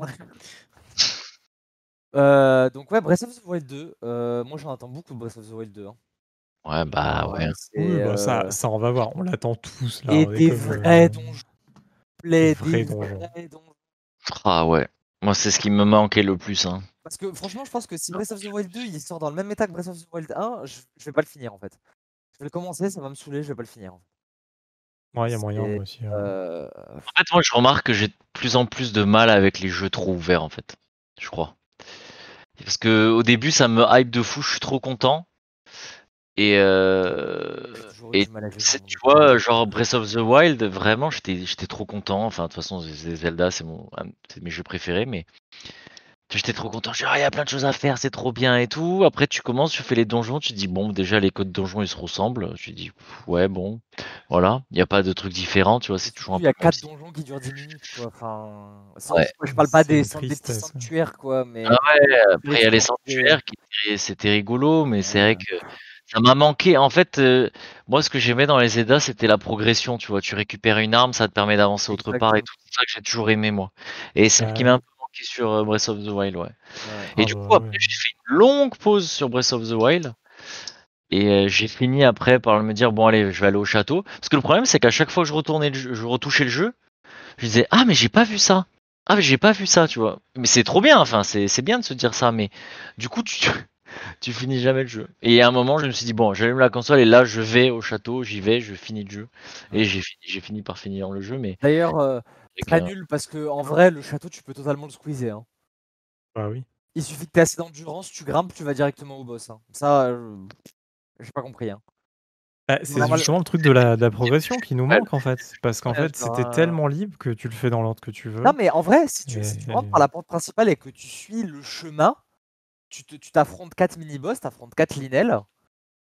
Donc ouais, Breath of the Wild 2. Moi, j'en attends beaucoup de Breath of the Wild 2. Hein. Ouais, bah ouais. Oui, bah ça, on va voir. On l'attend tous là. Et on est des comme, vrais donjons. des vrais donjons. Ah ouais. Moi, c'est ce qui me manquait le plus, hein. Parce que franchement, je pense que si Breath of the Wild 2 il sort dans le même état que Breath of the Wild 1, je vais pas le finir en fait. Je vais le commencer, ça va me saouler, je vais pas le finir. Ouais, il y a moyen, moi aussi. En fait, moi, je remarque que j'ai de plus en plus de mal avec les jeux trop ouverts, en fait. Je crois. Parce que au début, ça me hype de fou, je suis trop content. Et tu vois, genre Breath of the Wild, vraiment, j'étais trop content. Enfin, de toute façon, Zelda, c'est mes jeux préférés, mais j'étais trop content. Je dis, il y a plein de choses à faire, c'est trop bien et tout. Après, tu commences, tu fais les donjons, tu te dis, bon, déjà, les codes donjons, ils se ressemblent. Tu te dis, ouais, bon, voilà, il n'y a pas de trucs différents, tu vois, c'est toujours un peu. Il y a 4 donjons qui durent 10 minutes, quoi. Enfin, ouais. je parle pas des petits tristesse, sanctuaires, quoi. Mais... Ah ouais, après, il y a les sanctuaires, c'était rigolo, mais c'est vrai que ça m'a manqué. En fait, moi, ce que j'aimais dans les Zelda, c'était la progression, tu vois. Tu récupères une arme, ça te permet d'avancer autre part et tout. C'est ça que j'ai toujours aimé, moi. Et c'est ce qui m'a un peu manqué sur Breath of the Wild, ouais. Et du coup, après, j'ai fait une longue pause sur Breath of the Wild. Et j'ai fini après par me dire, bon, allez, je vais aller au château. Parce que le problème, c'est qu'à chaque fois que je retouchais le jeu, je disais, ah, mais j'ai pas vu ça. Ah, mais j'ai pas vu ça, tu vois. Mais c'est trop bien, enfin, c'est bien de se dire ça, mais du coup, tu finis jamais le jeu. Et à un moment, je me suis dit, bon, j'allume la console et là, je vais au château, j'y vais, je finis le jeu. Et j'ai fini par finir le jeu, mais. D'ailleurs, très nul parce que en vrai, le château, tu peux totalement le squeezer. Hein. Bah oui. Il suffit que tu aies assez d'endurance, tu grimpes, tu vas directement au boss. Hein. Ça, j'ai pas compris. Hein. Bah, c'est justement le truc de la progression qui nous manque en fait. Parce qu'en fait, c'était tellement libre que tu le fais dans l'ordre que tu veux. Non, mais en vrai, si tu rentres par la porte principale et que tu suis le chemin, tu t'affrontes 4 mini-boss, t'affrontes 4 Linel.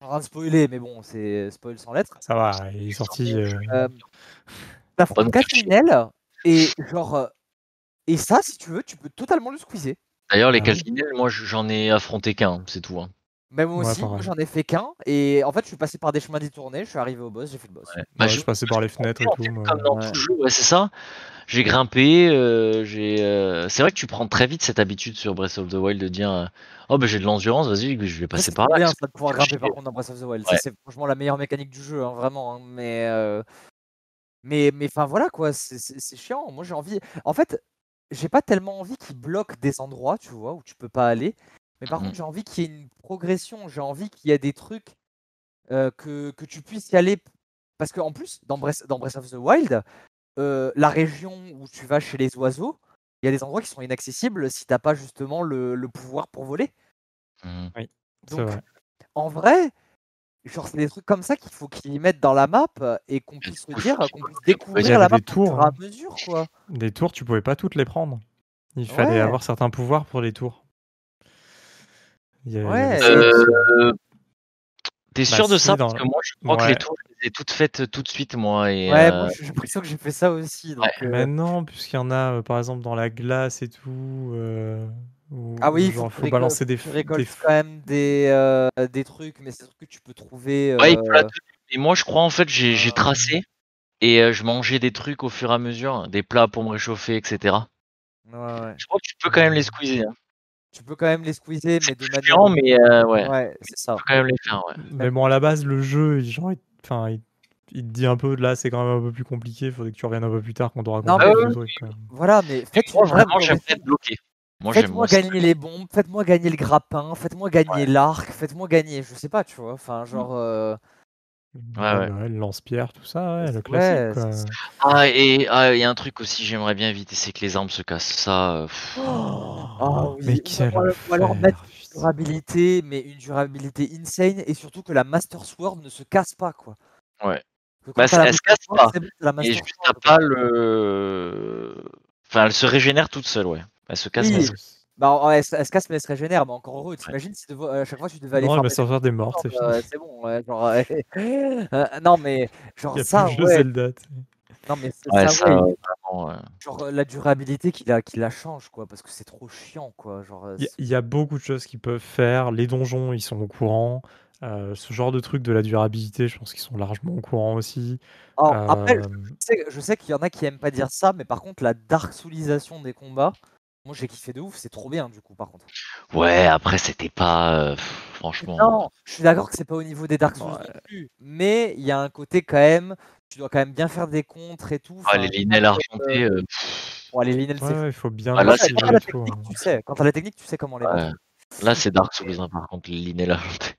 en train de spoiler, mais bon, c'est spoil sans lettres. Ça va, il est sorti. T'affrontes nous 4 faire chier. criminels, et genre. Et ça, si tu veux, tu peux totalement le squeezer. D'ailleurs, les Ah oui. calcinelles, moi j'en ai affronté qu'un, c'est tout. Hein. Mais moi Ouais, aussi, pareil. j'en ai fait qu'un. Et en fait, je suis passé par des chemins détournés. Je suis arrivé au boss, j'ai fait le boss. Ouais. Ouais, je passais par les fenêtres et en tout. fait, moi. comme dans Ouais. tout jeu, ouais, c'est ça. J'ai grimpé, c'est vrai que tu prends très vite cette habitude sur Breath of the Wild de dire oh ben j'ai de l'endurance, vas-y, je vais Ça, passer c'est par trop là. bien, qu'est-ce ça, de que pouvoir tu grimper fais par contre dans Breath of the Wild. Ouais. Ça, c'est franchement la meilleure mécanique du jeu, hein, vraiment. Hein. Mais enfin voilà quoi, c'est chiant. Moi, j'ai envie. En fait, j'ai pas tellement envie qu'ils bloquent des endroits, tu vois, où tu peux pas aller. Mais par Mhm. contre, j'ai envie qu'il y ait une progression. J'ai envie qu'il y ait des trucs que tu puisses y aller. Parce qu'en plus, dans Breath of the Wild, la région où tu vas chez les oiseaux, il y a des endroits qui sont inaccessibles si t'as pas justement le pouvoir pour voler. Mhm. Oui, c'est Donc, vrai. en vrai, genre, c'est des trucs comme ça qu'il faut qu'ils mettent dans la map et qu'on Et du puisse se coup, dire, faut qu'on puisse Il y découvrir avait la map des au fur tours. et à Hein. mesure, quoi. Des tours, tu pouvais pas toutes les prendre. Il fallait Ouais, avoir certains pouvoirs pour les tours. Il y avait ouais. ça Et aussi. T'es Bah sûr de si, ça? Parce que moi, je crois que les Ouais. tours, je les ai toutes faites tout de suite, moi. Et, ouais, moi, j'ai l'impression que j'ai fait ça aussi. Donc, Mais non, puisqu'il y en a, par exemple, dans la glace et tout, Ah oui, où il faut genre, que tu faut balancer faut que tu récoltes quand même des trucs, mais c'est des trucs que tu peux trouver. ouais, il faut la tenue. Et moi, je crois, en fait, j'ai tracé et je mangeais des trucs au fur et à mesure, des plats pour me réchauffer, etc. Ouais, ouais. Je crois que tu peux quand même les squeezer. Hein. Tu peux quand même les squeezer, mais C'est de plus manière. chiant, mais ouais, Ouais, c'est ça. tu peux quand même les faire, ouais. Mais bon, à la base, le jeu, genre, enfin, il te dit un peu, là, c'est quand même un peu plus compliqué, il faudrait que tu reviennes un peu plus tard quand t'auras Non, compris mais plus de trucs. Quoi. voilà, mais faites Moi, une vraie vraiment, j'aimerais progression. être bloqué. Moi, j'aime Faites-moi moi, c'est- gagner les bombes, faites-moi gagner le grappin, faites-moi gagner l'arc, faites-moi gagner, je sais pas, tu vois. Enfin, genre. Ouais, ouais. Le lance-pierre, tout ça, ouais, le classique, Ouais, quoi. c'est ça. Ah, et il y a un truc aussi, j'aimerais bien éviter, c'est que les armes se cassent. Ça, Ah Mais oui, quel ou alors mettre enfer, une putain. durabilité, mais une durabilité insane, et surtout que la Master Sword ne se casse pas, quoi. ouais. Que quand Bah, t'as la elle se Master casse Sword, pas. c'est bon, c'est la Et Master juste, t'as Sword, quoi. pas le. Enfin, elle se régénère toute seule, ouais. Elle se casse, mais elle Oui, se... bah elle se casse, mais elle se régénère, mais encore heureux. T'imagines si à chaque fois tu devais aller Non, il va farmer des sortir des morts, Sword, c'est fini. c'est bon, ouais, genre. Non, mais Il genre n'y a plus ça, le jeu ouais. Zelda. Tu sais. Non, mais Ouais, ça, ça, ouais. vraiment. Genre la durabilité qui la change, quoi, parce que c'est trop chiant, quoi. Genre, Il y a beaucoup de choses qu'ils peuvent faire. Les donjons, ils sont au courant. Ce genre de truc de la durabilité, je pense qu'ils sont largement au courant aussi. Alors, après, Euh, je sais qu'il y en a qui aiment pas dire ça, mais par contre, la Dark Soulisation des combats, moi j'ai kiffé de ouf, c'est trop bien, du coup, par contre. Ouais, après, c'était pas. Franchement. Non, je suis d'accord que c'est pas au niveau des Dark Souls non plus, mais il y a un côté quand même, tu dois quand même bien faire des contres et tout. Ah, les Enfin, linelles argentées. bon, les Linel, c'est ouais, fou. il faut bien Ah, Quand là, t'as c'est esquiver la et tout. technique, Hein. tu sais. Quand t'as la technique, tu sais comment les battre. ouais. Là, c'est Dark Souls, hein, par contre, les linelles argentées.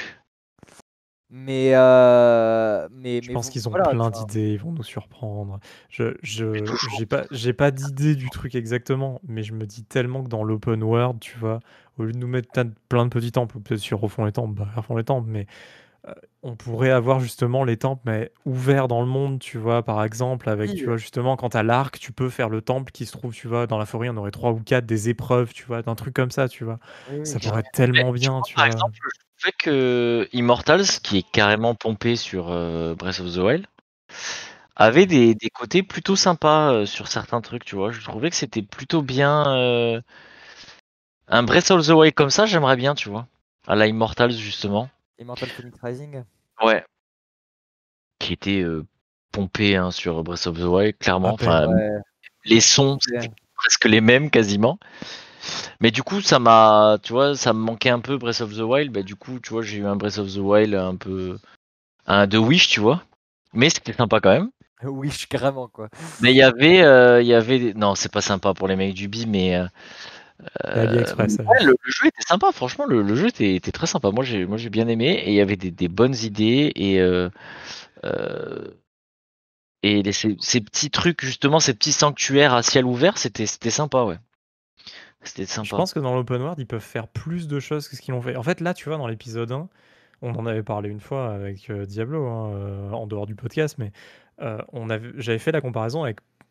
Mais Je pense qu'ils ont voilà, tu plein vois. d'idées, ils vont nous surprendre. J'ai pas d'idée du truc exactement, mais je me dis tellement que dans l'open world, tu vois, au lieu de nous mettre plein de petits temples, ou peut-être sur refont les temples, bah refont les temples, mais on pourrait avoir justement les temples mais ouverts dans le monde, tu vois, par exemple, avec, tu Oui, vois, justement, quand t'as l'arc, tu peux faire le temple qui se trouve, tu vois, dans la forêt, on aurait 3 ou 4 des épreuves, tu vois, d'un truc comme ça, tu vois. oui, Ça pourrait carrément. être Mais tellement tu bien, vois, tu par vois. exemple, je trouvais que Immortals, qui est carrément pompé sur Breath of the Wild, avait des côtés plutôt sympas sur certains trucs, tu vois. Je trouvais que c'était plutôt bien. Un Breath of the Wild comme ça, j'aimerais bien, tu vois. À la Immortals, justement. Immortal Phoenix Rising. Ouais. Qui était pompé hein, sur Breath of the Wild, clairement. À peine. Enfin, Ouais. les sons, Ouais. c'est presque les mêmes quasiment. Mais du coup, ça m'a, tu vois, ça me manquait un peu Breath of the Wild. Bah, du coup, tu vois, j'ai eu un Breath of the Wild un peu, un de Wish, tu vois. Mais c'était sympa quand même. Oui, carrément, quoi. Mais il y avait, non, c'est pas sympa pour les mecs du B, mais C'est AliExpress. ouais, le jeu était sympa. Franchement, le jeu était très sympa. Moi, j'ai bien aimé et il y avait des bonnes idées euh, et ces petits trucs justement, ces petits sanctuaires à ciel ouvert, c'était sympa, ouais. C'était Je sympa. pense que dans l'open world, ils peuvent faire plus de choses que ce qu'ils ont fait. En fait, là, tu vois, dans l'épisode 1, on en avait parlé une fois avec Diablo, hein, en dehors du podcast, mais j'avais fait la comparaison avec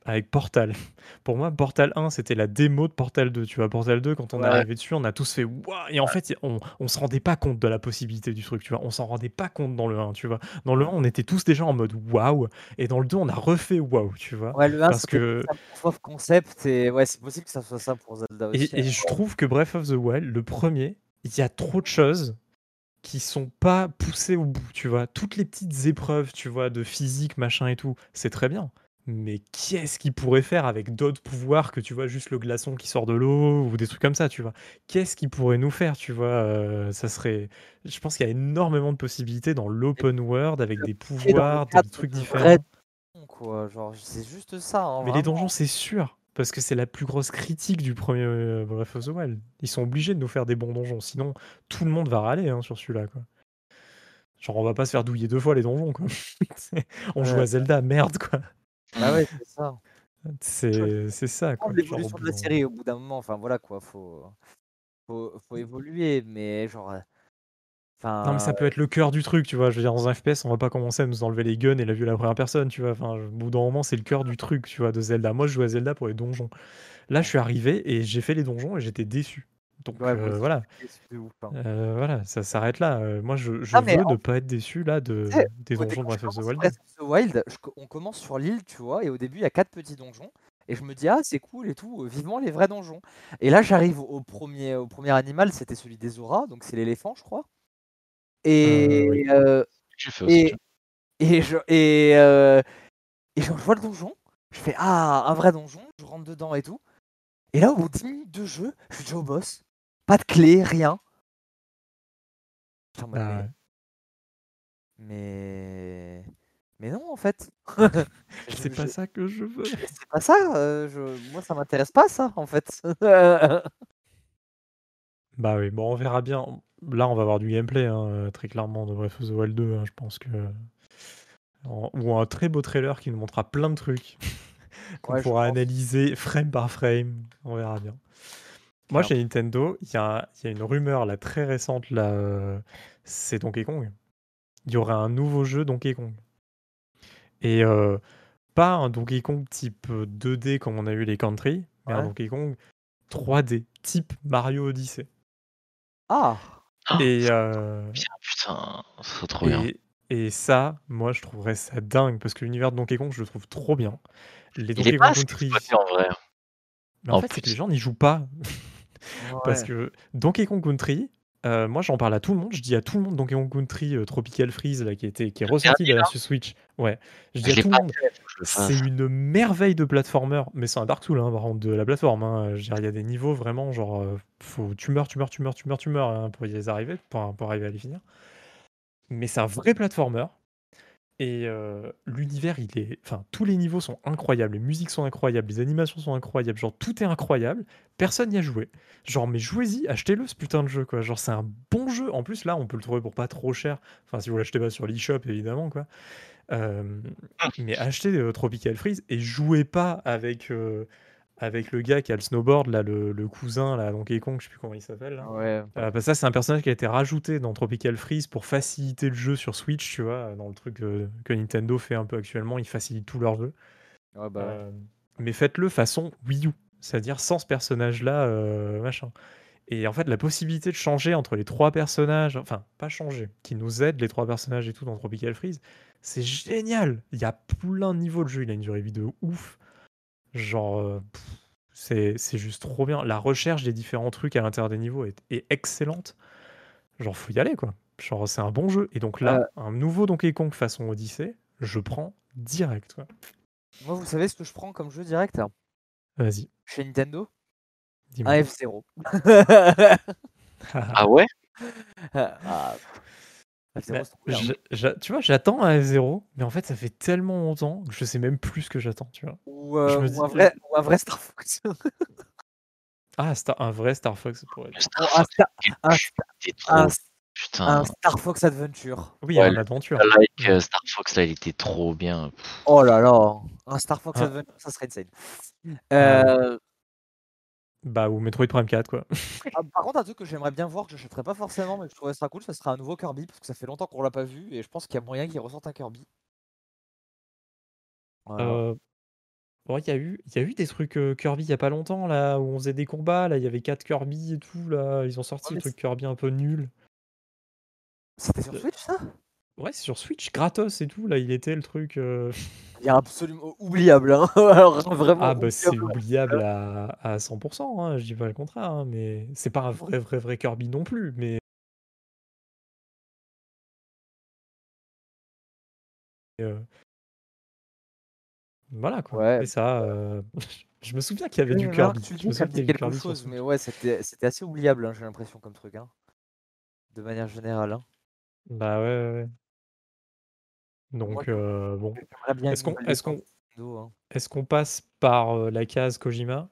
avec Portal. Pour moi, Portal 1, c'était la démo de Portal 2. Tu vois, Portal 2, quand on est Ouais. arrivé dessus, on a tous fait waouh. Et en fait, on se rendait pas compte de la possibilité du truc, tu vois. On s'en rendait pas compte dans le 1, tu vois. Dans le 1, on était tous déjà en mode waouh. Et dans le 2, on a refait waouh, tu vois. Ouais, le 1, Parce c'était que. un proof of concept et ouais, c'est possible que ça soit ça pour Zelda aussi. Et je trouve que Breath of the Wild, le premier, il y a trop de choses qui sont pas poussées au bout, tu vois. Toutes les petites épreuves, tu vois, de physique, machin et tout, c'est très bien. Mais qu'est-ce qu'il pourrait faire avec d'autres pouvoirs que, tu vois, juste le glaçon qui sort de l'eau ou des trucs comme ça, tu vois. Qu'est-ce qu'il pourrait nous faire, tu vois, ça serait... Je pense qu'il y a énormément de possibilités dans l'open world avec Le des pied dans le pouvoirs, des cadre trucs de vrais différents. donjons, quoi. Genre, c'est juste ça, hein, Mais les vraiment. donjons, c'est sûr, parce que c'est la plus grosse critique du premier Breath of the Wild. Ils sont obligés de nous faire des bons donjons, sinon tout le monde va râler hein, sur celui-là, quoi. Genre, on va pas se faire douiller 2 fois les donjons, quoi. On joue Ouais. à Zelda, merde, quoi. Bah ouais, c'est ça. C'est ça, quoi. Prendre Genre, au l'évolution bout de la d'un moment. série au bout d'un moment, enfin voilà quoi, faut évoluer, mais genre, Non, mais enfin, ça peut être le cœur du truc, tu vois. Je veux dire, dans un FPS, on va pas commencer à nous enlever les guns et la vue à la première personne, tu vois. Enfin, au bout d'un moment, c'est le cœur du truc, tu vois, de Zelda. Moi, je joue à Zelda pour les donjons. Là, je suis arrivé et j'ai fait les donjons et j'étais déçu. Donc, ouais, moi aussi, voilà. j'étais déçu de ouf, hein. Voilà, ça s'arrête là. Moi, je Ah mais veux en ne pas être déçu, là, tu sais, des au dé donjons de quand je Breath of the commence Wild 2. Breath of the Wild, on commence sur l'île, tu vois? Et au début, il y a 4 petits donjons et je me dis: «Ah, c'est cool et tout, vivement les vrais donjons» et là, j'arrive au premier animal, c'était celui des Zora, donc c'est l'éléphant, je crois Oui. et J'ai fait aussi. et et je et heu et genre, je vois le donjon, je fais: «Ah, un vrai donjon», je rentre dedans et tout. Et là, au bout de 10 minutes de jeu, je suis déjà au boss. Pas de clé, rien. J'étais en mode, Bah, ouais. mais non, en fait. C'est pas ça que je veux. C'est pas ça. Moi, ça m'intéresse pas, ça, en fait. Bah oui, bon, on verra bien. Là, on va avoir du gameplay, hein, très clairement, de Breath of the Wild 2, hein, je pense que... Ou un très beau trailer qui nous montrera plein de trucs qu'on Ouais, je pourra pense. analyser frame par frame. On verra bien. Moi, Clairement. chez Nintendo, il y a une rumeur là, très récente, là, c'est Donkey Kong. Il y aurait un nouveau jeu Donkey Kong. Et pas un Donkey Kong type 2D comme on a eu les Country, mais un Ouais. Donkey Kong 3D, type Mario Odyssey. Ah! Et, Bien, putain, ça serait trop bien. et ça, moi, je trouverais ça dingue, parce que l'univers de Donkey Kong, je le trouve trop bien. Les Il est Donkey pas Kong assez Country, exploité en vrai. mais en En fait, c'est que les plus. gens n'y jouent pas. Parce Ouais. que Donkey Kong Country, moi j'en parle à tout le monde, je dis à tout le monde Donkey Kong Country Tropical Freeze là, qui est Le ressorti dernier, d'ailleurs là, sur Switch. Ouais, je dis je à l'ai tout le pas monde, fait, faut que je le c'est fasse. une merveille de platformer, mais c'est un Dark Souls hein, par contre de la plateforme. Hein. Je veux dire, il y a des niveaux vraiment genre, tu meurs, hein, pour y arriver, pour arriver à les finir. Mais c'est un vrai platformer. Et l'univers, il est. Enfin, tous les niveaux sont incroyables, les musiques sont incroyables, les animations sont incroyables, genre tout est incroyable. Personne n'y a joué. Genre, mais jouez-y, achetez-le ce putain de jeu, quoi. Genre, c'est un bon jeu. En plus, là, on peut le trouver pour pas trop cher. Enfin, si vous l'achetez pas sur l'eShop, évidemment, quoi. Euh, mais achetez Tropical Freeze et jouez pas avec le gars qui a le snowboard, là, le cousin, là, Donkey Kong, je sais plus comment il s'appelle, là. Ouais. Parce que ça, c'est un personnage qui a été rajouté dans Tropical Freeze pour faciliter le jeu sur Switch, tu vois, dans le truc que Nintendo fait un peu actuellement, ils facilitent tout leur jeu. Ouais, bah ouais. Mais faites-le façon Wii U, c'est-à-dire sans ce personnage-là, machin. Et en fait, la possibilité de changer entre les trois personnages, enfin, pas changer, qui nous aident les trois personnages et tout dans Tropical Freeze, c'est génial. Il y a plein de niveaux de jeu, il a une durée de vie de ouf. Genre, c'est juste trop bien. La recherche des différents trucs à l'intérieur des niveaux est excellente. Genre, faut y aller, quoi. Genre, c'est un bon jeu. Et donc Euh, là, un nouveau Donkey Kong façon Odyssey, je prends direct, quoi. Moi, vous savez ce que je prends comme jeu direct Vas-y, chez Nintendo? dis-moi. Un F0. Ah ouais? Ah, F0, Mais c'est trop bien. tu vois, j'attends un F0, mais en fait, ça fait tellement longtemps que je sais même plus ce que j'attends, tu vois. Je me dis, Ou un vrai Star Fox. un vrai Star Fox, ça pourrait être Le bien. Star Un, Fox, Star- un, c'était un, trop. un Putain. Star Fox Adventure. Oui, Ouais, un le aventure. like Ouais. Star Fox là, il était trop bien. Oh là là, un Star Fox Un- Adventure, ça serait insane. ah ouais. Euh, Bah, ou Metroid Prime 4, quoi. Par contre, un truc que j'aimerais bien voir, que j'achèterais pas forcément, mais que je trouverais ça cool, ça serait un nouveau Kirby, parce que ça fait longtemps qu'on l'a pas vu, et je pense qu'il y a moyen qu'il ressorte un Kirby. Voilà. Euh, Ouais, il y a eu des trucs Kirby il y a pas longtemps, là, où on faisait des combats. Là, il y avait 4 Kirby et tout. Là, ils ont sorti Ouais, le mais truc Kirby un peu nul. c'était sur Euh, Switch, ça? Ouais, c'est sur Switch, gratos et tout. Là, il était le truc. Il est absolument oubliable, hein. Alors, Ah, vraiment bah, c'est oubliable. oubliable à 100%, hein, je dis pas le contraire, hein, mais c'est pas un vrai Kirby non plus. Mais euh, voilà, quoi. Ouais. Et ça, je me souviens qu'il y avait Oui, du mais maintenant que Kirby. tu le Je me dis, ça souviens me qu'il y dit avait du quelque Kirby sur chose, mais Switch. ouais, c'était assez oubliable, hein, j'ai l'impression, comme truc, hein, de manière générale, hein. Bah ouais, ouais, ouais. Moi, Donc, bon. j'aimerais bien une Est-ce qu'on nouvelle est-ce licence qu'on Nintendo, hein. est-ce qu'on passe par la case Kojima?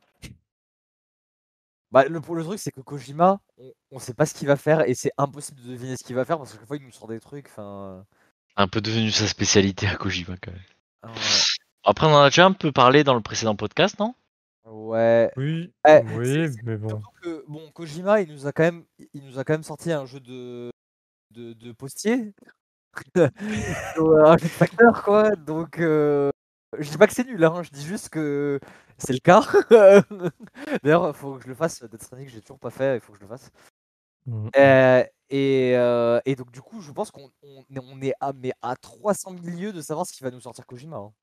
Bah, le truc, c'est que Kojima, on sait pas ce qu'il va faire et c'est impossible de deviner ce qu'il va faire parce que chaque fois, il nous sort des trucs. Enfin, Un peu devenu sa spécialité à Kojima quand même. ouais. Après, on en a déjà un peu parlé dans le précédent podcast, non? Ouais. Oui, Eh, oui, mais bon. surtout que, bon, Kojima, il nous a quand même sorti un jeu de postier, un jeu de facteur, quoi. Donc, je dis pas que c'est nul, hein, je dis juste que c'est le cas. D'ailleurs, faut que je le fasse. Death Stranding, j'ai toujours pas fait, il faut que je le fasse. Mm. Et donc, du coup, je pense qu'on est à 300 000 lieues de savoir ce qu'il va nous sortir Kojima, hein.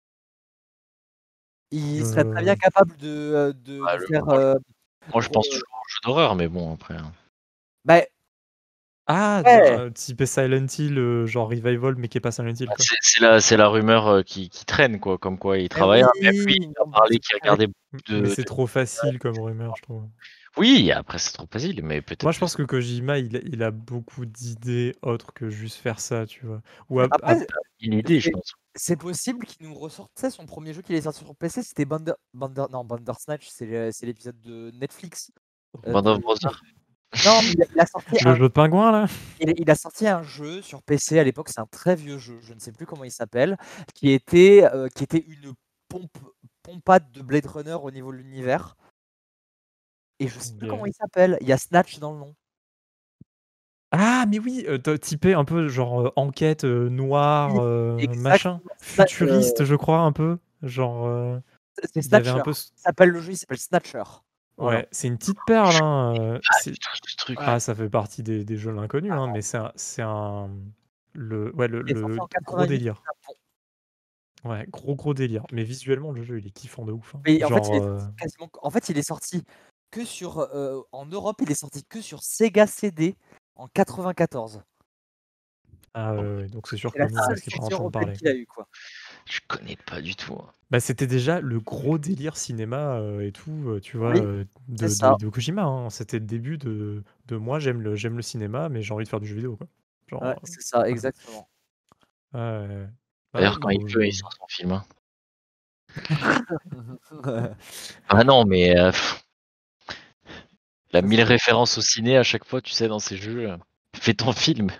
Il serait très bien Euh, capable de Ouais, nous faire. moi, je pense toujours au jeu d'horreur, mais bon, après, hein. Bah, Ah, ouais, type Silent Hill, genre Revival, mais qui est pas Silent Hill, Bah, quoi. c'est la rumeur qui traîne, quoi, comme quoi il mais travaille. oui, Même lui, il a bon, parlé qu'il regardait beaucoup Mais de. c'est trop facile comme rumeur, je trouve. Oui, après, c'est trop facile, mais peut-être Moi, je que pense ça. que Kojima, il a beaucoup d'idées autres que juste faire ça, tu vois. Ou après, Une idée, je c'est pense. c'est possible qu'il nous ressorte. Tu sais, son premier jeu qu'il est sorti sur PC, c'était non, Bandersnatch, c'est l'épisode de Netflix. Band of Brothers. Non, mais il a sorti le jeu de pingouin, là? il a sorti un jeu sur PC à l'époque, c'est un très vieux jeu, je ne sais plus comment il s'appelle, qui était une pompe, pompade de Blade Runner au niveau de l'univers. Et je sais plus comment Ok. il s'appelle. Il y a Snatch dans le nom. Ah, mais oui, typé un peu genre enquête noire, Oui, machin. exactement. Futuriste, je crois, un peu. Genre, C'est il y avait un Snatcher. peu. Le jeu, il s'appelle Snatcher. Voilà. Ouais, c'est une petite perle, hein. Du tout ce truc. Ouais. Ah, ça fait partie des jeux l'inconnu, hein, mais c'est un. Ouais, Il est sorti le en gros 88 au délire. Japon. Ouais, gros délire. Mais visuellement, le jeu, il est kiffant de ouf, hein. Mais en fait, Genre, il est sorti quasiment. En fait, il est sorti que sur. En Europe, il est sorti que sur Sega CD en 94. ah Donc, ouais, donc c'est sûr c'est que la nous, on seule risquait pas sortie d'entendre européenne parler, qu'il quoi. a eu, quoi. Je connais pas du tout, hein. Bah, c'était déjà le gros délire cinéma et tout, tu vois, Oui, c'est ça. de Kojima, hein. C'était le début de moi, j'aime le cinéma, mais j'ai envie de faire du jeu vidéo, quoi. Ouais, Genre, c'est ça, voilà. exactement. Ouais, ouais, ouais. Ouais, D'ailleurs, quand il bon, peut, il sort son film, hein. Ah non, mais la 1000 références au ciné à chaque fois, tu sais, dans ces jeux. Fais ton film.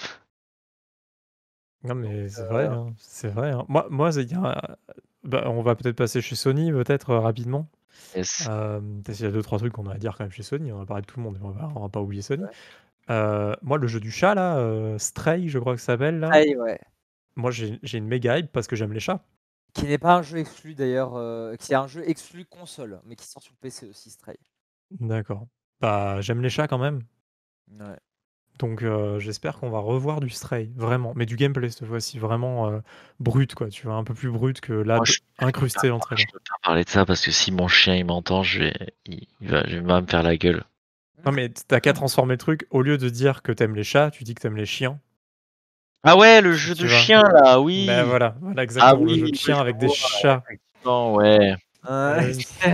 Non, Donc, mais c'est vrai, hein, c'est vrai, hein. Moi, il y a bah, on va peut-être passer chez Sony, peut-être, rapidement. Yes. Parce qu'il y a 2-3 trucs qu'on a à dire quand même chez Sony, on va parler de tout le monde, mais on va pas oublier Sony. ouais. Moi, le jeu du chat, là, Stray, je crois que ça s'appelle, là, Stray, ouais. moi, j'ai une méga hype parce que j'aime les chats. Qui n'est pas un jeu exclu d'ailleurs, qui est un jeu exclu console, mais qui sort sur PC aussi, Stray. D'accord. Bah, j'aime les chats quand même. Ouais. Donc j'espère qu'on va revoir du Stray, vraiment. Mais du gameplay cette fois-ci, vraiment brut, quoi. Tu vois, un peu plus brut que là, Moi, incrusté dans le je trailer. peux pas parler de ça parce que si mon chien il m'entend, il va me faire la gueule. Non, mais t'as qu'à transformer le truc. Au lieu de dire que t'aimes les chats, tu dis que t'aimes les chiens. Ah ouais, le jeu Tu de vois. chien là, Ben oui. voilà Ah exactement. Le jeu de oui, oui, chien je avec des vois, chats. effectivement, ouais. Ouais.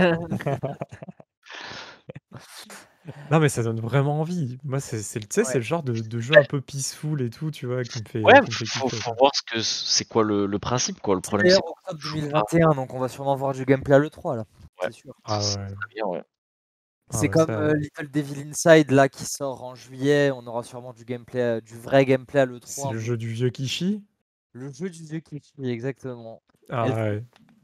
Non, mais ça donne vraiment envie. Moi, tu sais, c'est Ouais. le genre de jeu un peu peaceful et tout, tu vois, Ouais, qui me fait faut kiffer, quoi. voir c'est quoi le principe, quoi. Le C'est problème, c'est d'ailleurs qu'on octobre joue pas. 2021, donc on va sûrement voir du gameplay à l'E3 là, Ouais, c'est sûr. Ah c'est ouais. très bien, ouais. Ah C'est ouais, comme ça. Little Devil Inside là qui sort en juillet, on aura sûrement du gameplay, du vrai gameplay à C'est l'E3 un le peu. jeu du vieux Kishi. Le jeu du vieux Kishi, exactement. Ah Elle, ouais.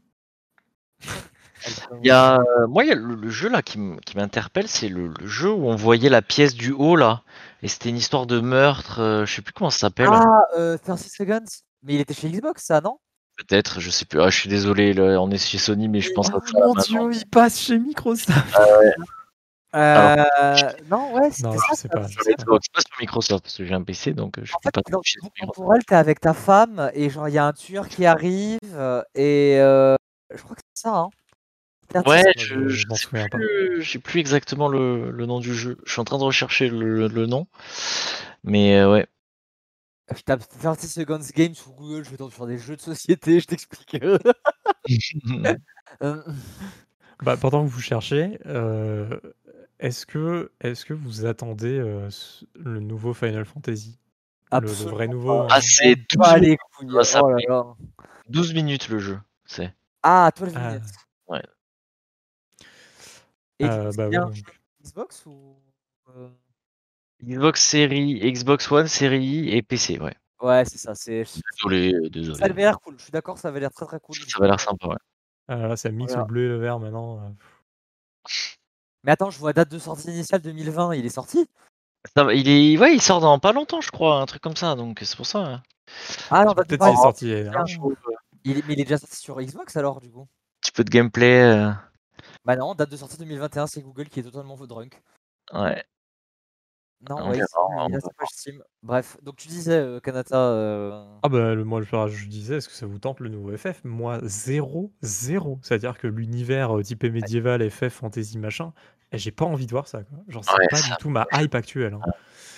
elle Il y a, commence. moi, il y a le jeu là qui m'interpelle, c'est le jeu où on voyait la pièce du haut là, et c'était une histoire de meurtre, je sais plus comment ça s'appelle. Ah, 30 Seconds? Mais il était chez Xbox ça, non? Peut-être, je sais plus. Ah, je suis désolé, là, on est chez Sony, mais je pense à Oh ça là mon maintenant. dieu, il passe chez Microsoft. Alors, Non, ouais, c'était Non, ça. je sais pas. sur Xbox, pas sur Microsoft, parce que j'ai un PC, donc je En peux fait, pas dans toucher le sur book Microsoft. temporel, t'es avec ta femme et genre il y a un tueur qui arrive et je crois que c'est ça. Hein. Ouais, Moi, je je m'en sais souviens pas. plus, j'ai plus exactement le nom du jeu. Je suis en train de rechercher le nom, mais ouais. Je tape 30 Seconds Game sur Google, je tombe sur des jeux de société, je t'explique. Euh, Bah, pendant que vous cherchez, est-ce que vous attendez le nouveau Final Fantasy? Le vrai Absolument nouveau, pas. Ah, hein. c'est M'en 12 bats minutes, les ça couilles. va Oh là s'appeler. là. 12 minutes le jeu, c'est. Ah, 12 Ah, minutes. Ouais. Et du coup, c'est bah ouais, bien donc. Xbox ou euh, Xbox Series, Xbox One, Série et PC, ouais. Ouais, c'est ça. Ça Désolé. avait l'air cool. Je suis d'accord, ça avait l'air très très cool. Ça avait l'air sympa, ouais. Ah là, ça mixe le Voilà. bleu et le vert maintenant. Mais attends, je vois date de sortie initiale 2020. Il est sorti? Ouais, il sort dans pas longtemps, je crois, un truc comme ça, donc c'est pour ça. Hein. Ah non, date de Peut-être il est sortie sorti l'année 2021. dernière. Mais il est déjà sorti sur Xbox alors, du coup? Petit peu de gameplay. Bah non, date de sortie 2021, c'est Google qui est totalement drunk. Ouais, Non, on ouais, verra. ici, il a sa page Steam. Bref, donc tu disais, Kanata. Ah bah moi je disais, est-ce que ça vous tente le nouveau FF? Moi, zéro. C'est-à-dire que l'univers typé médiéval, FF, fantasy, machin, j'ai pas envie de voir ça, quoi. Genre, c'est Ouais, pas du ça, tout ma hype actuelle, hein.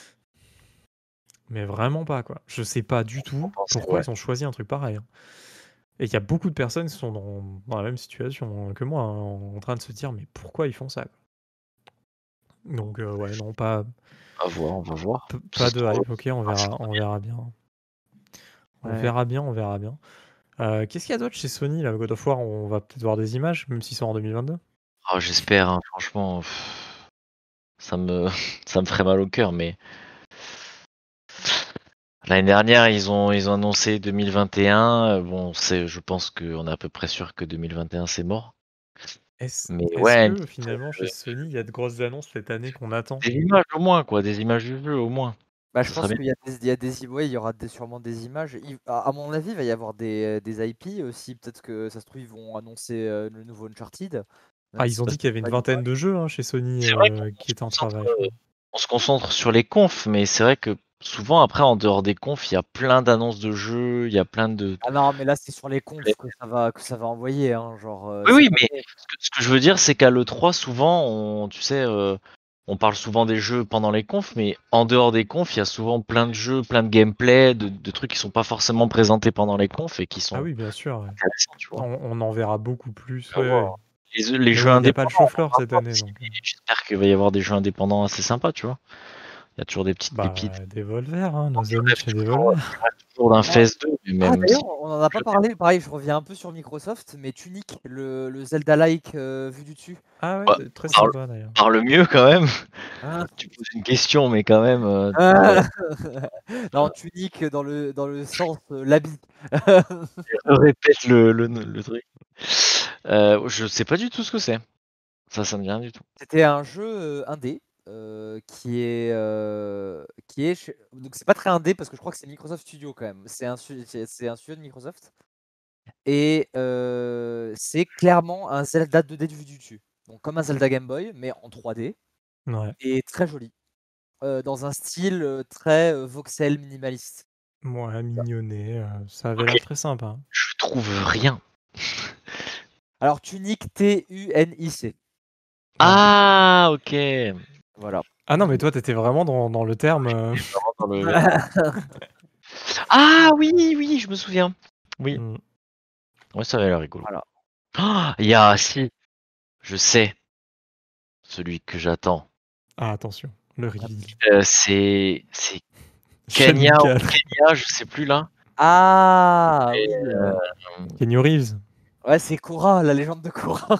Mais vraiment pas, quoi. Je sais pas du on tout pensait, pourquoi ouais. ils ont choisi un truc pareil, hein. Et il y a beaucoup de personnes qui sont dans la même situation que moi, hein, en train de se dire, mais pourquoi ils font ça, quoi. Donc ouais, non, On va voir. Ça pas se de trouve, hype, ok, on verra bien. On Ouais. verra bien, on verra bien. Qu'est-ce qu'il y a d'autre chez Sony, là? God of War, on va peut-être voir des images, même s'ils sont en 2022. oh, j'espère, hein, franchement, ça me, ça me ferait mal au cœur, mais l'année dernière, ils ont annoncé 2021. Bon, je pense qu'on est à peu près sûr que 2021 c'est mort. Est-ce Mais est-ce ouais, que finalement chez Sony, il y a de grosses annonces cette année qu'on attend? des images au moins, quoi, des images du jeu au moins. Bah, je Ça serait pense bien. qu'il y aura sûrement des images. À mon avis, il va y avoir des IP aussi. Peut-être que ça se trouve, ils vont annoncer le nouveau Uncharted. Ah, Même ils si ont c'est dit qu'il y avait une pas une vingtaine de jeux, hein, chez Sony, C'est vrai qui étaient en concentre, travail, je crois. on se concentre sur les confs, mais c'est vrai que souvent après, en dehors des confs, il y a plein d'annonces de jeux, il y a plein de. Ah non, mais là, c'est sur les confs que ça va envoyer. Hein, genre, Oui, cette oui, mais année. ce que je veux dire, c'est qu'à l'E3, souvent, tu sais, on parle souvent des jeux pendant les confs, mais en dehors des confs, il y a souvent plein de jeux, plein de gameplay, de trucs qui sont pas forcément présentés pendant les confs et qui Ah sont oui, bien sûr, ouais. intéressants, tu vois. On en verra beaucoup plus, On ouais, va ouais. Les Mais jeux bon, il y a pas le indépendants, on en chauffeur parle cette pas année, aussi, donc mais j'espère qu'il va y avoir des jeux indépendants assez sympas, tu vois. Il y a toujours des petites bah, pépites. Devolver, hein, Je nos amis de rêve chez toujours, Devolver. d'un Ah, FES 2, mais même d'ailleurs, si. on en a pas parlé. Pareil, je reviens un peu sur Microsoft, mais Tunic, le Zelda-like vu du dessus. Ah ouais, Bah, c'est très parle, sympa d'ailleurs. parle mieux quand même. Hein. Tu poses une question, mais quand même. Ouais. Non, Tunic dans le sens l'habit. Répète le truc. Je sais pas du tout ce que c'est. Ça me dit rien du tout. C'était un jeu indé donc c'est pas très indé parce que je crois que c'est Microsoft Studio quand même. C'est un studio de Microsoft et c'est clairement un Zelda 2D de vue du dessus. Donc comme un Zelda Game Boy mais en 3D Ouais. et très joli. Dans un style très voxel minimaliste. Ouais, mignonnet, ça avait Ok, l'air très sympa, hein. je trouve rien. Alors Tunic Tunic. Ouais. Ah, ok. Voilà. Ah non, mais toi, t'étais vraiment dans le terme. Vraiment dans Ah oui, oui, je me souviens. Oui. Hmm. Ouais, ça avait l'air rigolo. Voilà. Ah, il y a, si, je sais, celui que j'attends. Ah, attention, le reveal. C'est Sean Kenya ou Mikal. Kenya, je sais plus là. Ah Et, oui. Kenny Reeves. Ouais, c'est Korra, la légende de Korra.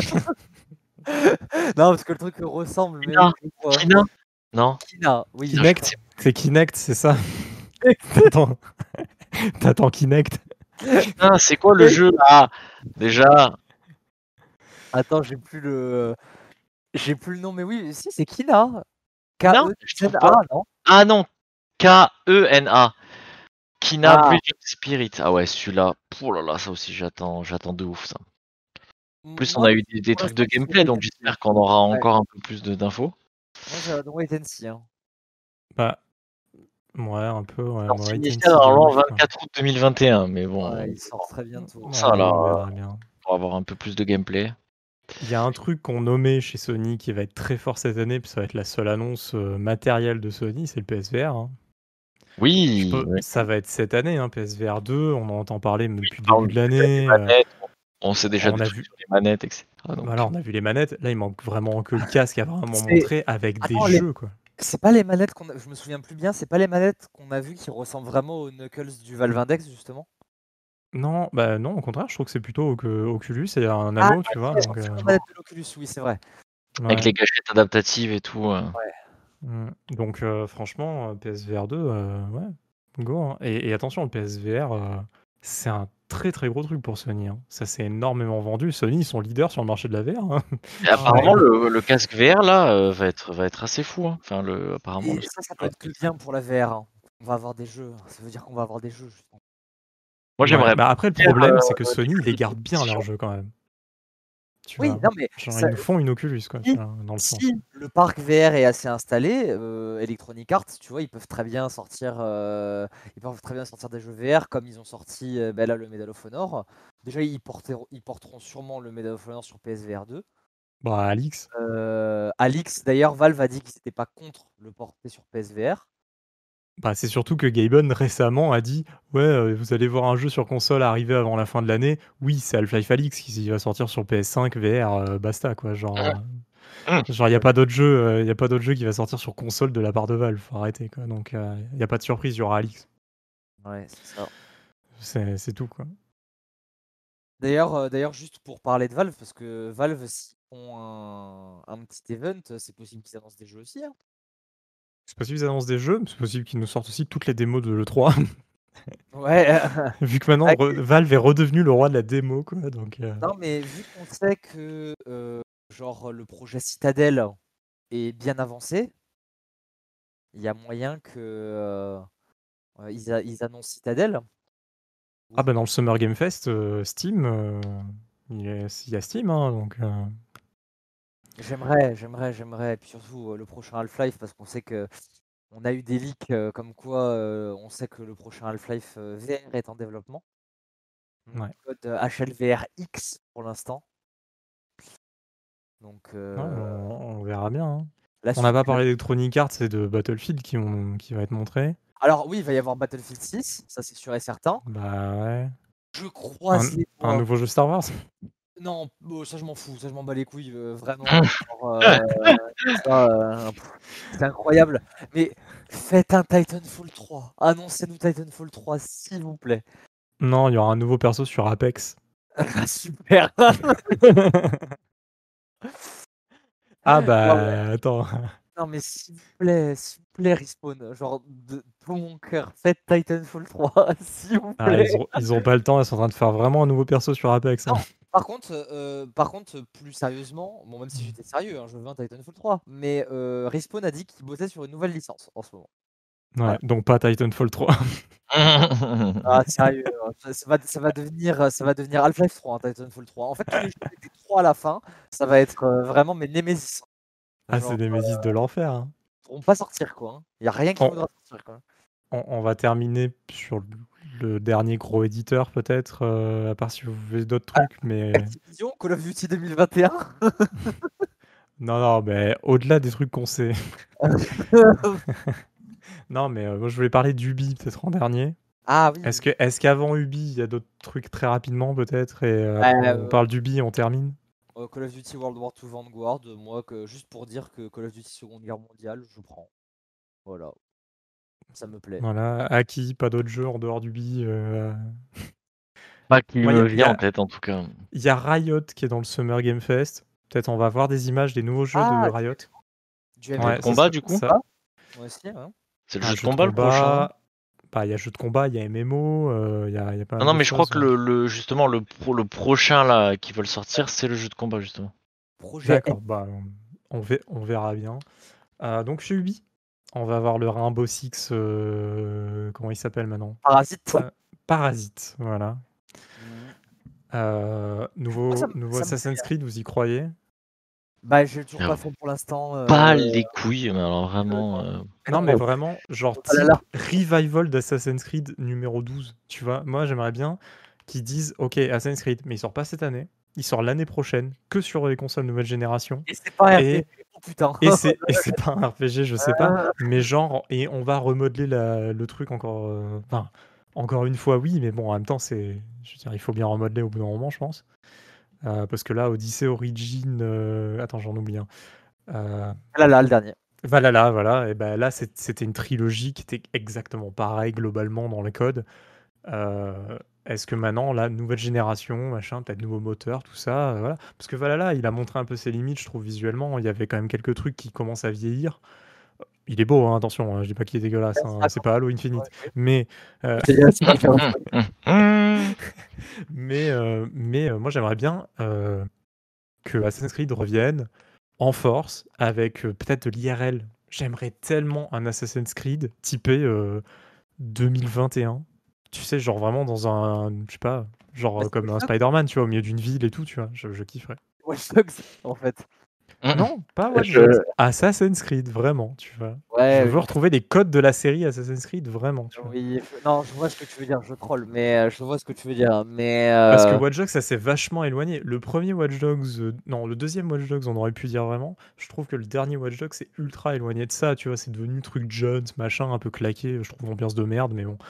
Non, parce que le truc ressemble, mais Kina, je vois. Kina? Non. Kina, oui. Kinect. C'est Kinect, c'est ça. T'attends. T'attends Kinect. Ah, c'est quoi le jeu là? Déjà. Attends, j'ai plus le nom, mais oui, si, c'est Kina. Non, je trouve pas. K-E-N-A, non? Ah non, Kena. Kina Ah. Bridge of Spirit. Ah ouais, celui-là. Oh là là, ça aussi j'attends de ouf ça. En plus, on Moi, a eu des pour trucs de l'instant, c'est gameplay, wait donc and see. j'espère qu'on aura Ouais. encore un peu plus d'infos. Moi, j'attends wait and see. Hein. Bah, ouais, un peu. Ouais, Sortie wait and initiale, see de normalement, ouf, quoi. 24 août 2021, mais bon, Ouais, il sort très bientôt. ça Ouais, là, on verra bien. pour avoir un peu plus de gameplay. Il y a un truc qu'on nommait chez Sony qui va être très fort cette année, puis ça va être la seule annonce matérielle de Sony, c'est le PSVR. Hein. Oui, oui. Ça va être cette année, hein, PSVR 2, on en entend parler depuis le Par début de exemple, l'année. les manettes, on sait déjà on des a trucs vu, sur les manettes, etc. Donc, voilà, on a vu les manettes. Là, il manque vraiment que le casque à vraiment C'est- montrer avec des Attends, jeux, quoi. c'est pas les manettes qu'on a... Je me souviens plus bien, c'est pas les manettes qu'on a vues qui ressemblent vraiment aux Knuckles du Valve Index, justement? Non, bah non, au contraire, je trouve que c'est plutôt que Oculus, il y a un Ah, anneau, tu vois. ok, Donc, c'est les manettes de l'Oculus, oui, c'est vrai. avec ouais. les gâchettes adaptatives et tout. Donc franchement, PSVR 2, ouais, go. Hein. Et attention, le PSVR, c'est un très très gros truc pour Sony. Hein. Ça s'est énormément vendu. Sony, ils sont leaders sur le marché de la VR. Hein. Et apparemment, le casque VR là va être assez fou. Hein. Enfin, apparemment, Et ça peut être que bien pour la VR. Hein. On va avoir des jeux. Ça veut dire qu'on va avoir des jeux, justement. Moi, j'aimerais. Ouais, bah après, le problème, c'est que Sony, ils les gardent bien leurs jeux quand même. Tu Oui, vois. non, mais Genre, ça- ils nous font une Oculus, quoi, tu si, vois, dans le sens. si le parc VR est assez installé, Electronic Arts, tu vois, ils peuvent très bien sortir des jeux VR comme ils ont sorti là, le Medal of Honor. Déjà, ils porteront sûrement le Medal of Honor sur PSVR 2. Bah, Alix. Alix, d'ailleurs, Valve a dit qu'ils n'étaient pas contre le porter sur PSVR. Bah, c'est surtout que Gaben récemment a dit ouais, vous allez voir un jeu sur console arriver avant la fin de l'année. Oui, c'est Half-Life Alyx qui va sortir sur PS5, VR, basta quoi. Genre, il y a pas d'autre jeu, il y a pas d'autre jeu qui va sortir sur console de la part de Valve. Faut arrêter quoi. Donc, il y a pas de surprise, il y aura Alyx. Ouais, c'est ça. C'est tout quoi. D'ailleurs, juste pour parler de Valve, parce que Valve, s'ils font un petit event, c'est possible qu'ils annoncent des jeux aussi. Hein. C'est possible qu'ils annoncent des jeux, mais c'est possible qu'ils nous sortent aussi toutes les démos de l'E3. Ouais. Vu que maintenant Valve est redevenu le roi de la démo quoi. Donc, Non, mais vu qu'on sait que genre le projet Citadel est bien avancé, il y a moyen que ils annoncent Citadel. ah bah dans le Summer Game Fest, Steam, il y a Steam, hein, donc. J'aimerais, et puis surtout le prochain Half-Life, parce qu'on sait que on a eu des leaks comme quoi on sait que le prochain Half-Life VR est en développement. Ouais. Code HLVR-X pour l'instant. Donc Ouais, on verra bien. Hein. la On n'a suite, pas parlé d'Electronic Arts et de Battlefield qui va être montré. Alors oui, il va y avoir Battlefield 6, ça c'est sûr et certain. Bah ouais. Je croise les Un doigts. nouveau jeu Star Wars. Non, ça je m'en fous, ça je m'en bats les couilles, vraiment. C'est incroyable. Mais faites un Titanfall 3. Annoncez-nous Titanfall 3, s'il vous plaît. Non, il y aura un nouveau perso sur Apex. Super. Ah bah attends. Non mais s'il vous plaît, Respawn, genre de tout mon cœur, faites Titanfall 3, s'il vous Ah, plaît. ils ont pas le temps, ils sont en train de faire vraiment un nouveau perso sur Apex. Hein. Non, par contre, plus sérieusement, bon, même si j'étais sérieux, hein, je veux un Titanfall 3, mais Respawn a dit qu'il bossait sur une nouvelle licence en ce moment. Ouais, Voilà. donc pas Titanfall 3. Ah, sérieux, ça va devenir Half-Life 3, hein, Titanfall 3. En fait, tous les jeux avec des 3 à la fin, ça va être vraiment mes Nemesis. Ah, Genre, c'est Nemesis de l'enfer. Hein. ils pourront pas sortir, quoi. Hein. Il n'y a rien qui voudra sortir, quoi. On va terminer sur le dernier gros éditeur, peut-être, à part si vous voulez d'autres trucs, mais. Activision, Call of Duty 2021. Non, mais au-delà des trucs qu'on sait. Non, mais moi je voulais parler d'Ubi peut-être en dernier. Ah oui. Est-ce qu'avant Ubi, il y a d'autres trucs très rapidement peut-être et après, on parle d'Ubi et on termine? Call of Duty World War II Vanguard, moi, juste pour dire que Call of Duty Seconde Guerre mondiale, je prends. Voilà. Ça me plaît. Voilà, Aki, pas d'autres jeux en dehors d'Ubi. Pas qui Moi, me vient en tête en tout cas. Il y a Riot qui est dans le Summer Game Fest. Peut-être on va voir des images des nouveaux jeux de Riot. Du Ouais, combat du coup Moi aussi, ouais. C'est le jeu de combat le prochain. Bah, il y a jeu de combat, il y a MMO, il y a pas mal Non, de mais je crois choses, que justement le prochain là qui veulent sortir, c'est le jeu de combat justement. Projet D'accord, bah, on verra bien. Donc chez Ubi, On va avoir le Rainbow Six. Comment il s'appelle maintenant? Parasite. Parasite, voilà. Nouveau ça me Assassin's Creed, vous y croyez? Bah, j'ai toujours pas Alors, fait pour l'instant. Pas les couilles, mais alors vraiment. Non, mais vraiment, genre Oh là là. type revival d'Assassin's Creed numéro 12. Tu vois, moi j'aimerais bien qu'ils disent ok, Assassin's Creed, mais il sort pas cette année, il sort l'année prochaine, que sur les consoles nouvelle génération. Et c'est pas un Et- RPG. Oh putain. Et c'est pas un RPG, je sais pas, mais genre, et on va remodeler le truc encore. Enfin, encore une fois, oui, mais bon, en même temps, je veux dire, il faut bien remodeler au bout d'un moment, je pense. Parce que là, Odyssey Origin. Attends, j'en oublie un. Là, le dernier. Valhalla, voilà. Et ben là, c'était une trilogie qui était exactement pareil globalement dans les codes. Est-ce que maintenant, la nouvelle génération, machin, peut-être nouveau moteur, tout ça, voilà. Parce que Valhalla, il a montré un peu ses limites, je trouve, visuellement. Il y avait quand même quelques trucs qui commencent à vieillir. Il est beau, hein, attention, je dis pas qu'il est dégueulasse, hein, c'est pas Halo Infinite. Mais, mais moi, j'aimerais bien que Assassin's Creed revienne en force avec peut-être de l'IRL. J'aimerais tellement un Assassin's Creed typé 2021. Tu sais, genre vraiment dans un, je sais pas, genre Bah, comme un c'est Spider-Man, tu vois, au milieu d'une ville et tout, tu vois. Je kifferais. Watch Dogs, en fait. Non, pas Watch Je- Dogs. Assassin's Creed, vraiment, tu vois. Ouais, Je veux retrouver les codes de la série Assassin's Creed, vraiment, tu vois. oui, non, je vois ce que tu veux dire, je troll, mais je vois ce que tu veux dire, mais Parce que Watch Dogs, ça s'est vachement éloigné. Le premier Watch Dogs, non, le deuxième Watch Dogs, on aurait pu dire vraiment. Je trouve que le dernier Watch Dogs, c'est ultra éloigné de ça, tu vois. C'est devenu truc Jones, machin, un peu claqué. Je trouve l'ambiance de merde, mais bon.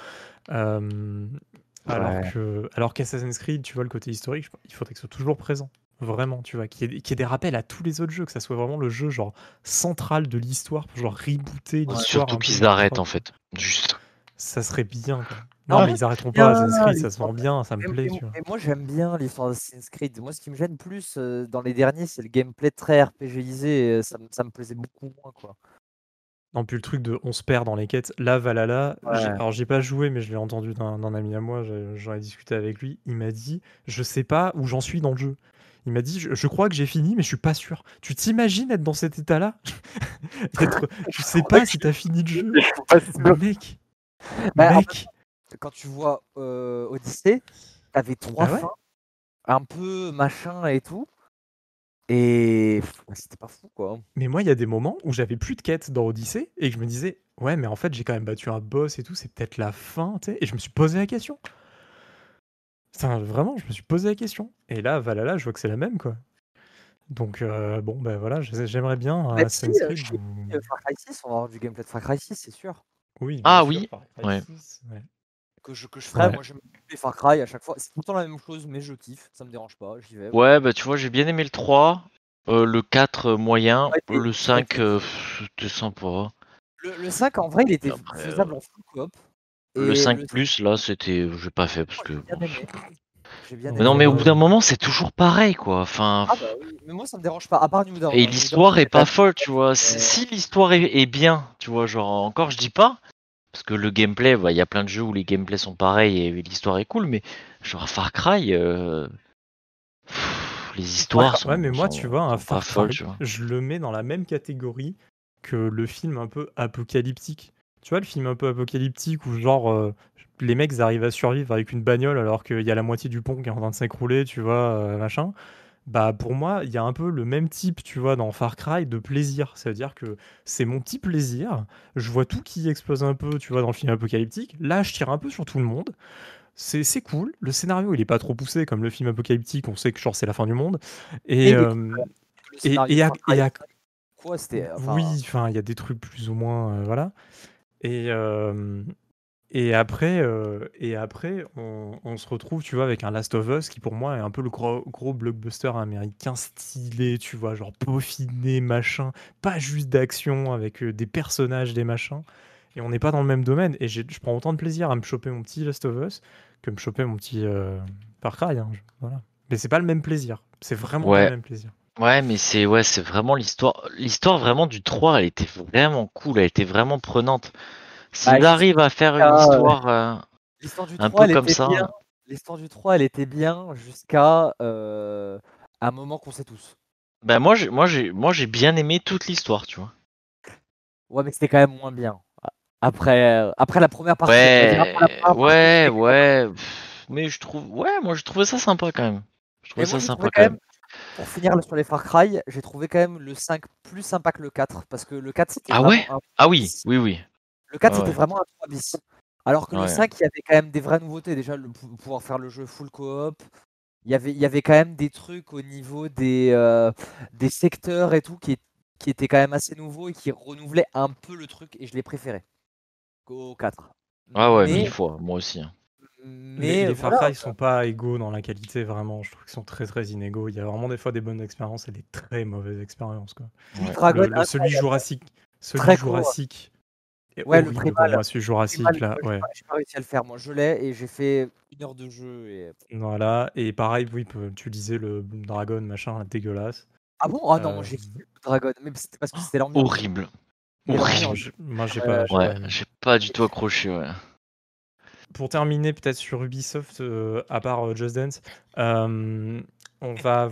Alors qu'Assassin's Creed, tu vois, le côté historique, il faudrait que ce soit toujours présent. Vraiment, tu vois, qu'il y ait des rappels à tous les autres jeux, que ça soit vraiment le jeu genre central de l'histoire pour genre rebooter l'histoire. Surtout un peu qu'ils dans arrêtent trois- en fait. Juste. Ça serait bien, quoi. Non, Non, mais ils arrêteront pas Assassin's Creed, ça se vend bien, ça me Et, plaît, et- tu vois. et moi j'aime bien l'histoire d'Assassin's Creed. Moi ce qui me gêne plus dans les derniers c'est le gameplay très RPGisé. Ça me plaisait beaucoup moins quoi. Non, puis le truc de on se perd dans les quêtes. Là, Valhalla, Ouais. alors j'ai pas joué, mais je l'ai entendu d'un ami à moi, j'en ai discuté avec lui. Il m'a dit, je sais pas où j'en suis dans le jeu. Il m'a dit, je crois que j'ai fini, mais je suis pas sûr. Tu t'imagines être dans cet état-là? Tu sais pas si t'as fini le jeu. Mec, Bah, en mec. Quand tu vois Odyssey, t'avais trois Ah ouais fins, un peu machin et tout. Et c'était pas fou quoi. Mais moi, il y a des moments où j'avais plus de quêtes dans Odyssey et que je me disais, ouais, mais en fait, j'ai quand même battu un boss et tout, c'est peut-être la fin, tu sais. Et je me suis posé la question. Enfin, vraiment, je me suis posé la question. Et là, Valhalla, je vois que c'est la même, quoi. Donc, bon, ben voilà, j'aimerais bien un Bah, Assassin's si, Creed. je t'ai dit, Far Cry 6, on va avoir du gameplay de Far Cry 6, c'est sûr. Oui, Ah bien sûr, oui, Far Cry ouais. 6, ouais. Que je ferais. Ouais. Moi j'aime les Far Cry à chaque fois. C'est tout le temps la même chose, mais je kiffe, ça me dérange pas, j'y vais. Ouais, bah tu vois, j'ai bien aimé le 3, le 4 moyen, Ouais, le 5 c'était sympa. Le 5 en vrai il était Après, faisable en full coop. Le Et 5 plus, là, c'était. J'ai pas fait parce moi, que. j'ai bien aimé. J'ai bien Mais Mais non, aimé. mais au Ouais. bout d'un moment, c'est toujours pareil, quoi. Enfin. Ah bah oui, mais moi ça me dérange pas, à part New Dawn. Et New l'histoire Dawn, est c'est pas la- folle, tu vois. Si l'histoire est bien, tu vois, genre, encore, je dis pas. Parce que le gameplay, bah, il y a plein de jeux où les gameplays sont pareils et l'histoire est cool, mais genre Far Cry, les histoires Ouais, mais moi, tu vois, un sont pas Far folles, Cry, tu vois. je le mets dans la même catégorie que le film un peu apocalyptique. Tu vois, le film un peu apocalyptique où, genre, les mecs arrivent à survivre avec une bagnole alors qu'il y a la moitié du pont qui est en train de s'écrouler, tu vois, machin. Bah, pour moi, il y a un peu le même type, tu vois, dans Far Cry de plaisir. C'est-à-dire que c'est mon petit plaisir. Je vois tout qui explose un peu, tu vois, dans le film apocalyptique. Là, je tire un peu sur tout le monde. C'est cool. Le scénario, il est pas trop poussé comme le film apocalyptique. On sait que genre c'est la fin du monde. Et Et, il est euh, cool, le et, scénario et à- Far Cry, et à- quoi, c'était. oui, enfin, il y a des trucs plus ou moins, voilà. Et, euh, et après, on se retrouve, tu vois, avec un Last of Us qui pour moi est un peu le gros blockbuster américain stylé, tu vois, genre peaufiné, machin, pas juste d'action avec des personnages, des machins. Et on n'est pas dans le même domaine. Et je prends autant de plaisir à me choper mon petit Last of Us que me choper mon petit Far Cry, hein, voilà. Mais c'est pas le même plaisir. C'est vraiment pas le Ouais. même plaisir. Ouais, mais c'est vraiment l'histoire. L'histoire vraiment du 3, elle était vraiment cool, elle était vraiment prenante. S'ils Bah, arrivent à faire une histoire l'histoire du un 3, peu elle comme était bien. ça. L'histoire du 3, elle était bien jusqu'à un moment qu'on sait tous. Ben moi j'ai bien aimé toute l'histoire, tu vois. Ouais, mais c'était quand même moins bien. Après la première partie, on va dire après la première partie, c'était quand même- Mais moi je trouvais ça sympa quand même. Je trouvais Et moi, ça j'ai sympa trouvé quand quand même. même, pour finir sur les Far Cry, j'ai trouvé quand même le 5 plus sympa que le 4, parce que le 4, c'était Ah ouais? vraiment un 3 Ah oui, bis. oui. Le 4, Ouais, c'était ouais. vraiment un 3 bis. Alors que le Ouais. 5, il y avait quand même des vraies nouveautés. Déjà, pouvoir faire le jeu full coop. Il y avait quand même des trucs au niveau des secteurs et tout qui étaient quand même assez nouveaux et qui renouvelaient un peu le truc. Et je les préférais au 4. Ah ouais, 1000 Mais, fois, moi aussi. Les Far voilà. Cry sont pas égaux dans la qualité, vraiment. Je trouve qu'ils sont très très inégaux. Il y a vraiment des fois des bonnes expériences et des très mauvaises expériences, quoi. Ouais. Dragon, Celui très court. Jurassique est Ouais, le horrible pour Primal. moi, celui Jurassique là, ouais. J'ai pas réussi à le faire. Moi, je l'ai et j'ai fait 1 heure de jeu. Voilà, et pareil, oui, tu disais le Dragon, machin, dégueulasse. Ah bon? Ah non, moi Euh, j'ai kiffé le Dragon. Mais c'était parce que c'était l'ambiance. Horrible. Et Horrible. l'ambiance. Moi, j'ai Ouais. pas Ouais, aimé. j'ai pas du tout accroché, ouais. Pour terminer, peut-être sur Ubisoft, à part Just Dance, on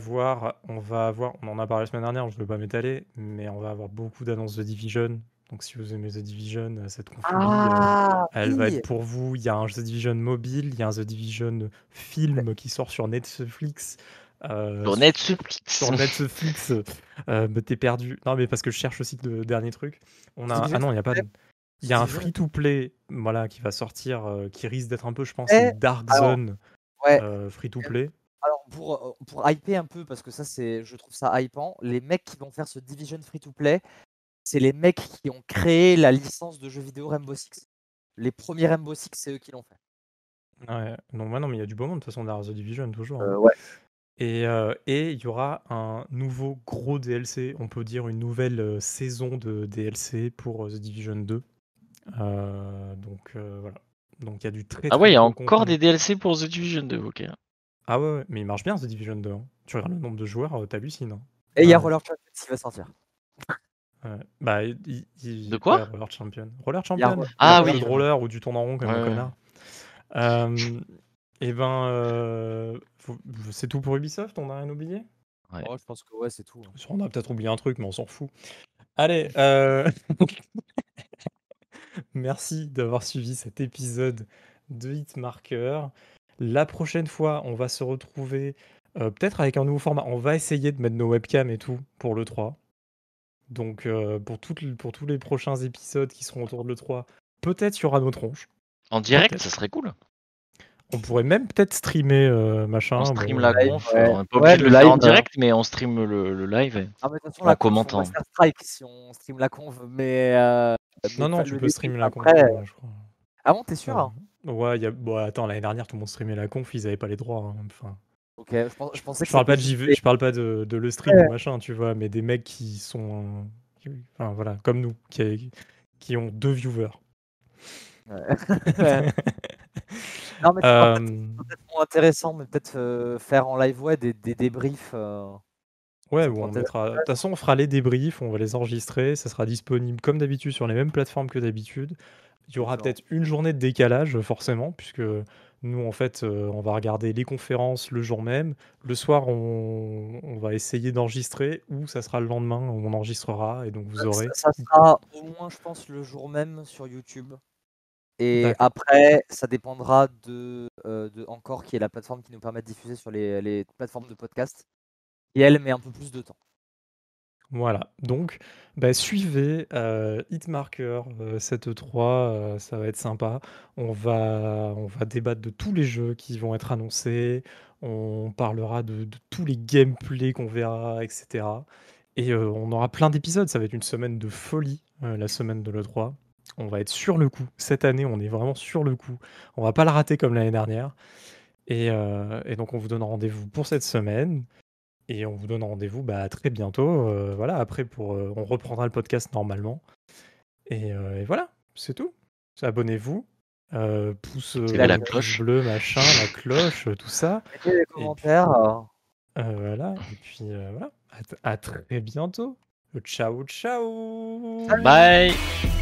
en a parlé la semaine dernière, je ne veux pas m'étaler, mais on va avoir beaucoup d'annonces de Division. Donc si vous aimez The Division, cette confulie, Ah elle va oui. être pour vous. Il y a un The Division mobile, il y a un The Division film qui sort sur Netflix. Sur Netflix. Sur Netflix, mais t'es perdu. Non, mais parce que je cherche aussi le dernier truc. Ah non, il n'y a pas de... Il y a un free-to-play, voilà, qui va sortir, qui risque d'être un peu, je pense, Eh, une Dark alors, Zone ouais. free-to-play. Alors pour hyper un peu, parce que ça je trouve ça hypant, les mecs qui vont faire ce Division free-to-play, c'est les mecs qui ont créé la licence de jeux vidéo Rainbow Six. Les premiers Rainbow Six, c'est eux qui l'ont fait. Ouais, non, mais il y a du beau monde de toute façon derrière The Division, toujours. Hein. Ouais. Et il y aura un nouveau gros DLC, on peut dire une nouvelle saison de DLC pour The Division 2. Donc voilà. Donc il y a du très Ah très ouais, il y a gros encore contenu. des DLC pour The Division 2, ok. Ah ouais, mais il marche bien The Division 2. Hein. Tu regardes le nombre de joueurs, t'hallucines. Hein. Et il y a Ouais. Roller Champions qui va sortir. Ouais. Bah, De quoi? ouais, Roller Champion. Roller Il y a- Champion. il y a Ah Le Roller jeu oui. de roller où tu tournes en rond comme un Ouais. connard. Et ben, c'est tout pour Ubisoft, on n'a rien oublié? Ouais. Oh, je pense que ouais, c'est tout. On a peut-être oublié un truc, mais on s'en fout. Allez, merci d'avoir suivi cet épisode de Hitmarker. La prochaine fois, on va se retrouver peut-être avec un nouveau format. On va essayer de mettre nos webcams et tout pour le 3. Donc, pour tous les prochains épisodes qui seront autour de l'E3, peut-être il y aura nos tronches. En direct, Peut-être. ça serait cool. On pourrait même peut-être streamer machin. On stream bon, la live, conf, ouais. on n'est pas Ouais, obligé de le le faire en live, direct, mais on stream le live Ah, mais de toute façon, en la conf, on va commentant. se faire strike si on stream la conf. Mais Non, tu le peux streamer débrief la conf, après. je crois. Ah bon, t'es sûr? Hein Ouais, bon, attends, l'année dernière, tout le monde streamait la conf, ils avaient pas les droits. Hein, enfin, Ok, je pensais que je parle pas c'était juste je parle pas de le stream Ouais. ou machin, tu vois, mais des mecs qui sont, enfin voilà, comme nous, qui ont 2 viewers. Ouais. Non, mais c'est peut-être moins intéressant, mais peut-être faire en live des débriefs. Ouais, Ça où pourrait on peut-être mettra. De toute façon, on fera les débriefs, on va les enregistrer, ça sera disponible comme d'habitude sur les mêmes plateformes que d'habitude. Il y aura Excellent. peut-être une journée de décalage, forcément, puisque nous, en fait, on va regarder les conférences le jour même. Le soir, on va essayer d'enregistrer, ou ça sera le lendemain où on enregistrera, et donc vous aurez. Ça sera au moins, je pense, le jour même sur YouTube. Et D'accord. après, ça dépendra de Encore, qui est la plateforme qui nous permet de diffuser sur les plateformes de podcast. Et elle met un peu plus de temps. Voilà, donc suivez Hitmarker cette E3, ça va être sympa. On va débattre de tous les jeux qui vont être annoncés, on parlera de tous les gameplays qu'on verra, etc. Et on aura plein d'épisodes, ça va être une semaine de folie, la semaine de l'E3. On va être sur le coup. Cette année, on est vraiment sur le coup. On va pas le rater comme l'année dernière. Et donc, on vous donne rendez-vous pour cette semaine. Et on vous donne rendez-vous très bientôt. Voilà, après, on reprendra le podcast normalement. Et voilà, c'est tout. Abonnez-vous. Pouce, Activez la pouce cloche. bleu, machin, la cloche, tout ça. Mettez les commentaires. Voilà. Et puis voilà. À très bientôt. Ciao, ciao. Salut. Bye.